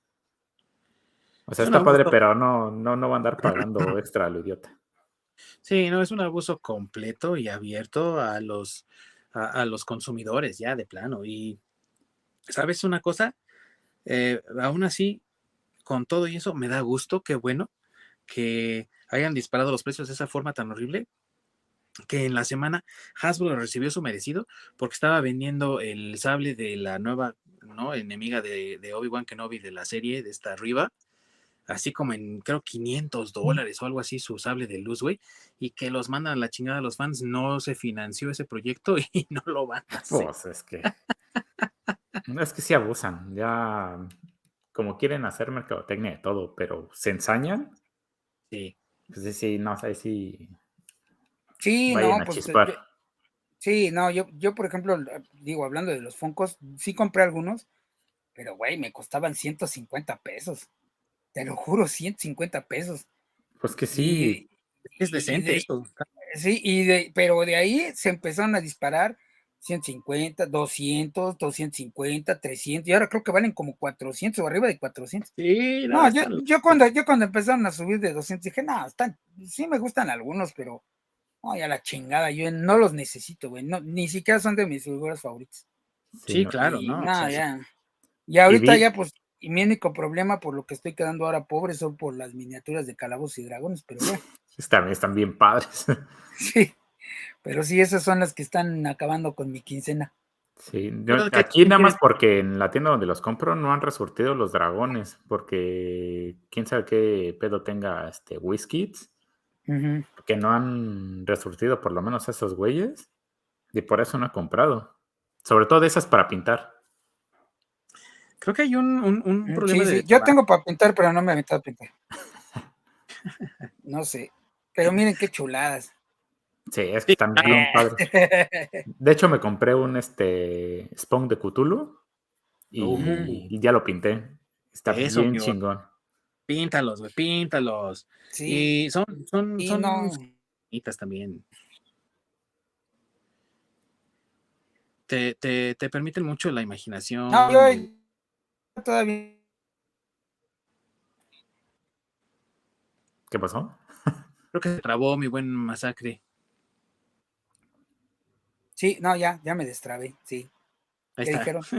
[SPEAKER 3] O sea,
[SPEAKER 1] es un
[SPEAKER 3] está padre,
[SPEAKER 1] abuso.
[SPEAKER 3] pero no, no, no va a andar pagando extra a lo idiota.
[SPEAKER 1] Sí, no, es un abuso completo y abierto a los, a, a los consumidores ya de plano. Y, ¿sabes una cosa? Eh, aún así, con todo y eso, me da gusto, qué bueno, que hayan disparado los precios de esa forma tan horrible, que en la semana Hasbro recibió su merecido porque estaba vendiendo el sable de la nueva, ¿no? Enemiga de, de Obi-Wan Kenobi de la serie, de esta Riva, así como en, creo, quinientos dólares o algo así, su sable de luz, güey, y que los mandan a la chingada a los fans. No se financió ese proyecto y no lo van a hacer.
[SPEAKER 3] Pues es que, no, es que sí abusan, ya como quieren hacer mercadotecnia de todo, pero se ensañan,
[SPEAKER 1] Sí,
[SPEAKER 3] pues sí, sí, no, ahí sí
[SPEAKER 2] Sí,
[SPEAKER 3] vayan
[SPEAKER 2] no,
[SPEAKER 3] a
[SPEAKER 2] pues eh,
[SPEAKER 3] chispar.
[SPEAKER 2] yo- sí, no, yo, yo por ejemplo, eh, digo, hablando de los Funkos, sí compré algunos, pero güey, me costaban ciento cincuenta pesos. Te lo juro, ciento cincuenta pesos.
[SPEAKER 3] Pues que sí,
[SPEAKER 2] Y,
[SPEAKER 1] es
[SPEAKER 2] y
[SPEAKER 1] decente
[SPEAKER 2] de,
[SPEAKER 1] eso.
[SPEAKER 2] sí, y de, pero de ahí se empezaron a disparar ciento cincuenta, doscientos, doscientos cincuenta, trescientos, y ahora creo que valen como cuatrocientos o arriba de cuatrocientos.
[SPEAKER 1] Sí, no,
[SPEAKER 2] No, yo,
[SPEAKER 1] están
[SPEAKER 2] yo
[SPEAKER 1] locos.
[SPEAKER 2] cuando, yo cuando empezaron a subir de doscientos dije, no, están, sí me gustan algunos, pero no, ya la chingada, yo no los necesito, güey, no, ni siquiera son de mis figuras favoritas.
[SPEAKER 3] sí,
[SPEAKER 1] Sí,
[SPEAKER 3] no.
[SPEAKER 1] claro,
[SPEAKER 2] Y
[SPEAKER 1] ¿no? O sea,
[SPEAKER 2] nada,
[SPEAKER 1] sí.
[SPEAKER 2] ya. Y
[SPEAKER 3] Y
[SPEAKER 2] ahorita
[SPEAKER 3] vi,
[SPEAKER 2] ya, pues, y mi único problema por lo que estoy quedando ahora pobre son por las miniaturas de Calabozos y Dragones, pero bueno,
[SPEAKER 3] están, están bien padres.
[SPEAKER 2] sí, pero sí, esas son las que están acabando con mi quincena.
[SPEAKER 3] Sí, yo-
[SPEAKER 1] Pero, ¿qué-
[SPEAKER 3] aquí
[SPEAKER 1] qué
[SPEAKER 3] nada más
[SPEAKER 1] quieres?
[SPEAKER 3] porque en la tienda donde los compro no han resurtido los dragones, porque quién sabe qué pedo tenga este WizKids,
[SPEAKER 2] Ujú.
[SPEAKER 3] que no han resurtido por lo menos a esos güeyes, y por eso no he comprado. Sobre todo de esas para pintar.
[SPEAKER 1] Creo que hay un, un, un
[SPEAKER 2] Mm,
[SPEAKER 1] problema
[SPEAKER 2] sí,
[SPEAKER 1] de
[SPEAKER 2] sí, yo
[SPEAKER 1] trabajo.
[SPEAKER 2] tengo para pintar, pero no me he aventado a pintar. No sé, pero miren qué chuladas.
[SPEAKER 3] Sí, es que
[SPEAKER 1] Sí,
[SPEAKER 3] están
[SPEAKER 1] claro.
[SPEAKER 3] bien padres. De hecho, me compré un este Spawn de Cthulhu
[SPEAKER 1] Uh,
[SPEAKER 3] y ya lo pinté. Está
[SPEAKER 1] eso,
[SPEAKER 3] bien
[SPEAKER 1] mi bro.
[SPEAKER 3] chingón.
[SPEAKER 1] Píntalos, güey, píntalos.
[SPEAKER 2] Sí,
[SPEAKER 1] Y son, son,
[SPEAKER 2] y
[SPEAKER 1] son
[SPEAKER 2] no,
[SPEAKER 1] bonitas también. Te, te, te permiten mucho la
[SPEAKER 2] no,
[SPEAKER 1] imaginación. El,
[SPEAKER 2] yo todavía,
[SPEAKER 3] ¿Qué pasó?
[SPEAKER 1] creo que se trabó mi buen masacre.
[SPEAKER 2] sí, no, ya, ya me destrabé, sí.
[SPEAKER 1] Ahí
[SPEAKER 2] ¿Qué
[SPEAKER 1] está.
[SPEAKER 2] dijeron?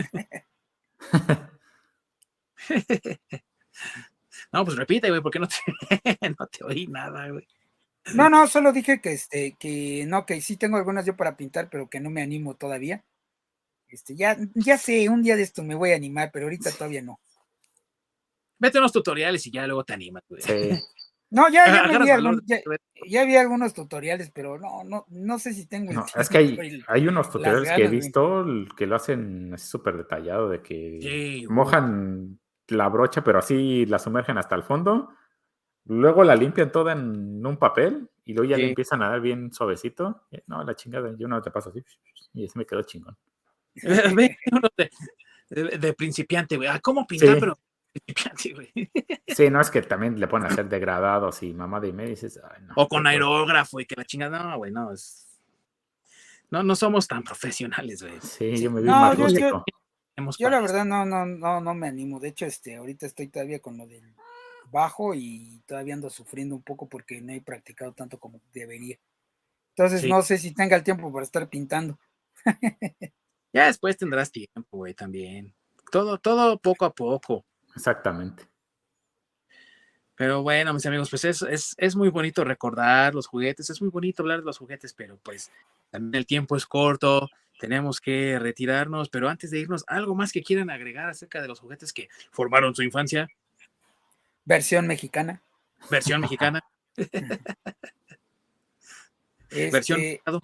[SPEAKER 1] No, pues repite, güey, porque no te, no te oí nada, güey.
[SPEAKER 2] No, no, solo dije que este, que no, que sí tengo algunas yo para pintar, pero que no me animo todavía. Este, ya, ya sé, un día de esto me voy a animar, pero ahorita todavía no.
[SPEAKER 1] Vete a unos tutoriales y ya luego te animas, güey.
[SPEAKER 3] Sí.
[SPEAKER 2] No, ya, ya me
[SPEAKER 1] Agarras
[SPEAKER 2] vi
[SPEAKER 1] valor.
[SPEAKER 2] algún, ya, ya vi algunos tutoriales, pero no, no, no sé si tengo el
[SPEAKER 3] No, es
[SPEAKER 2] tiempo
[SPEAKER 3] que hay,
[SPEAKER 2] y
[SPEAKER 3] hay unos
[SPEAKER 2] las
[SPEAKER 3] tutoriales que he
[SPEAKER 2] ganas, güey.
[SPEAKER 3] visto l- que lo hacen así súper detallado, de que
[SPEAKER 1] Sí, uh,
[SPEAKER 3] mojan la brocha, pero así la sumergen hasta el fondo, luego la limpian toda en un papel y luego ya le
[SPEAKER 1] sí.
[SPEAKER 3] empiezan a dar bien suavecito. Eh, No, la chingada, yo no te paso así y así me quedó chingón.
[SPEAKER 1] Ve uno de, de, de principiante, güey. Ah, ¿cómo pintar?
[SPEAKER 3] Sí.
[SPEAKER 1] Pero principiante, güey.
[SPEAKER 3] Sí, no es que también le ponen a hacer degradados y mamá de media y dices, ay, no.
[SPEAKER 1] O con
[SPEAKER 3] qué hueva.
[SPEAKER 1] aerógrafo y que la chingada, no, güey, no, es... No, no somos tan profesionales, güey.
[SPEAKER 3] Sí, yo
[SPEAKER 2] Sí,
[SPEAKER 3] me vi
[SPEAKER 2] no,
[SPEAKER 3] más
[SPEAKER 2] yo, yo,
[SPEAKER 3] rústico.
[SPEAKER 1] Tenemos
[SPEAKER 2] yo la
[SPEAKER 1] para eso.
[SPEAKER 2] verdad no, no, no, no me animo. De hecho, este, ahorita estoy todavía con lo del bajo y todavía ando sufriendo un poco porque no he practicado tanto como debería. Entonces
[SPEAKER 1] Sí.
[SPEAKER 2] no sé si tenga el tiempo para estar pintando.
[SPEAKER 1] Ya después tendrás tiempo, güey, también. Todo, todo poco a poco.
[SPEAKER 3] Exactamente.
[SPEAKER 1] Pero bueno, mis amigos, pues es, es, es muy bonito recordar los juguetes, es muy bonito hablar de los juguetes, pero pues también el tiempo es corto, tenemos que retirarnos, pero antes de irnos, ¿algo más que quieran agregar acerca de los juguetes que formaron su infancia?
[SPEAKER 2] Versión mexicana.
[SPEAKER 1] Versión mexicana, versión
[SPEAKER 2] Este,
[SPEAKER 1] mexicano.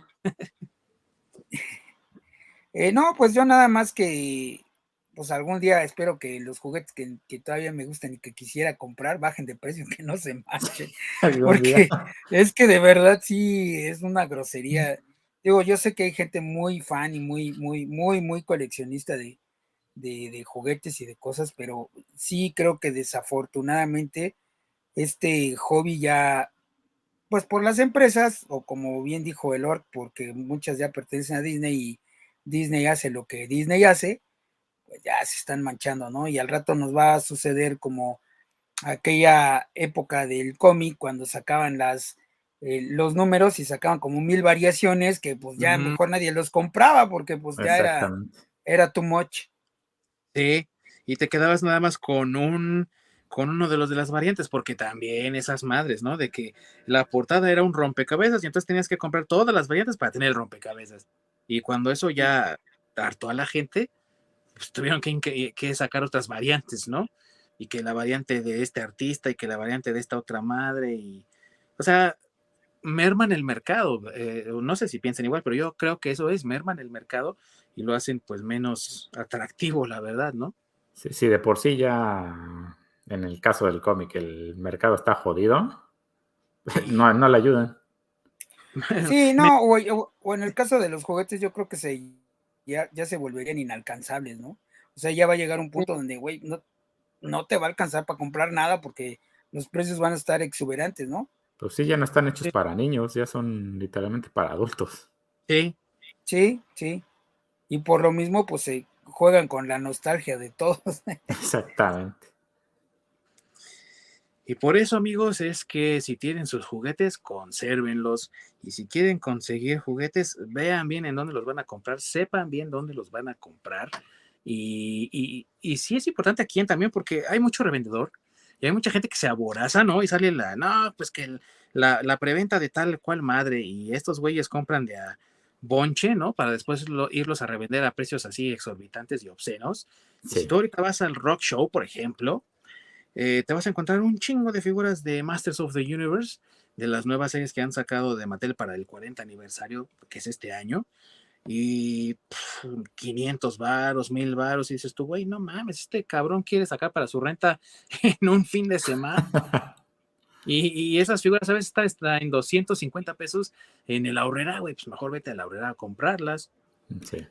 [SPEAKER 2] eh, no, pues yo nada más que, pues algún día espero que los juguetes que, que todavía me gustan y que quisiera comprar bajen de precio, que no se manchen,
[SPEAKER 3] Algún día.
[SPEAKER 2] porque es que de verdad sí es una grosería. Digo, yo sé que hay gente muy fan y muy, muy, muy, muy coleccionista de, de, de juguetes y de cosas, pero sí creo que desafortunadamente este hobby ya, pues por las empresas, o como bien dijo el Orc, porque muchas ya pertenecen a Disney y Disney hace lo que Disney hace, pues ya se están manchando, ¿no? Y al rato nos va a suceder como aquella época del cómic cuando sacaban las eh, los números y sacaban como mil variaciones que pues ya
[SPEAKER 1] Ujú,
[SPEAKER 2] mejor nadie los compraba porque pues ya era,
[SPEAKER 3] Exactamente.
[SPEAKER 2] era too much.
[SPEAKER 1] sí, y te quedabas nada más con un, con uno de los de las variantes, porque también esas madres, ¿no? De que la portada era un rompecabezas y entonces tenías que comprar todas las variantes para tener el rompecabezas. Y cuando eso ya hartó a la gente, pues tuvieron que, que, que sacar otras variantes, ¿no? Y que la variante de este artista y que la variante de esta otra madre y, o sea, merman el mercado. Eh, no sé si piensan igual, pero yo creo que eso es, merman el mercado y lo hacen pues menos atractivo, la verdad, ¿no?
[SPEAKER 3] Sí, sí, de por sí ya en el caso del cómic el mercado está jodido,
[SPEAKER 1] Sí.
[SPEAKER 3] no, no le ayudan.
[SPEAKER 2] Sí,
[SPEAKER 1] Me-
[SPEAKER 2] no, o, o- o en el caso de los juguetes, yo creo que se ya, ya se volverían inalcanzables, ¿no? O sea, ya va a llegar un punto donde, güey, no, no te va a alcanzar para comprar nada porque los precios van a estar exuberantes, ¿no?
[SPEAKER 3] Pues sí, ya no están hechos
[SPEAKER 1] sí,
[SPEAKER 3] para niños, ya son literalmente para adultos.
[SPEAKER 1] sí.
[SPEAKER 2] Sí, sí. Y por lo mismo, pues se juegan con la nostalgia de todos.
[SPEAKER 3] Exactamente.
[SPEAKER 1] Y por eso, amigos, es que si tienen sus juguetes, consérvenlos. Y si quieren conseguir juguetes, vean bien en dónde los van a comprar, sepan bien dónde los van a comprar. Y, y, y sí es importante a quién también, porque hay mucho revendedor y hay mucha gente que se aboraza, ¿no? Y sale la, no, pues que el- la, la preventa de tal cual madre y estos güeyes compran de a bonche, ¿no? Para después lo- irlos a revender a precios así exorbitantes y obscenos. Y si
[SPEAKER 3] Sí,
[SPEAKER 1] tú ahorita vas al Rock Show, por ejemplo, eh, te vas a encontrar un chingo de figuras de Masters of the Universe, de las nuevas series que han sacado de Mattel para el cuarenta aniversario, que es este año, y pff, quinientos varos, mil varos, y dices tú, güey, no mames, este cabrón quiere sacar para su renta en un fin de semana. Y, y esas figuras a veces están está en doscientos cincuenta pesos en el Aurrera, güey, pues mejor vete a la Aurrera a comprarlas.
[SPEAKER 3] sí.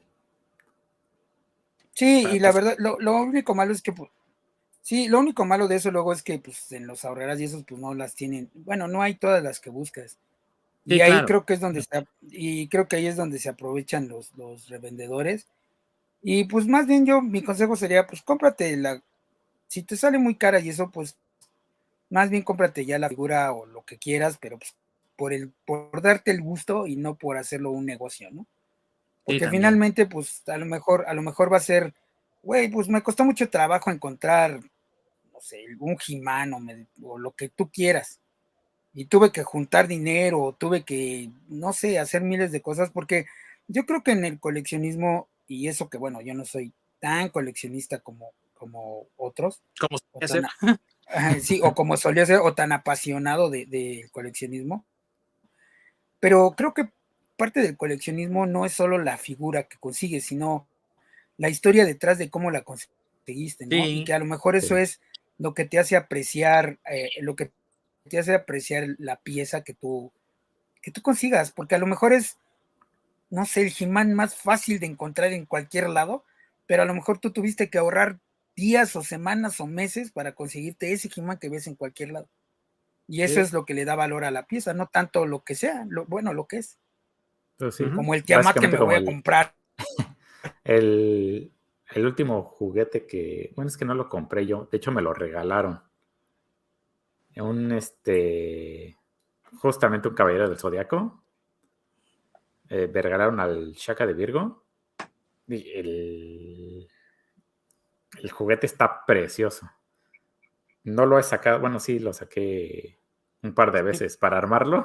[SPEAKER 2] Sí,
[SPEAKER 1] Para,
[SPEAKER 2] y la
[SPEAKER 1] pues,
[SPEAKER 2] verdad, lo, lo único malo es que, pues, sí, lo único malo de eso luego es que, pues, en los ahorreras y esos, pues, no las tienen, bueno, no hay todas las que buscas. Y
[SPEAKER 1] sí,
[SPEAKER 2] ahí
[SPEAKER 1] claro.
[SPEAKER 2] creo que es donde se, y creo que ahí es donde se aprovechan los, los revendedores. Y pues más bien yo, mi consejo sería, pues cómprate la, si te sale muy cara y eso, pues más bien cómprate ya la figura o lo que quieras, pero pues por el, por darte el gusto y no por hacerlo un negocio, ¿no?
[SPEAKER 1] Sí,
[SPEAKER 2] Porque
[SPEAKER 1] también.
[SPEAKER 2] finalmente, pues a lo mejor, a lo mejor va a ser, güey, pues me costó mucho trabajo encontrar, no sé, un He-Man o, me- o lo que tú quieras. Y tuve que juntar dinero, o tuve que, no sé, hacer miles de cosas, porque yo creo que en el coleccionismo, y eso que bueno, yo no soy tan coleccionista como, como otros,
[SPEAKER 1] Como
[SPEAKER 2] o
[SPEAKER 1] se hacer.
[SPEAKER 2] tan, ajá, sí, o como solía ser, o tan apasionado del de, de coleccionismo, pero creo que parte del coleccionismo no es solo la figura que consigues, sino la historia detrás de cómo la conseguiste, ¿no? Y
[SPEAKER 1] Sí,
[SPEAKER 2] que a lo mejor eso
[SPEAKER 3] Sí.
[SPEAKER 2] es lo que te hace apreciar, eh, lo que te hace apreciar la pieza que tú, que tú consigas, porque a lo mejor es, no sé, el He-Man más fácil de encontrar en cualquier lado, pero a lo mejor tú tuviste que ahorrar días o semanas o meses para conseguirte ese He-Man que ves en cualquier lado. Y eso
[SPEAKER 3] Sí.
[SPEAKER 2] es lo que le da valor a la pieza, no tanto lo que sea, lo, bueno, lo que es.
[SPEAKER 3] Pues sí,
[SPEAKER 2] Como el Tiamat que
[SPEAKER 3] básicamente
[SPEAKER 2] me voy
[SPEAKER 3] como
[SPEAKER 2] a
[SPEAKER 3] el,
[SPEAKER 2] comprar.
[SPEAKER 3] el, el último juguete que, bueno, es que no lo compré yo, de hecho me lo regalaron. Un, este, justamente un caballero del Zodiaco. Eh, me regalaron al Shaka de Virgo. Y el, el juguete está precioso. No lo he sacado, bueno, sí, lo saqué un par de veces para armarlo.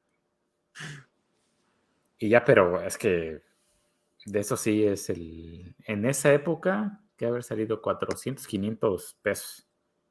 [SPEAKER 3] Y ya, pero es que de eso sí es el... En esa época, que haber salido cuatrocientos, quinientos pesos.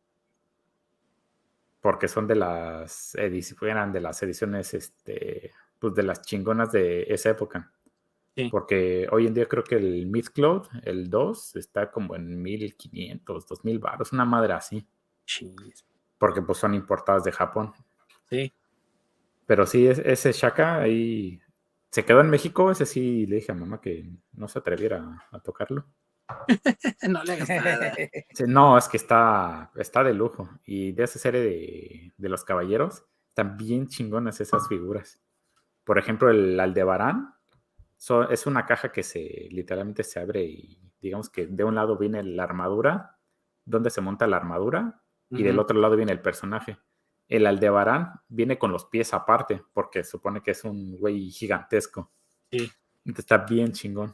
[SPEAKER 3] Porque son de las ediciones, eran de las ediciones, este, pues de las chingonas de esa época.
[SPEAKER 1] Sí.
[SPEAKER 3] Porque hoy en día creo que el Mythcloud, el dos, está como en mil quinientos, dos mil baros, una madre así.
[SPEAKER 1] Chis.
[SPEAKER 3] Porque pues son importadas de Japón.
[SPEAKER 1] Sí.
[SPEAKER 3] Pero sí, ese Shaka ahí se quedó en México. Ese sí le dije a mamá que no se atreviera a, a tocarlo.
[SPEAKER 1] No le hagas nada.
[SPEAKER 3] Sí, no, es que está, está de lujo. Y de esa serie de, de los caballeros, están bien chingonas esas figuras. Por ejemplo, el Aldebarán so, es una caja que se literalmente se abre y digamos que de un lado viene la armadura, donde se monta la armadura, y uh-huh. del otro lado viene el personaje. El Aldebarán viene con los pies aparte, porque supone que es un güey gigantesco.
[SPEAKER 1] Sí.
[SPEAKER 3] Entonces está bien chingón.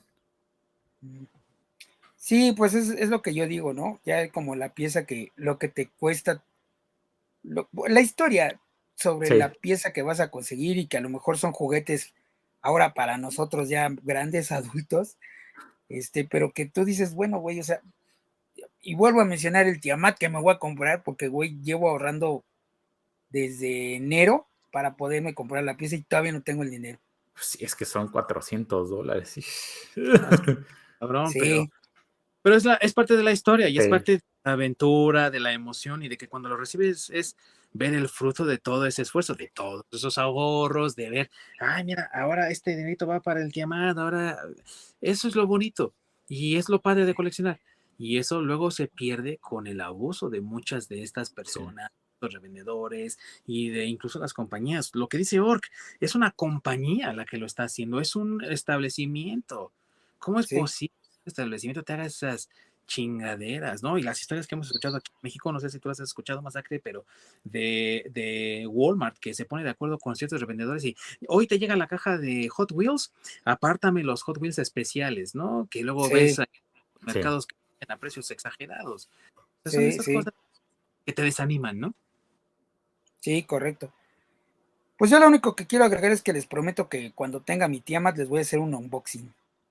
[SPEAKER 2] Sí, pues es, es lo que yo digo, ¿no? Ya como la pieza que, lo que te cuesta, lo, la historia sobre sí. la pieza que vas a conseguir y que a lo mejor son juguetes ahora para nosotros ya grandes adultos, este, pero que tú dices, bueno, güey, o sea, y vuelvo a mencionar el Tiamat que me voy a comprar porque, güey, llevo ahorrando desde enero para poderme comprar la pieza y todavía no tengo el dinero.
[SPEAKER 3] Pues sí, es que son cuatrocientos dólares.
[SPEAKER 1] Cabrón,
[SPEAKER 2] sí.
[SPEAKER 1] pero, pero es, la, es parte de la historia y
[SPEAKER 3] sí.
[SPEAKER 1] es parte de la aventura, de la emoción y de que cuando lo recibes es ver el fruto de todo ese esfuerzo, de todos esos ahorros, de ver, ay, mira, ahora este dinerito va para el Tiamat, ahora eso es lo bonito y es lo padre de coleccionar. Y eso luego se pierde con el abuso de muchas de estas personas, sí. los revendedores y de incluso las compañías. Lo que dice Orc, es una compañía la que lo está haciendo, es un establecimiento. ¿Cómo es sí. posible que un establecimiento te haga esas chingaderas, ¿no? Y las historias que hemos escuchado aquí en México, no sé si tú las has escuchado, Masacre, pero de, de Walmart, que se pone de acuerdo con ciertos revendedores y hoy te llega la caja de Hot Wheels, apártame los Hot Wheels especiales, ¿no? Que luego sí. ves a mercados sí. que a precios exagerados. O sea, sí, son esas sí. cosas que te desaniman, ¿no?
[SPEAKER 2] Sí, correcto. Pues yo lo único que quiero agregar es que les prometo que cuando tenga mi Tiamat les voy a hacer un unboxing.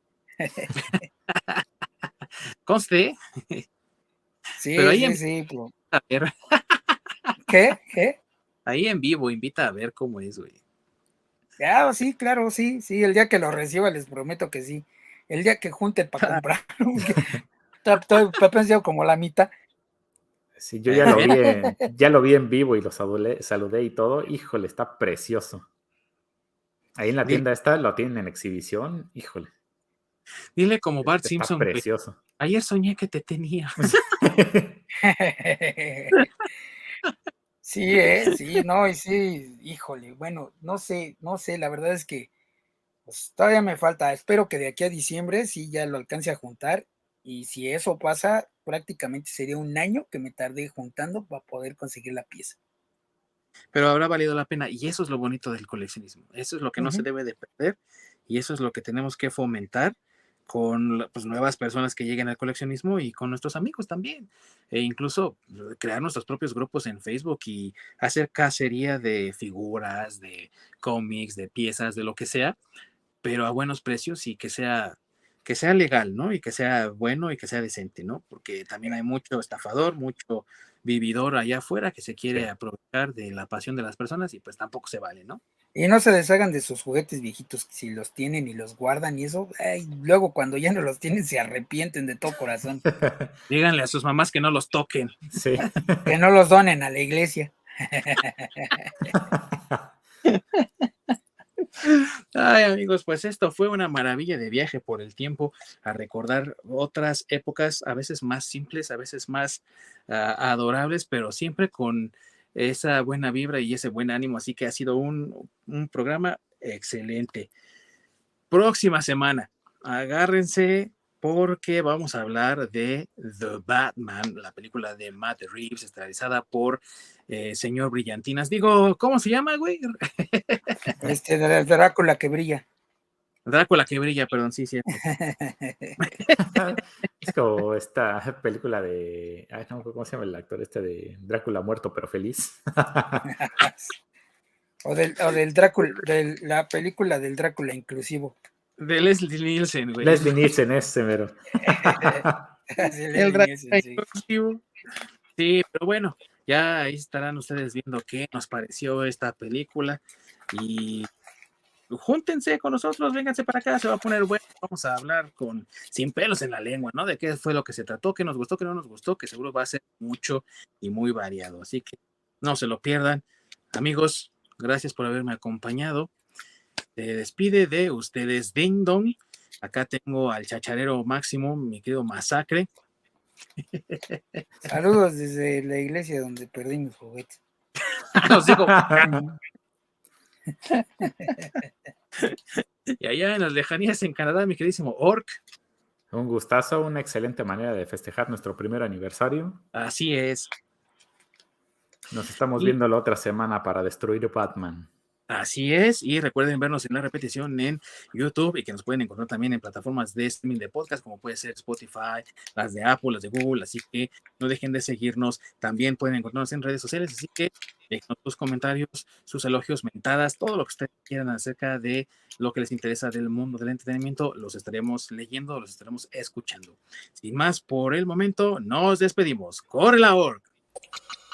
[SPEAKER 1] Conste.
[SPEAKER 2] Sí,
[SPEAKER 1] pero ahí
[SPEAKER 2] sí,
[SPEAKER 1] en...
[SPEAKER 2] sí. Pues...
[SPEAKER 1] a ver.
[SPEAKER 2] ¿Qué? ¿Qué?
[SPEAKER 1] Ahí en vivo, invita a ver cómo es, güey.
[SPEAKER 2] Ah, sí, claro, sí, sí. El día que lo reciba les prometo que sí. El día que junte para comprar. Estoy pensando como la mitad.
[SPEAKER 3] Sí, yo ya lo vi en, ya lo vi en vivo y lo saludé, saludé y todo. Híjole, está precioso. Ahí en la tienda esta lo tienen en exhibición. Híjole.
[SPEAKER 1] Dile como Bart
[SPEAKER 3] está
[SPEAKER 1] Simpson.
[SPEAKER 3] Está precioso.
[SPEAKER 1] Güey. Ayer soñé que te tenía.
[SPEAKER 2] Sí, eh, sí, no, y sí, híjole, bueno, no sé, no sé, la verdad es que pues, todavía me falta. Espero que de aquí a diciembre sí ya lo alcance a juntar. Y si eso pasa, prácticamente sería un año que me tardé juntando para poder conseguir la pieza.
[SPEAKER 1] Pero habrá valido la pena y eso es lo bonito del coleccionismo. Eso es lo que no uh-huh. se debe de perder y eso es lo que tenemos que fomentar con pues, nuevas personas que lleguen al coleccionismo y con nuestros amigos también. E incluso crear nuestros propios grupos en Facebook y hacer cacería de figuras, de cómics, de piezas, de lo que sea, pero a buenos precios y que sea que sea legal, ¿no? Y que sea bueno y que sea decente, ¿no? Porque también hay mucho estafador, mucho vividor allá afuera que se quiere aprovechar de la pasión de las personas y pues tampoco se vale, ¿no?
[SPEAKER 2] Y no se deshagan de sus juguetes viejitos, si los tienen y los guardan y eso, ay, luego cuando ya no los tienen se arrepienten de todo corazón.
[SPEAKER 1] Díganle a sus mamás que no los toquen.
[SPEAKER 3] Sí.
[SPEAKER 2] Que no los donen a la iglesia.
[SPEAKER 1] Ay, amigos, pues esto fue una maravilla de viaje por el tiempo a recordar otras épocas, a veces más simples, a veces más uh, adorables, pero siempre con esa buena vibra y ese buen ánimo. Así que ha sido un, un programa excelente. Próxima semana, agárrense porque vamos a hablar de The Batman, la película de Matt Reeves, estelarizada por eh, señor Brillantinas. Digo, ¿cómo se llama, güey?
[SPEAKER 2] Este, Drácula que brilla.
[SPEAKER 1] Drácula que brilla, perdón, sí, cierto.
[SPEAKER 3] Es como esta película de... Ay, no, ¿cómo se llama el actor este de Drácula muerto pero feliz?
[SPEAKER 2] o, del, o del Drácula, de la película del Drácula inclusivo.
[SPEAKER 1] De Leslie Nielsen, güey.
[SPEAKER 3] Leslie Nielsen, ese mero.
[SPEAKER 1] El Drácula inclusivo. Sí, pero bueno, ya ahí estarán ustedes viendo qué nos pareció esta película y júntense con nosotros, vénganse para acá, se va a poner bueno, vamos a hablar con sin pelos en la lengua, ¿no? De qué fue lo que se trató, qué nos gustó, qué no nos gustó, que seguro va a ser mucho y muy variado, así que no se lo pierdan. Amigos, gracias por haberme acompañado. Se despide de ustedes Ding Dong. Acá tengo al chacharero máximo, mi querido Masacre.
[SPEAKER 2] Saludos desde la iglesia donde perdí mis juguetes.
[SPEAKER 1] Los digo. Y allá en las lejanías en Canadá, mi queridísimo Orc.
[SPEAKER 3] Un gustazo, una excelente manera de festejar nuestro primer aniversario.
[SPEAKER 1] Así es.
[SPEAKER 3] Nos estamos
[SPEAKER 1] y,
[SPEAKER 3] viendo la otra semana para destruir Batman.
[SPEAKER 1] Así es, y recuerden vernos en la repetición en YouTube y que nos pueden encontrar también en plataformas de streaming de podcast como puede ser Spotify, las de Apple, las de Google, así que no dejen de seguirnos. También pueden encontrarnos en redes sociales, así que déjenos sus comentarios, sus elogios, mentadas, todo lo que ustedes quieran acerca de lo que les interesa del mundo del entretenimiento, los estaremos leyendo, los estaremos escuchando. Sin más por el momento, nos despedimos. ¡Corre la org!